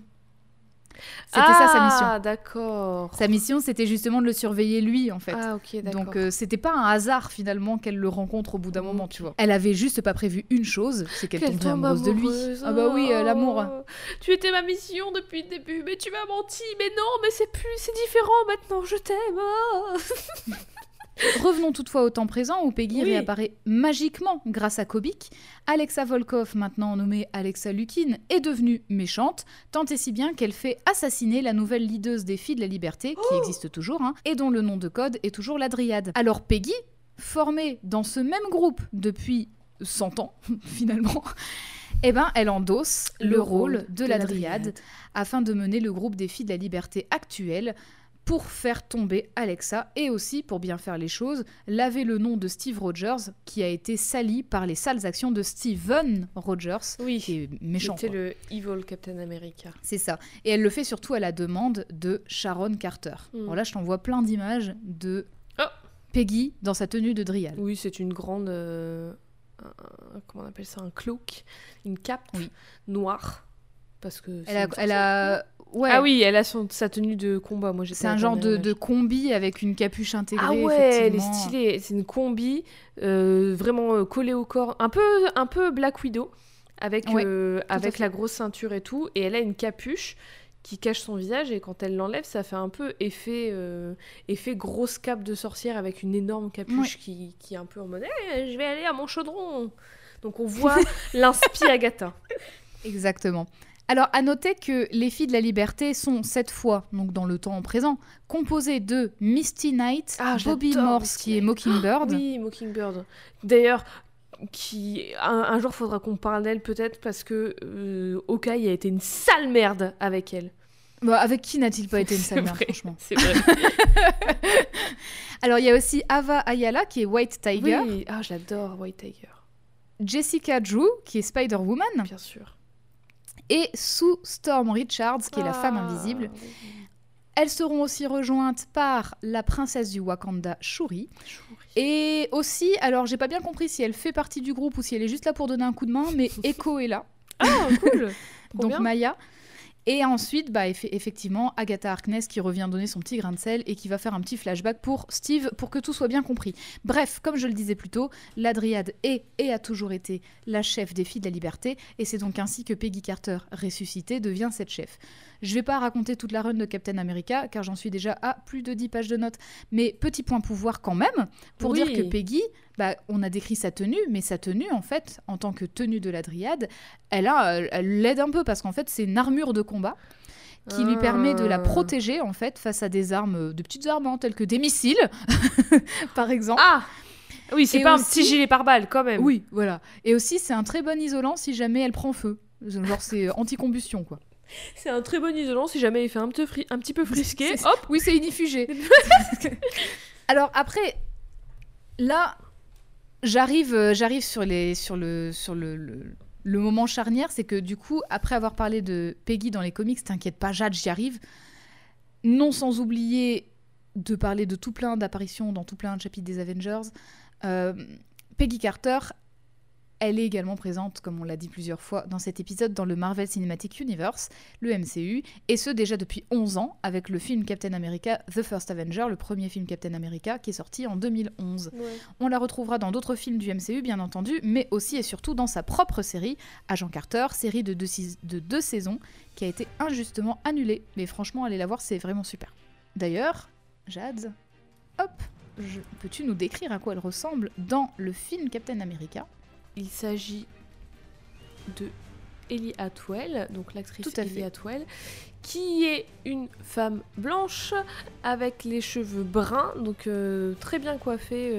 C'était ça sa mission. Ah, d'accord. Sa mission, c'était justement de le surveiller lui, en fait. Ah, ok, d'accord. Donc, c'était pas un hasard, finalement, qu'elle le rencontre au bout d'un moment, tu vois. Elle avait juste pas prévu une chose, c'est qu'elle tombe amoureuse de lui. Ah bah oui, l'amour. Tu étais ma mission depuis le début, mais tu m'as menti. Mais non, mais c'est différent maintenant, je t'aime. Revenons toutefois au temps présent où Peggy réapparaît magiquement grâce à Kobik. Alexa Volkov, maintenant nommée Alexa Lukin, est devenue méchante, tant et si bien qu'elle fait assassiner la nouvelle leaduse des filles de la liberté, qui existe toujours, et dont le nom de code est toujours la Dryade. Alors Peggy, formée dans ce même groupe depuis 100 ans, finalement, elle endosse le rôle de la Dryade afin de mener le groupe des filles de la liberté actuel pour faire tomber Alexa et aussi, pour bien faire les choses, laver le nom de Steve Rogers qui a été sali par les sales actions de Steven Rogers, qui est méchant. C'était le evil Captain America. C'est ça. Et elle le fait surtout à la demande de Sharon Carter. Alors là, je t'envoie plein d'images de Peggy dans sa tenue de Dryade. Oui, c'est une grande... comment on appelle ça ? Un cloak, une cape noire. Parce que elle a... Ouais. Ah oui, elle a sa tenue de combat. Moi, c'est un genre de combi avec une capuche intégrée. Ah ouais, elle est stylée. C'est une combi vraiment collée au corps. Un peu Black Widow, avec la grosse ceinture et tout. Et elle a une capuche qui cache son visage. Et quand elle l'enlève, ça fait un peu effet grosse cape de sorcière avec une énorme capuche qui est un peu en mode je vais aller à mon chaudron. Donc on voit l'inspi Agatha. Exactement. Alors, à noter que les filles de la liberté sont cette fois, donc dans le temps présent, composées de Misty Knight, Bobby Morse qui est Mockingbird. Oui, Mockingbird. D'ailleurs, un jour, faudra qu'on parle d'elle peut-être parce que Hawkeye a été une sale merde avec elle. Bah, avec qui n'a-t-il pas été une sale merde, franchement. C'est vrai. Alors, il y a aussi Ava Ayala, qui est White Tiger. Oui, j'adore White Tiger. Jessica Drew, qui est Spider-Woman. Bien sûr. Et Sue Storm Richards, qui est la femme invisible. Oui. Elles seront aussi rejointes par la princesse du Wakanda, Shuri. Et aussi, alors j'ai pas bien compris si elle fait partie du groupe ou si elle est juste là pour donner un coup de main, mais Echo est là. Ah, cool. Donc bien. Maya. Et ensuite, effectivement, Agatha Harkness qui revient donner son petit grain de sel et qui va faire un petit flashback pour Steve pour que tout soit bien compris. Bref, comme je le disais plus tôt, la Dryade est et a toujours été la chef des Filles de la Liberté et c'est donc ainsi que Peggy Carter, ressuscitée, devient cette chef. Je vais pas raconter toute la run de Captain America car j'en suis déjà à plus de 10 pages de notes. Mais petit point pouvoir quand même pour dire que Peggy, on a décrit sa tenue, mais sa tenue en fait, en tant que tenue de la Dryade, elle l'aide un peu parce qu'en fait c'est une armure de combat qui lui permet de la protéger en fait face à des armes, de petites armes telles que des missiles par exemple. Ah oui, c'est pas aussi... un petit gilet pare-balles quand même. Oui, voilà. Et aussi c'est un très bon isolant si jamais elle prend feu. Genre c'est anti-combustion quoi. C'est un très bon isolant si jamais il fait un petit peu frisqué. Hop. Oui, c'est inifugé. Alors après, là, j'arrive sur le moment charnière, c'est que du coup, après avoir parlé de Peggy dans les comics, t'inquiète pas, Jade, j'y arrive. Non sans oublier de parler de tout plein d'apparitions dans tout plein de chapitres des Avengers. Peggy Carter, elle est également présente, comme on l'a dit plusieurs fois, dans cet épisode dans le Marvel Cinematic Universe, le MCU, et ce déjà depuis 11 ans, avec le film Captain America The First Avenger, le premier film Captain America, qui est sorti en 2011. Ouais. On la retrouvera dans d'autres films du MCU, bien entendu, mais aussi et surtout dans sa propre série, Agent Carter, série de 2 saisons, qui a été injustement annulée. Mais franchement, allez la voir, c'est vraiment super. D'ailleurs, Jade, peux-tu nous décrire à quoi elle ressemble dans le film Captain America ? Il s'agit de Hayley Atwell, donc l'actrice Hayley Atwell, qui est une femme blanche avec les cheveux bruns, donc très bien coiffée,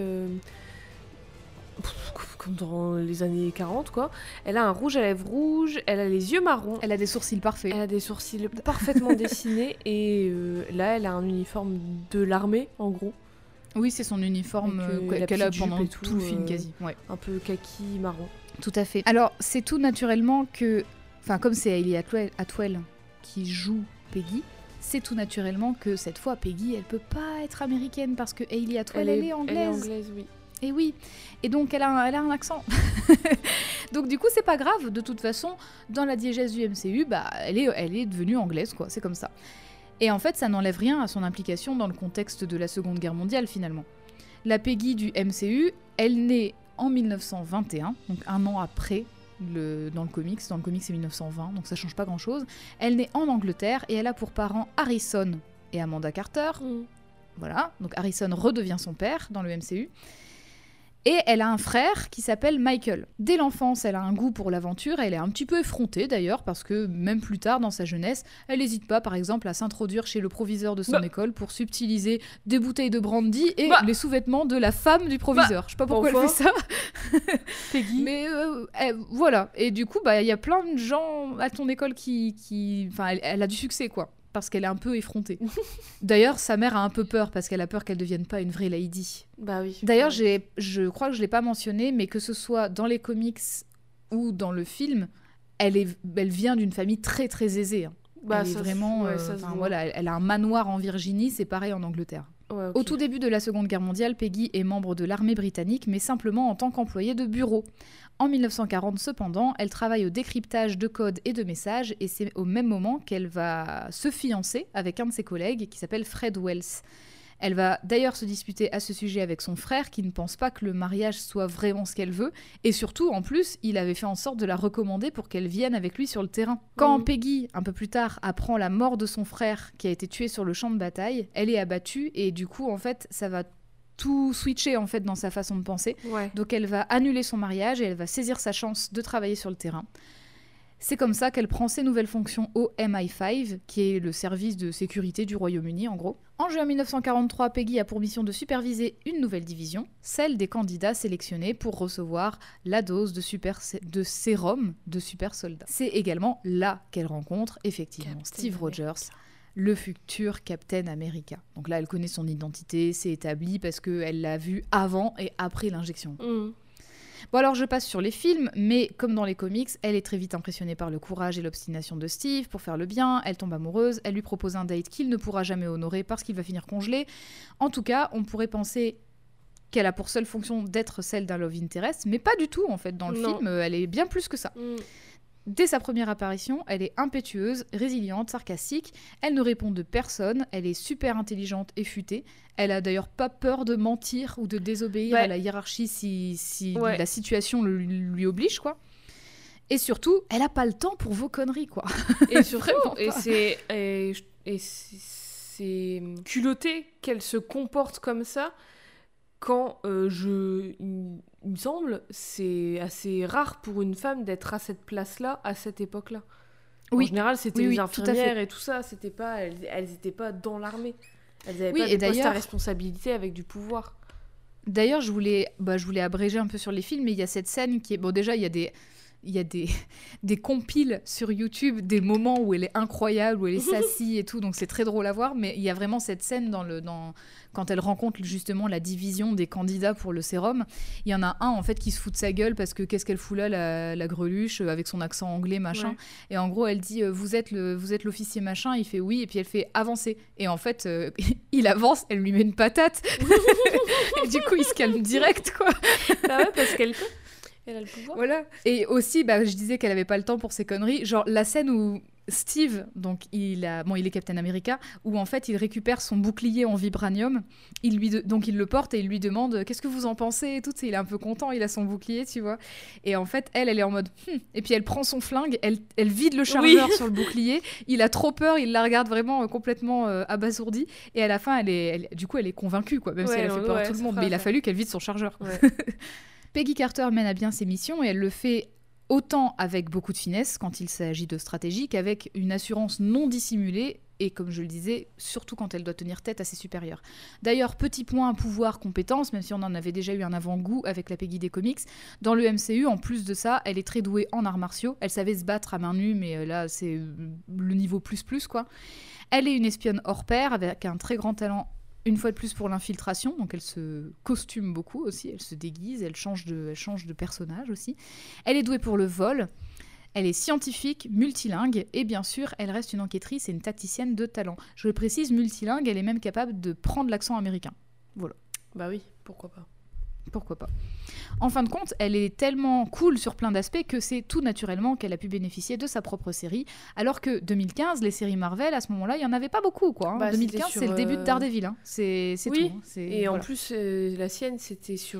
comme dans les années 40 quoi. Elle a un rouge à lèvres rouge, elle a les yeux marrons. Elle a des sourcils parfaits. Elle a des sourcils parfaitement dessinés et là elle a un uniforme de l'armée en gros. Oui, c'est son uniforme qu'elle a pendant tout le film quasi. Ouais. Un peu kaki marron. Tout à fait. Alors, c'est tout naturellement que... Enfin, comme c'est Hayley Atwell qui joue Peggy, c'est tout naturellement que cette fois, Peggy, elle peut pas être américaine parce que Hayley Atwell, elle est anglaise. Elle est anglaise, oui. Et oui. Et donc, elle a un accent. Donc, du coup, c'est pas grave. De toute façon, dans la diégèse du MCU, elle est devenue anglaise, quoi. C'est comme ça. Et en fait, ça n'enlève rien à son implication dans le contexte de la Seconde Guerre mondiale, finalement. La Peggy du MCU, elle naît en 1921, donc un an après dans le comics. Dans le comics, c'est 1920, donc ça change pas grand-chose. Elle naît en Angleterre et elle a pour parents Harrison et Amanda Carter. Voilà, donc Harrison redevient son père dans le MCU. Et elle a un frère qui s'appelle Michael. Dès l'enfance, elle a un goût pour l'aventure, elle est un petit peu effrontée d'ailleurs, parce que même plus tard dans sa jeunesse, elle n'hésite pas par exemple à s'introduire chez le proviseur de son école pour subtiliser des bouteilles de brandy et les sous-vêtements de la femme du proviseur. Je sais pas pourquoi elle fait ça. Peggy. Mais voilà. Et du coup, il y a plein de gens à ton école qui... Enfin, elle a du succès quoi. Parce qu'elle est un peu effrontée. D'ailleurs, sa mère a un peu peur, parce qu'elle a peur qu'elle ne devienne pas une vraie lady. Bah oui. D'ailleurs, je crois que je ne l'ai pas mentionné, mais que ce soit dans les comics ou dans le film, elle vient d'une famille très très aisée. Elle est vraiment... elle a un manoir en Virginie, c'est pareil en Angleterre. Ouais, okay. Au tout début de la Seconde Guerre mondiale, Peggy est membre de l'armée britannique, mais simplement en tant qu'employée de bureau. En 1940, cependant, elle travaille au décryptage de codes et de messages, et c'est au même moment qu'elle va se fiancer avec un de ses collègues qui s'appelle Fred Wells. Elle va d'ailleurs se disputer à ce sujet avec son frère qui ne pense pas que le mariage soit vraiment ce qu'elle veut, et surtout, en plus, il avait fait en sorte de la recommander pour qu'elle vienne avec lui sur le terrain. Quand Peggy, un peu plus tard, apprend la mort de son frère qui a été tué sur le champ de bataille, elle est abattue, et du coup, en fait, ça va tout switcher en fait dans sa façon de penser. Ouais. Donc elle va annuler son mariage et elle va saisir sa chance de travailler sur le terrain. C'est comme ça qu'elle prend ses nouvelles fonctions au MI5, qui est le service de sécurité du Royaume-Uni en gros. En juin 1943, Peggy a pour mission de superviser une nouvelle division, celle des candidats sélectionnés pour recevoir la dose de sérum de super soldats. C'est également là qu'elle rencontre effectivement Steve Rogers, le futur Captain America. Donc là, elle connaît son identité, c'est établi parce qu'elle l'a vu avant et après l'injection. Bon alors je passe sur les films, mais comme dans les comics, elle est très vite impressionnée par le courage et l'obstination de Steve pour faire le bien, elle tombe amoureuse, elle lui propose un date qu'il ne pourra jamais honorer parce qu'il va finir congelé. En tout cas, on pourrait penser qu'elle a pour seule fonction d'être celle d'un love interest, mais pas du tout en fait, dans le film, elle est bien plus que ça. Dès sa première apparition, elle est impétueuse, résiliente, sarcastique, elle ne répond de personne, elle est super intelligente et futée, elle a d'ailleurs pas peur de mentir ou de désobéir à la hiérarchie si la situation lui oblige, quoi. Et surtout, elle a pas le temps pour vos conneries, quoi. Et surtout, c'est culotté qu'elle se comporte comme ça quand il me semble, c'est assez rare pour une femme d'être à cette place-là, à cette époque-là. En général, c'était les infirmières et tout ça, c'était pas, elles n'étaient pas dans l'armée. Elles n'avaient pas de poste à responsabilité avec du pouvoir. D'ailleurs, je voulais abréger un peu sur les films, mais il y a cette scène qui est... Bon, déjà, il y a des compiles sur YouTube, des moments où elle est incroyable, où elle est sassy et tout, donc c'est très drôle à voir, mais il y a vraiment cette scène quand elle rencontre justement la division des candidats pour le sérum. Il y en a un en fait qui se fout de sa gueule parce que qu'est-ce qu'elle fout là, la greluche, avec son accent anglais machin. Ouais. Et en gros elle dit vous êtes l'officier machin, il fait oui, et puis elle fait avancer. Et en fait il avance, elle lui met une patate. Et du coup il se calme direct, quoi. Ah ouais, parce qu'elle a le pouvoir. Voilà. Et aussi, je disais qu'elle avait pas le temps pour ses conneries. Genre la scène où Steve, donc il est Captain America, où en fait il récupère son bouclier en vibranium, donc il le porte et il lui demande qu'est-ce que vous en pensez et tout, il est un peu content, il a son bouclier, tu vois. Et en fait elle est en mode et puis elle prend son flingue, elle vide le chargeur sur le bouclier, il a trop peur, il la regarde vraiment complètement abasourdie, et à la fin elle est convaincue, quoi, même si elle a fait peur à tout le monde, mais il a fallu qu'elle vide son chargeur. Ouais. Peggy Carter mène à bien ses missions et elle le fait autant avec beaucoup de finesse quand il s'agit de stratégie qu'avec une assurance non dissimulée et, comme je le disais, surtout quand elle doit tenir tête à ses supérieurs. D'ailleurs, petit point pouvoir compétence, même si on en avait déjà eu un avant-goût avec la Peggy des comics, dans le MCU, en plus de ça, elle est très douée en arts martiaux. Elle savait se battre à main nue, mais là, c'est le niveau plus, quoi. Elle est une espionne hors pair avec un très grand talent, une fois de plus, pour l'infiltration, donc elle se costume beaucoup aussi, elle se déguise, elle change de personnage aussi. Elle est douée pour le vol, elle est scientifique, multilingue, et bien sûr, elle reste une enquêtrice et une tacticienne de talent. Je le précise, multilingue, elle est même capable de prendre l'accent américain. Voilà. Bah oui, pourquoi pas. Pourquoi pas. En fin de compte, elle est tellement cool sur plein d'aspects que c'est tout naturellement qu'elle a pu bénéficier de sa propre série, alors que 2015, les séries Marvel, à ce moment-là, il n'y en avait pas beaucoup, quoi. 2015, c'est le début de Daredevil, hein. C'est oui. tout. Et en plus, la sienne, c'était sur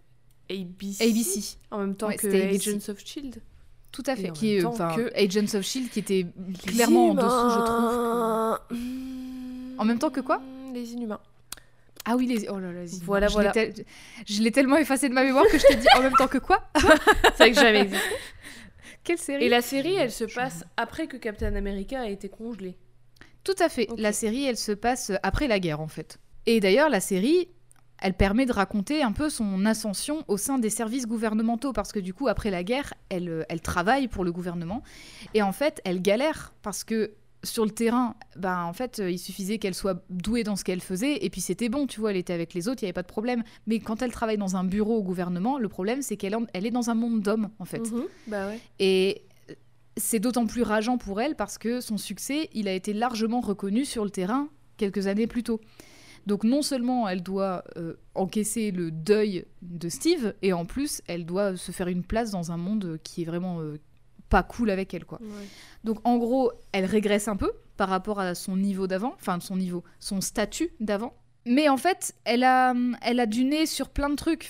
ABC. ABC. En même temps que Agents of S.H.I.E.L.D. Tout à fait. Agents of S.H.I.E.L.D. qui était clairement en dessous, je trouve. En même temps que quoi ? Les Inhumains. Ah oui, oh là là, voilà. Je l'ai tellement effacé de ma mémoire que je t'ai dit en même temps que quoi. C'est vrai que j'avais existé. Quelle série ? Et la série, elle se passe après que Captain America a été congelé. Tout à fait. Okay. La série, elle se passe après la guerre, en fait. Et d'ailleurs, la série, elle permet de raconter un peu son ascension au sein des services gouvernementaux, parce que du coup, après la guerre, elle travaille pour le gouvernement. Et en fait, elle galère, parce que sur le terrain, en fait, il suffisait qu'elle soit douée dans ce qu'elle faisait, et puis c'était bon, tu vois, elle était avec les autres, il n'y avait pas de problème. Mais quand elle travaille dans un bureau au gouvernement, le problème, c'est qu'elle est dans un monde d'hommes, en fait. Bah ouais. Et c'est d'autant plus rageant pour elle, parce que son succès, il a été largement reconnu sur le terrain quelques années plus tôt. Donc non seulement elle doit encaisser le deuil de Steve, et en plus, elle doit se faire une place dans un monde qui est vraiment... pas cool avec elle, quoi. Ouais. Donc en gros, elle régresse un peu par rapport à son niveau d'avant, enfin son statut d'avant. Mais en fait, elle a du nez sur plein de trucs.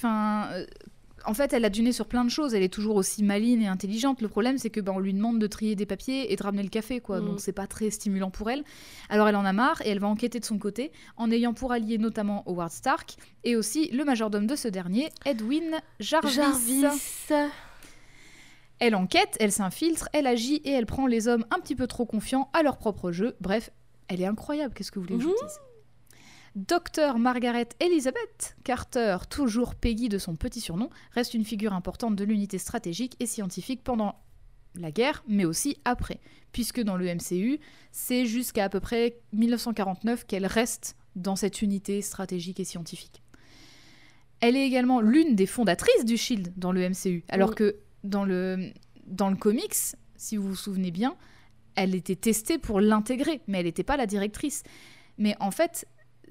En fait, elle a du nez sur plein de choses. Elle est toujours aussi maligne et intelligente. Le problème, c'est que on lui demande de trier des papiers et de ramener le café, quoi. Donc c'est pas très stimulant pour elle. Alors elle en a marre et elle va enquêter de son côté, en ayant pour allié notamment Howard Stark et aussi le majordome de ce dernier, Edwin Jarvis. Elle enquête, elle s'infiltre, elle agit et elle prend les hommes un petit peu trop confiants à leur propre jeu. Bref, elle est incroyable, qu'est-ce que vous voulez que je vous dise ? Dr Margaret Elizabeth Carter, toujours Peggy de son petit surnom, reste une figure importante de l'unité stratégique et scientifique pendant la guerre, mais aussi après, puisque dans le MCU, c'est jusqu'à à peu près 1949 qu'elle reste dans cette unité stratégique et scientifique. Elle est également l'une des fondatrices du SHIELD dans le MCU, alors que dans le comics, si vous vous souvenez bien, elle était testée pour l'intégrer, mais elle n'était pas la directrice. Mais en fait,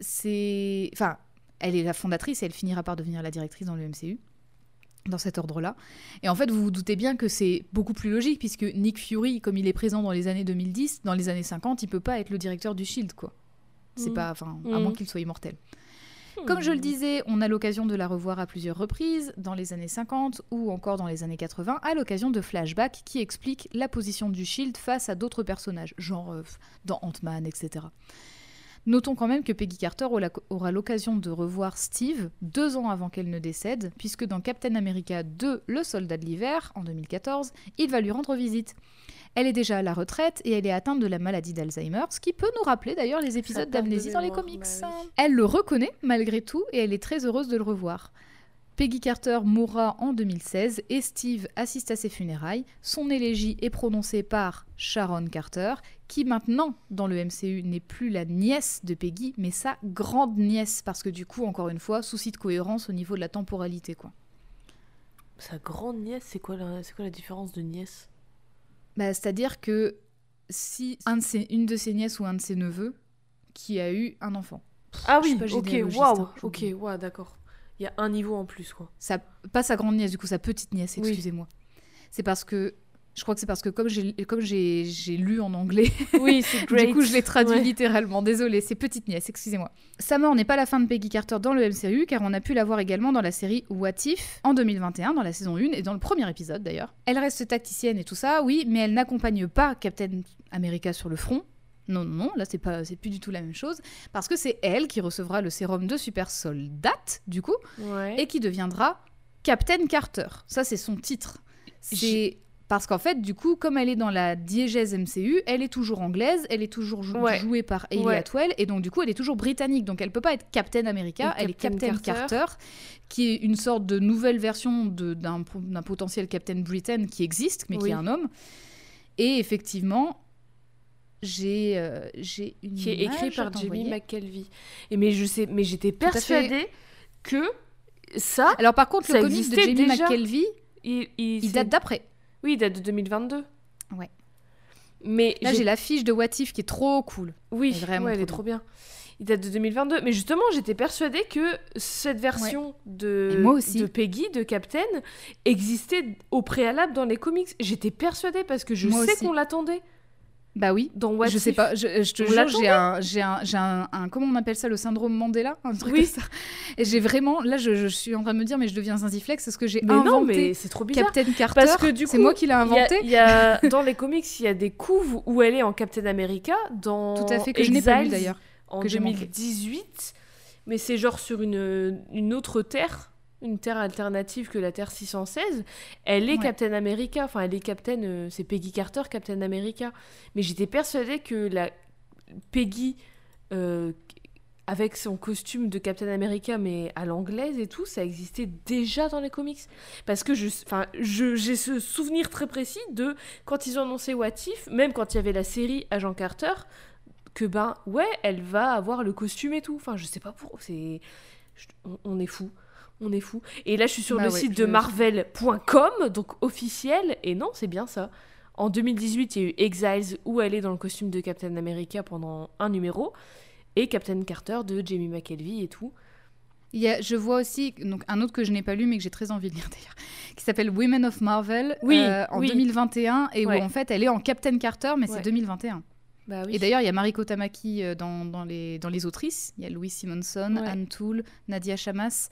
elle est la fondatrice et elle finira par devenir la directrice dans le MCU, dans cet ordre-là. Et en fait, vous vous doutez bien que c'est beaucoup plus logique, puisque Nick Fury, comme il est présent dans les années 2010, dans les années 50, il peut pas être le directeur du SHIELD, quoi. C'est pas, à moins qu'il soit immortel. Comme je le disais, on a l'occasion de la revoir à plusieurs reprises, dans les années 50 ou encore dans les années 80, à l'occasion de flashbacks qui expliquent la position du SHIELD face à d'autres personnages, genre dans Ant-Man, etc. Notons quand même que Peggy Carter aura l'occasion de revoir Steve 2 ans avant qu'elle ne décède, puisque dans Captain America 2, le soldat de l'hiver, en 2014, il va lui rendre visite. Elle est déjà à la retraite et elle est atteinte de la maladie d'Alzheimer, ce qui peut nous rappeler d'ailleurs les épisodes d'amnésie dans les comics. Bah oui. Elle le reconnaît malgré tout et elle est très heureuse de le revoir. Peggy Carter mourra en 2016 et Steve assiste à ses funérailles. Son élégie est prononcée par Sharon Carter, qui maintenant, dans le MCU, n'est plus la nièce de Peggy, mais sa grande-nièce, parce que du coup, encore une fois, souci de cohérence au niveau de la temporalité, quoi. Sa grande-nièce, c'est quoi la différence de nièce ? Bah, c'est-à-dire que si une de ses nièces ou un de ses neveux qui a eu un enfant. Ah oui, ok, waouh, ok, ouais, d'accord. Il y a un niveau en plus, quoi. Pas sa grande nièce, du coup, sa petite nièce, excusez-moi. Oui. C'est parce que je crois que c'est parce que comme j'ai lu en anglais, oui, c'est great. Du coup, je l'ai traduit littéralement. Désolée, c'est petite nièce, excusez-moi. Sa mort n'est pas la fin de Peggy Carter dans le MCU, car on a pu la voir également dans la série What If en 2021, dans la saison 1 et dans le premier épisode d'ailleurs. Elle reste tacticienne et tout ça, oui, mais elle n'accompagne pas Captain America sur le front. Non, là c'est plus du tout la même chose, parce que c'est elle qui recevra le sérum de super soldat, du coup, et qui deviendra Captain Carter. Ça, c'est son titre. Parce qu'en fait, du coup, comme elle est dans la diégèse MCU, elle est toujours anglaise, elle est toujours jouée par Hayley Atwell, et donc du coup, elle est toujours britannique. Donc elle peut pas être Captain America, elle est Captain Carter, qui est une sorte de nouvelle version d'un potentiel Captain Britain qui existe, mais qui est un homme. Et effectivement... J'ai une qui est écrit par Jamie McKelvey. Mais j'étais persuadée que ça. Alors par contre, le comic de Jamie McKelvey, il date d'après. Oui, il date de 2022. Ouais. Mais là, j'ai l'affiche de What If qui est trop cool. Oui, elle est trop bien. Il date de 2022. Mais justement, j'étais persuadée que cette version de Peggy, de Captain, existait au préalable dans les comics. J'étais persuadée parce que je sais qu'on l'attendait. Bah oui, dans What je sais pas, je te jure, j'ai un comment on appelle ça, le syndrome Mandela, un truc comme ça. Et j'ai vraiment, là je suis en train de me dire, mais je deviens Zinziflex, parce que j'ai inventé non, mais c'est trop bizarre. Captain Carter, parce que du coup, c'est moi qui l'ai inventé. Il y a dans les comics, il y a des couves où elle est en Captain America, dans tout à fait, que Exiles, je n'ai pas lu d'ailleurs, en 2018, mais c'est genre sur une autre terre. Une terre alternative que la Terre 616, elle est Captain America, enfin elle est Captain, c'est Peggy Carter, Captain America. Mais j'étais persuadée que la Peggy, avec son costume de Captain America, mais à l'anglaise et tout, ça existait déjà dans les comics. Parce que j'ai ce souvenir très précis de quand ils ont annoncé What If, même quand il y avait la série Agent Carter, que elle va avoir le costume et tout. Enfin, je sais pas on est fous. On est fou. Et là, je suis sur le site de Marvel.com, donc officiel, et non, c'est bien ça. En 2018, il y a eu Exiles, où elle est dans le costume de Captain America pendant un numéro, et Captain Carter de Jamie McKelvey et tout. Je vois aussi donc, un autre que je n'ai pas lu, mais que j'ai très envie de lire d'ailleurs, qui s'appelle Women of Marvel, en 2021, et où en fait, elle est en Captain Carter, mais c'est 2021. Bah oui. Et d'ailleurs, il y a Mariko Tamaki dans les autrices. Il y a Louise Simonson, Anne Toole, Nadia Chamas...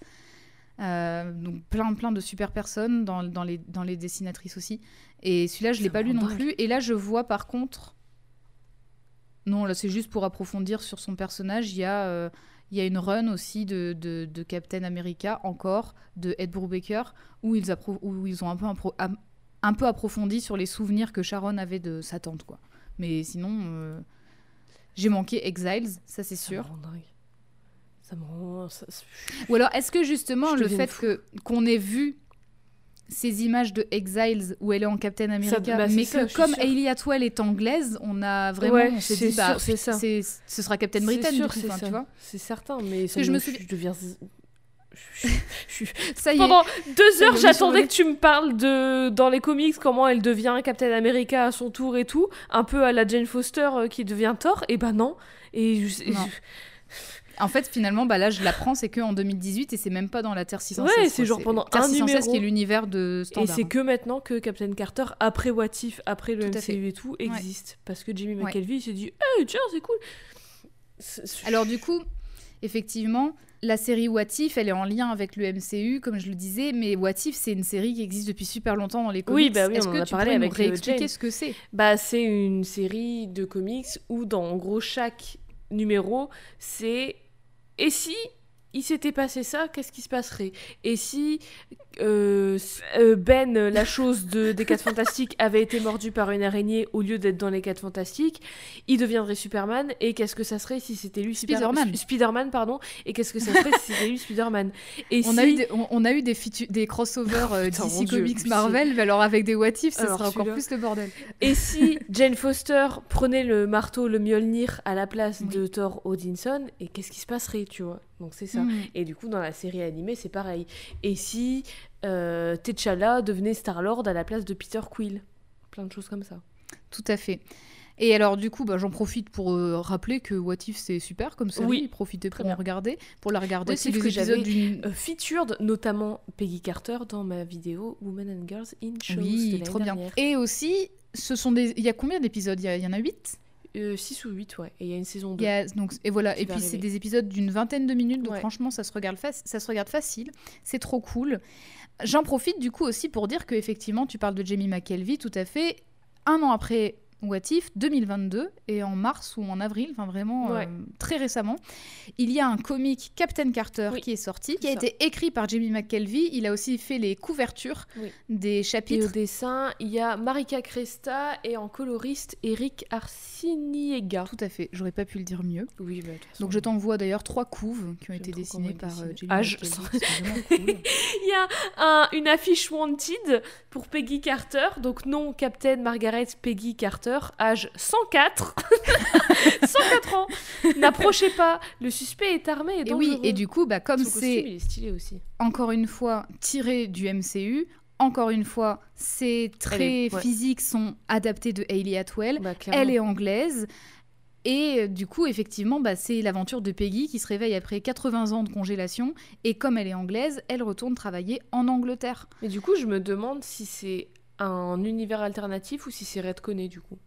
donc plein de super personnes dans les dessinatrices aussi, et celui-là je l'ai pas lu non plus, et là je vois par contre, non là c'est juste pour approfondir sur son personnage, il y a une run aussi de Captain America encore de Ed Brubaker où ils ont un peu un peu approfondi sur les souvenirs que Sharon avait de sa tante, quoi. Mais sinon, j'ai manqué Exiles, ça c'est sûr. Ça me rend... Ou alors, est-ce que justement, le fait qu'on ait vu ces images de Exiles où elle est en Captain America, mais que comme Hayley Atwell est anglaise, on a vraiment, on s'est dit, bah, ce sera Captain Britain, du coup, tu vois. C'est certain, mais ça je me souviens... je deviens... Ça y est. Pendant 2 heures, j'attendais que tu me parles de, dans les comics, comment elle devient Captain America à son tour et tout, un peu à la Jane Foster qui devient Thor, et bah non. En fait, finalement, bah là, je l'apprends, c'est qu'en 2018, et c'est même pas dans la Terre 616. Ouais, c'est genre pendant Terre un 616 numéro. qui est l'univers de Standard. Et c'est que maintenant que Captain Carter, après What If, après le MCU et tout, existe. Parce que Jimmy McKelvey, il s'est dit « Hey, tiens, c'est cool !» Alors du coup, effectivement, la série What If, elle est en lien avec le MCU, comme je le disais, mais What If, c'est une série qui existe depuis super longtemps dans les comics. Oui, bah oui, Est-ce que tu pourrais nous réexpliquer ce que c'est ? Bah, c'est une série de comics où, dans en gros, chaque numéro, c'est... Et si il s'était passé ça, qu'est-ce qui se passerait ? Et si Ben, la chose des 4 Fantastiques, avait été mordu par une araignée au lieu d'être dans les 4 Fantastiques, il deviendrait Superman. Et qu'est-ce que ça serait si c'était lui Spider-Man, pardon. Et qu'est-ce que ça serait si c'était lui Spider-Man ? Et on a eu des crossovers DC Comics Marvel, mais alors avec des What If, ça serait encore plus le bordel. Et si Jane Foster prenait le marteau, le Mjolnir, à la place de Thor Odinson, et qu'est-ce qui se passerait, tu vois ? Donc c'est ça. Et du coup, dans la série animée, c'est pareil. Et si T'Challa devenait Star-Lord à la place de Peter Quill ? Plein de choses comme ça. Tout à fait. Et alors, du coup, j'en profite pour rappeler que What If, c'est super comme série. Oui, profitez pour la regarder. C'est des épisodes featured, notamment Peggy Carter, dans ma vidéo Women and Girls in Shows de l'année trop bien. dernière. Et aussi, il y a combien d'épisodes ? Il y en a 8 ? 6 ou 8, ouais. Et il y a une saison 2. Et voilà. Et puis, c'est des épisodes d'une 20aine de minutes. Donc, franchement, ça se regarde facile. C'est trop cool. J'en profite, du coup, aussi pour dire qu'effectivement, tu parles de Jamie McKelvey, tout à fait. 1 an après What If, 2022, et en mars ou en avril, enfin vraiment très récemment, il y a un comic Captain Carter qui est sorti, qui a été écrit par Jamie McKelvey. Il a aussi fait les couvertures des chapitres. Et au dessin, il y a Marika Cresta et en coloriste, Eric Arciniega. Tout à fait, j'aurais pas pu le dire mieux. Oui, donc je t'envoie d'ailleurs 3 couves qui ont été dessinées par Jamie McKelvey. C'est vraiment cool. Il y a une affiche Wanted pour Peggy Carter, donc non Captain Margaret Peggy Carter, âge 104 104 ans. N'approchez pas, le suspect est armé et dangereux. Et oui, et du coup, comme son c'est costume, il est stylé aussi. Encore une fois tiré du MCU, encore une fois, ses traits physiques sont adaptés de Hayley Atwell. Elle est anglaise. Et du coup, effectivement, c'est l'aventure de Peggy qui se réveille après 80 ans de congélation. Et comme elle est anglaise, elle retourne travailler en Angleterre. Mais du coup, je me demande si c'est un univers alternatif ou si c'est retconné, du coup.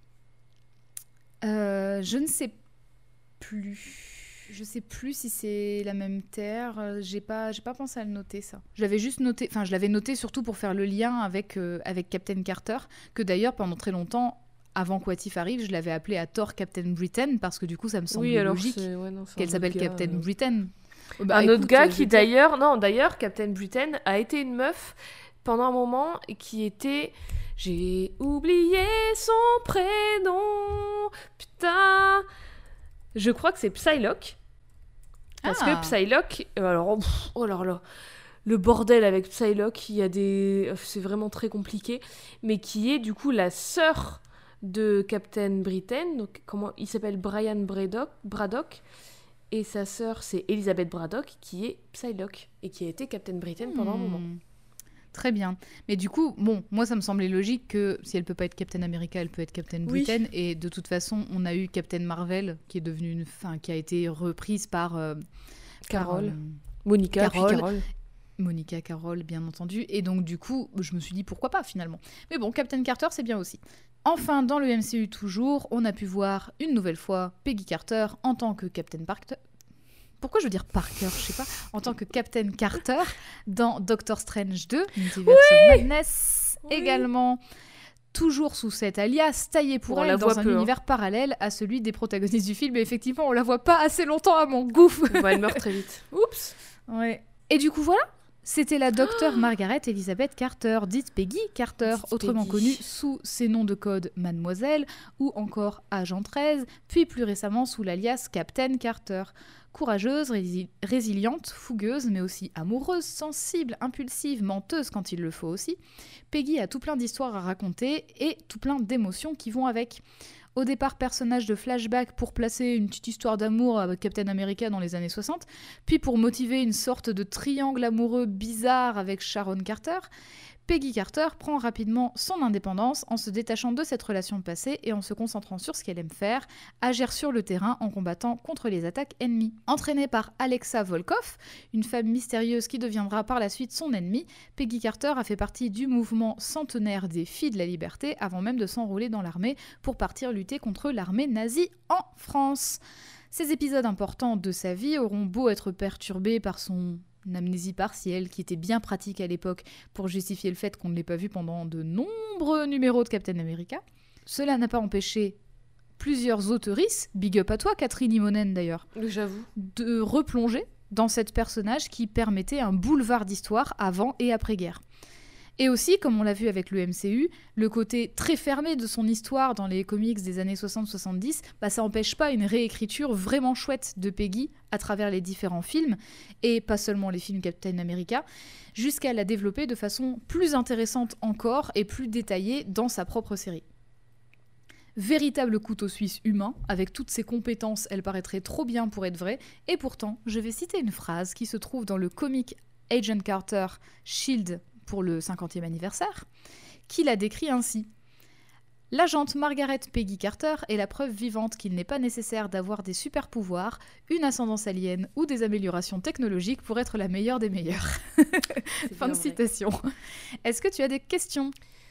Je ne sais plus. Je sais plus si c'est la même terre. J'ai pas pensé à le noter, ça. Je l'avais noté surtout pour faire le lien avec Captain Carter, que d'ailleurs, pendant très longtemps, avant que What If arrive, je l'avais appelé à tort Captain Britain, parce que du coup, ça me semble logique qu'elle s'appelle Captain Britain. Un autre gars qui, d'ailleurs, Captain Britain a été une meuf pendant un moment qui était... J'ai oublié son prénom. Putain. Je crois que c'est Psylocke. Parce que Psylocke... Alors, oh là là. Le bordel avec Psylocke, il y a des... C'est vraiment très compliqué. Mais qui est du coup la sœur de Captain Britain. Donc, il s'appelle Brian Braddock. Et sa sœur, c'est Elizabeth Braddock, qui est Psylocke. Et qui a été Captain Britain pendant un moment. Très bien. Mais du coup, moi, ça me semblait logique que si elle peut pas être Captain America, elle peut être Captain Britain. Et de toute façon, on a eu Captain Marvel, qui est devenue qui a été reprise par... Monica Carole. Monica Carole, bien entendu. Et donc, du coup, je me suis dit, pourquoi pas, finalement. Mais bon, Captain Carter, c'est bien aussi. Enfin, dans le MCU toujours, on a pu voir une nouvelle fois Peggy Carter en tant que Captain Parker. Pourquoi je veux dire Parker, je sais pas, en tant que Captain Carter dans Doctor Strange 2, Multiverse of Madness, également, toujours sous cet alias, taillé pour elle dans un univers parallèle à celui des protagonistes du film, mais effectivement, on la voit pas assez longtemps à mon goût. Elle meurt très vite. Oups. Ouais. Et du coup, voilà, C'était la docteure Margaret Elizabeth Carter, dite Peggy Carter, autrement connue sous ses noms de code Mademoiselle ou encore Agent 13, puis plus récemment sous l'alias Captain Carter. Courageuse, résiliente, fougueuse, mais aussi amoureuse, sensible, impulsive, menteuse quand il le faut aussi, Peggy a tout plein d'histoires à raconter et tout plein d'émotions qui vont avec. Au départ, personnage de flashback pour placer une petite histoire d'amour avec Captain America dans les années 60, puis pour motiver une sorte de triangle amoureux bizarre avec Sharon Carter, Peggy Carter prend rapidement son indépendance en se détachant de cette relation passée et en se concentrant sur ce qu'elle aime faire, agir sur le terrain en combattant contre les attaques ennemies. Entraînée par Alexa Volkov, une femme mystérieuse qui deviendra par la suite son ennemie, Peggy Carter a fait partie du mouvement centenaire des Filles de la Liberté avant même de s'enrôler dans l'armée pour partir lutter contre l'armée nazie en France. Ces épisodes importants de sa vie auront beau être perturbés par son amnésie partielle qui était bien pratique à l'époque pour justifier le fait qu'on ne l'ait pas vu pendant de nombreux numéros de Captain America. Cela n'a pas empêché plusieurs auteurices, big up à toi Catherine Immonen d'ailleurs, j'avoue, de replonger dans cet personnage qui permettait un boulevard d'histoire avant et après-guerre. Et aussi, comme on l'a vu avec le MCU, le côté très fermé de son histoire dans les comics des années 60-70, ça n'empêche pas une réécriture vraiment chouette de Peggy à travers les différents films, et pas seulement les films Captain America, jusqu'à la développer de façon plus intéressante encore et plus détaillée dans sa propre série. Véritable couteau suisse humain, avec toutes ses compétences, elle paraîtrait trop bien pour être vraie, et pourtant, je vais citer une phrase qui se trouve dans le comic Agent Carter Shield pour le 50e anniversaire, qui la décrit ainsi. L'agente Margaret Peggy Carter est la preuve vivante qu'il n'est pas nécessaire d'avoir des super pouvoirs, une ascendance alien ou des améliorations technologiques pour être la meilleure des meilleures. Fin de citation. Est-ce que tu as des questions ?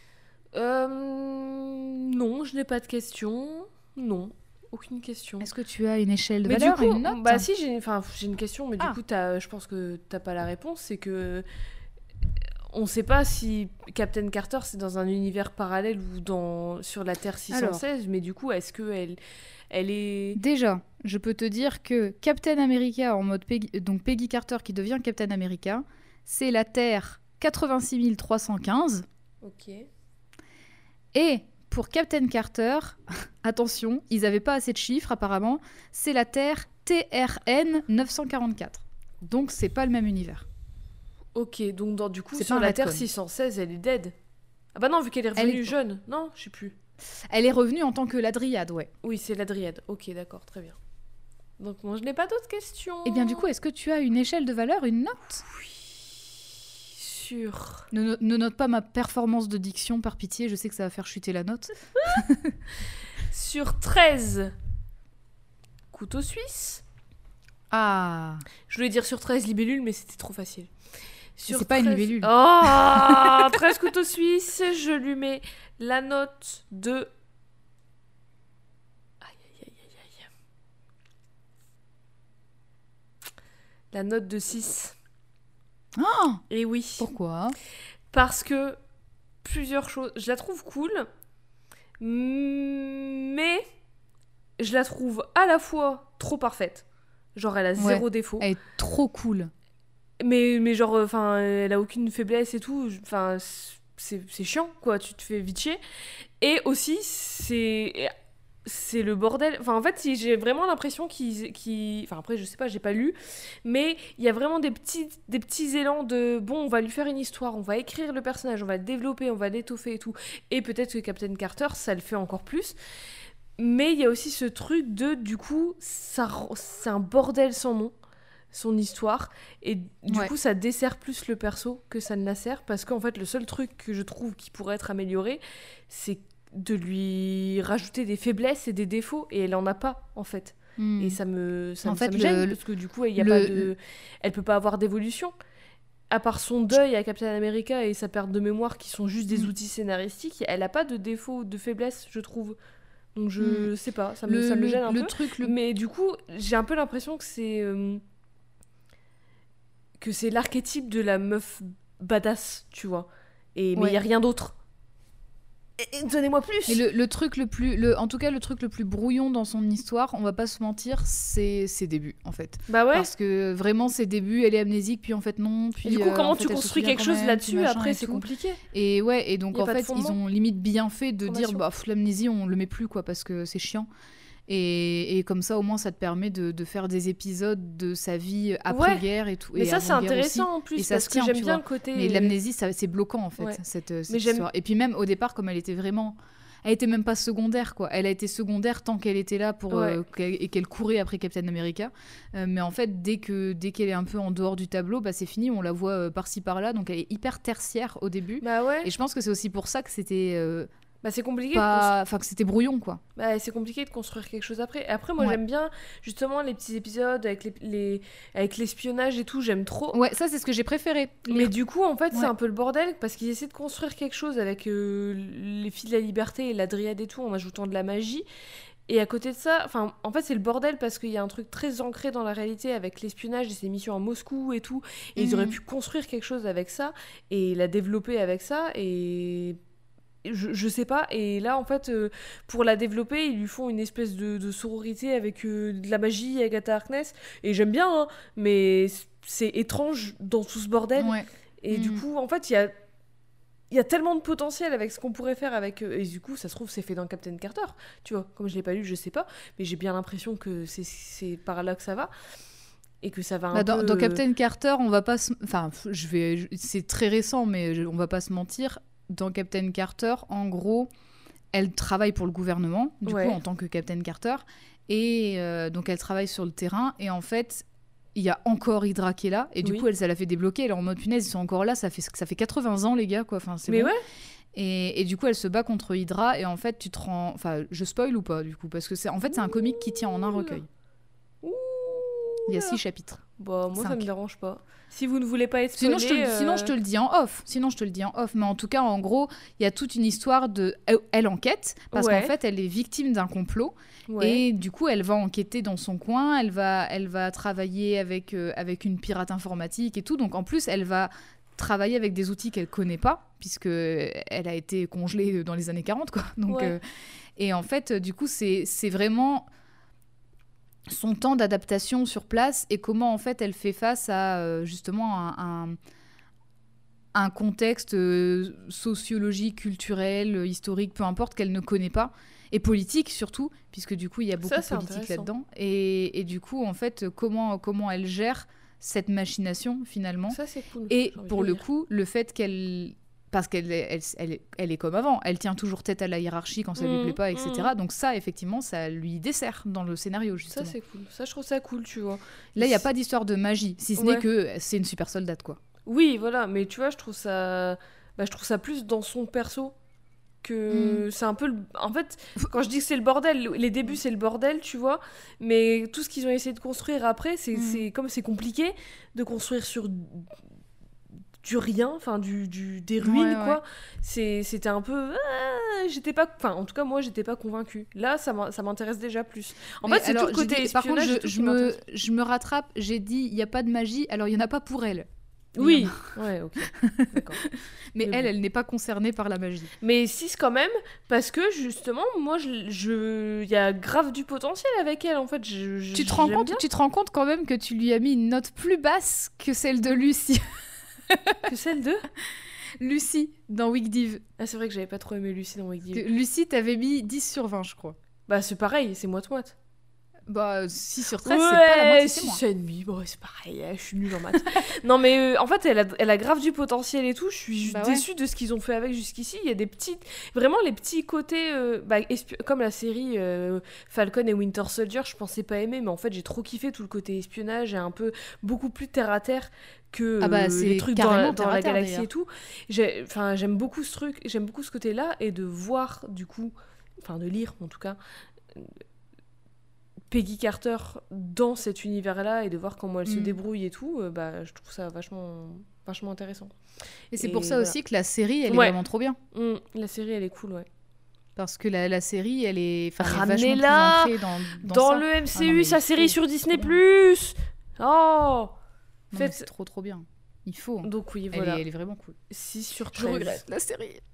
Non, je n'ai pas de questions. Non, aucune question. Est-ce que tu as une échelle de valeur et une note ? Si, j'ai une question, mais du coup, je pense que t'as pas la réponse. C'est que on sait pas si Captain Carter c'est dans un univers parallèle ou sur la Terre 616. Alors, mais du coup, est-ce que elle est... Déjà, je peux te dire que Captain America en mode Peggy, donc Peggy Carter qui devient Captain America, c'est la Terre 86 315. Ok. Et pour Captain Carter, attention, ils n'avaient pas assez de chiffres apparemment, c'est la Terre TRN 944. Donc c'est pas le même univers. Ok, donc du coup, sur la Terre 616, elle est dead. Ah bah non, vu qu'elle est revenue jeune. Non, je sais plus. Elle est revenue en tant que la Dryade, ouais. Oui, c'est la Dryade. Ok, d'accord, très bien. Donc moi, je n'ai pas d'autres questions. Eh bien du coup, est-ce que tu as une échelle de valeur, une note ? Oui. Sur... Ne note pas ma performance de diction, par pitié, je sais que ça va faire chuter la note. Sur 13 couteaux suisses. Ah. Je voulais dire sur 13 libellules, mais c'était trop facile. C'est pas une libellule. Oh 13 couteaux suisses, je lui mets la note de... Aïe. La note de 6. Oh Et oui. Pourquoi ? Parce que plusieurs choses... Je la trouve cool, mais je la trouve à la fois trop parfaite. Genre, elle a zéro défaut. Elle est trop cool. Mais genre, elle a aucune faiblesse et tout. Enfin, c'est chiant, quoi. Tu te fais vite chier. Et aussi, c'est le bordel. Enfin, en fait, j'ai vraiment l'impression Enfin, après, je sais pas, j'ai pas lu. Mais il y a vraiment des petits élans de... Bon, on va lui faire une histoire, on va écrire le personnage, on va le développer, on va l'étoffer et tout. Et peut-être que Captain Carter, ça le fait encore plus. Mais il y a aussi ce truc de... Du coup, c'est un bordel sans nom. Son histoire, et du coup ça dessert plus le perso que ça ne la sert, parce qu'en fait le seul truc que je trouve qui pourrait être amélioré, c'est de lui rajouter des faiblesses et des défauts, et elle en a pas en fait. Et ça me gêne, parce que du coup elle peut pas avoir d'évolution, à part son deuil à Captain America et sa perte de mémoire qui sont juste des outils scénaristiques. Elle a pas de défauts, de faiblesses, je trouve. Donc je sais pas, ça me gêne un peu. Mais du coup j'ai un peu l'impression que c'est l'archétype de la meuf badass, tu vois. Mais il y a rien d'autre. Donnez-moi plus. Mais le truc en tout cas, le truc le plus brouillon dans son histoire, on va pas se mentir, c'est ses débuts, en fait. Bah ouais. Parce que vraiment, ses débuts, elle est amnésique, puis en fait, non. Puis, et du coup, comment en fait, tu construis quelque chose là-dessus, après, c'est compliqué. Et ouais, et donc, en fait, ils ont limite bien fait de dire, bah, l'amnésie, on le met plus, quoi, parce que c'est chiant. Et comme ça, au moins, ça te permet de faire des épisodes de sa vie après-guerre et tout. Mais et ça, c'est intéressant aussi. en plus, et ça parce que j'aime bien le côté... Mais l'amnésie, c'est bloquant, en fait, cette histoire. Et puis même, au départ, comme elle était vraiment... Elle était même pas secondaire, quoi. Elle a été secondaire tant qu'elle était là et qu'elle courait après Captain America. Mais en fait, dès qu'elle est un peu en dehors du tableau, bah, c'est fini, on la voit par-ci par-là. Donc elle est hyper tertiaire au début. Bah ouais. Et je pense que c'est aussi pour ça que c'était... Bah, c'est compliqué que c'était brouillon, quoi. Bah, c'est compliqué de construire quelque chose après. Après, moi, j'aime bien justement les petits épisodes avec avec l'espionnage et tout, j'aime trop. Ouais, ça, c'est ce que j'ai préféré. Mais du coup, en fait, c'est un peu le bordel parce qu'ils essaient de construire quelque chose avec les filles de la liberté et la dryade et tout en ajoutant de la magie. Et à côté de ça, en fait, c'est le bordel parce qu'il y a un truc très ancré dans la réalité avec l'espionnage et ses missions à Moscou et tout. Et ils auraient pu construire quelque chose avec ça et la développer avec ça et... Je sais pas, et là en fait pour la développer ils lui font une espèce de sororité avec de la magie, Agatha Harkness, et j'aime bien hein, mais c'est étrange dans tout ce bordel et du coup en fait il y a tellement de potentiel avec ce qu'on pourrait faire avec et du coup ça se trouve c'est fait dans Captain Carter, tu vois, comme je l'ai pas lu je sais pas, mais j'ai bien l'impression que c'est par là que ça va. Et que ça va un peu... Dans Captain Carter, on va pas c'est très récent, mais on va pas se mentir. Dans Captain Carter, en gros, elle travaille pour le gouvernement, du coup, en tant que Captain Carter. Et donc, elle travaille sur le terrain. Et en fait, il y a encore Hydra qui est là. Et du coup, ça l'a fait débloquer. Elle est en mode, punaise, ils sont encore là. Ça fait 80 ans, les gars, quoi. Enfin, c'est bon. Et du coup, elle se bat contre Hydra. Et en fait, tu te rends... Enfin, je spoil ou pas, du coup? Parce que c'est un comic qui tient en un recueil. Il y a 6 chapitres. Bah, moi, 5. Ça me dérange pas. Si vous ne voulez pas être spoilé... Sinon, je te le dis en off. Mais en tout cas, en gros, il y a toute une histoire de... Elle enquête, parce qu'en fait, elle est victime d'un complot. Et du coup, elle va enquêter dans son coin. Elle va travailler avec une pirate informatique et tout. Donc, en plus, elle va travailler avec des outils qu'elle connaît pas, puisqu'elle a été congelée dans les années 40, quoi. Donc, et en fait, du coup, c'est vraiment... son temps d'adaptation sur place et comment en fait elle fait face à justement un contexte sociologique, culturel, historique, peu importe, qu'elle ne connaît pas, et politique surtout, puisque du coup il y a beaucoup de politique là-dedans, et du coup en fait comment elle gère cette machination finalement. Ça c'est cool. Et pour le coup, le fait qu'elle... Parce qu'elle est comme avant. Elle tient toujours tête à la hiérarchie quand ça lui plaît pas, etc. Donc ça, effectivement, ça lui dessert dans le scénario, justement. Ça, c'est cool. Ça, je trouve ça cool, tu vois. Là, il n'y a pas d'histoire de magie, si ce n'est que c'est une super soldate, quoi. Oui, voilà. Mais tu vois, je trouve ça plus dans son perso que c'est un peu... En fait, quand je dis que c'est le bordel, les débuts, c'est le bordel, tu vois. Mais tout ce qu'ils ont essayé de construire après, c'est comme c'est compliqué de construire sur... du rien, enfin des ruines quoi. C'était un peu j'étais pas, enfin en tout cas moi j'étais pas convaincue. Là ça m'intéresse déjà plus. En fait c'est tout le côté espionnage. Par contre je me rattrape, j'ai dit il y a pas de magie, alors il y en a pas pour elle. Oui, ouais, ok. D'accord. Mais elle n'est pas concernée par la magie. Mais si, quand même, parce que justement, moi, il y a grave du potentiel avec elle, en fait. Tu te rends compte quand même que tu lui as mis une note plus basse que celle de Lucie. Que celle de Lucie dans Week Div. Ah, c'est vrai que j'avais pas trop aimé Lucie dans Week Div. Lucie, t'avais mis 10 sur 20, je crois. Bah, c'est pareil, c'est moite-moite. Bah, 6 sur 13, c'est pas la moitié, c'est moi. 6,5, bon, c'est pareil, je suis nulle en maths. Non, mais en fait, elle a grave du potentiel et tout. Je suis déçue de ce qu'ils ont fait avec jusqu'ici. Il y a des petites... Vraiment, les petits côtés... comme la série Falcon et Winter Soldier, je pensais pas aimer, mais en fait, j'ai trop kiffé tout le côté espionnage et un peu beaucoup plus terre-à-terre que les trucs dans la galaxie d'ailleurs. Et tout. J'aime beaucoup ce truc, j'aime beaucoup ce côté-là, et de voir, du coup... Enfin, de lire, en tout cas... Peggy Carter dans cet univers-là et de voir comment elle se débrouille et tout, je trouve ça vachement intéressant. Et c'est pour ça aussi que la série, elle est vraiment trop bien. La série, elle est cool, ouais. Parce que la série, elle est ramenez-la dans le MCU, sa série sur Disney+. Oh, c'est trop bien. Il faut. Donc oui, voilà. Elle est vraiment cool. 6 sur 13. Je regrette la série.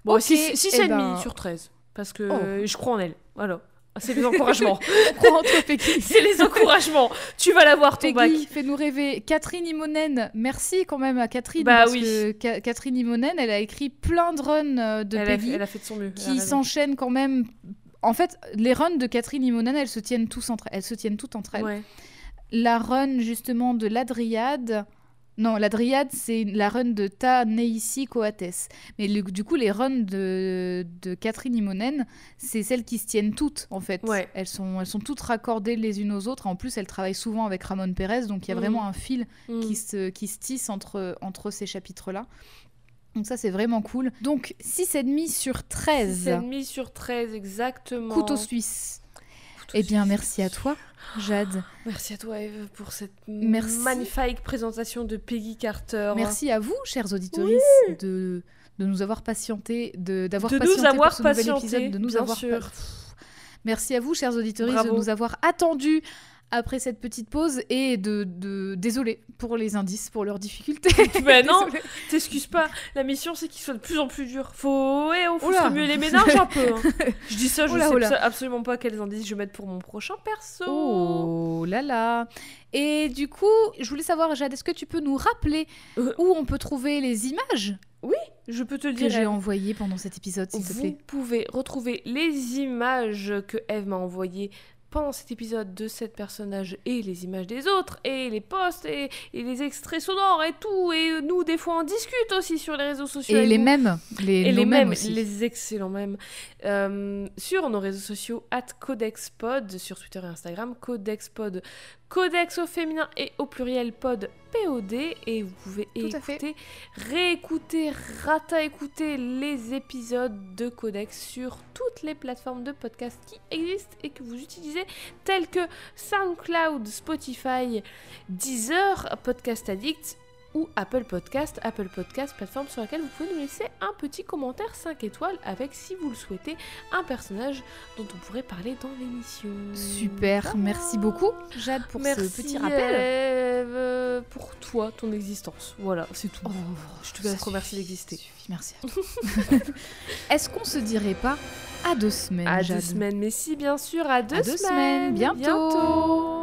Bon, 6,5 sur 13. Parce que je crois en elle. Voilà. C'est les encouragements. On croit en toi, Peggy. C'est les encouragements. Tu vas l'avoir, ton bac. Peggy, fais-nous rêver. Catherine Imonen, merci quand même à Catherine. Parce que Catherine Imonen, elle a écrit plein de runs de Peggy. Elle a fait de son mieux. Qui s'enchaînent quand même. En fait, les runs de Catherine Imonen, elles se tiennent toutes entre elles. Ouais. La run, justement, de la Dryade... Non, la Dryade, c'est la run de Ta Nehisi Coates. Mais du coup, les runs de Catherine Imonen, c'est celles qui se tiennent toutes, en fait. Ouais. Elles sont toutes raccordées les unes aux autres. En plus, elle travaille souvent avec Ramon Pérez, donc il y a vraiment un fil qui se tisse entre ces chapitres-là. Donc ça, c'est vraiment cool. Donc, 6,5 sur 13. 6,5 sur 13, exactement. Couteau suisse. Eh bien, merci à toi, Jade. Merci à toi, Eve, pour cette magnifique présentation de Peggy Carter. Merci à vous, chers auditeurs, de nous avoir patienté, d'avoir patienté pour ce nouvel épisode, de nous avoir... Merci à vous, chers auditeurs, de nous avoir attendus après cette petite pause et désolé pour les indices, pour leurs difficultés. Mais non, t'excuses pas. La mission, c'est qu'il soit de plus en plus dur. Faut se remuer les méninges un peu. Hein. Je dis ça, je sais absolument pas quels indices je vais mettre pour mon prochain perso. Oh là là. Et du coup, je voulais savoir, Jade, est-ce que tu peux nous rappeler où on peut trouver les images ? Oui, je peux te dire. Que j'ai envoyées pendant cet épisode, s'il te plaît. Vous pouvez retrouver les images que Eve m'a envoyées pendant cet épisode de 7 personnages et les images des autres et les posts et les extraits sonores et tout, et nous des fois on discute aussi sur les réseaux sociaux et les mêmes aussi. Les excellents mêmes sur nos réseaux sociaux @codexpod sur Twitter et Instagram, codexpod, codex au féminin et au pluriel pod POD, et vous pouvez réécouter les épisodes de Codex sur toutes les plateformes de podcast qui existent et que vous utilisez, telles que SoundCloud, Spotify, Deezer, Podcast Addict ou Apple Podcast, plateforme sur laquelle vous pouvez nous laisser un petit commentaire 5 étoiles avec, si vous le souhaitez, un personnage dont on pourrait parler dans l'émission. Super, merci beaucoup Jade pour ce petit rappel. Pour toi, ton existence. Voilà, c'est tout. Je te laisse remercier d'exister. Merci à toi. Est-ce qu'on se dirait pas à 2 semaines, Jade ? À 2 semaines, mais si, bien sûr, à 2 semaines. Bientôt.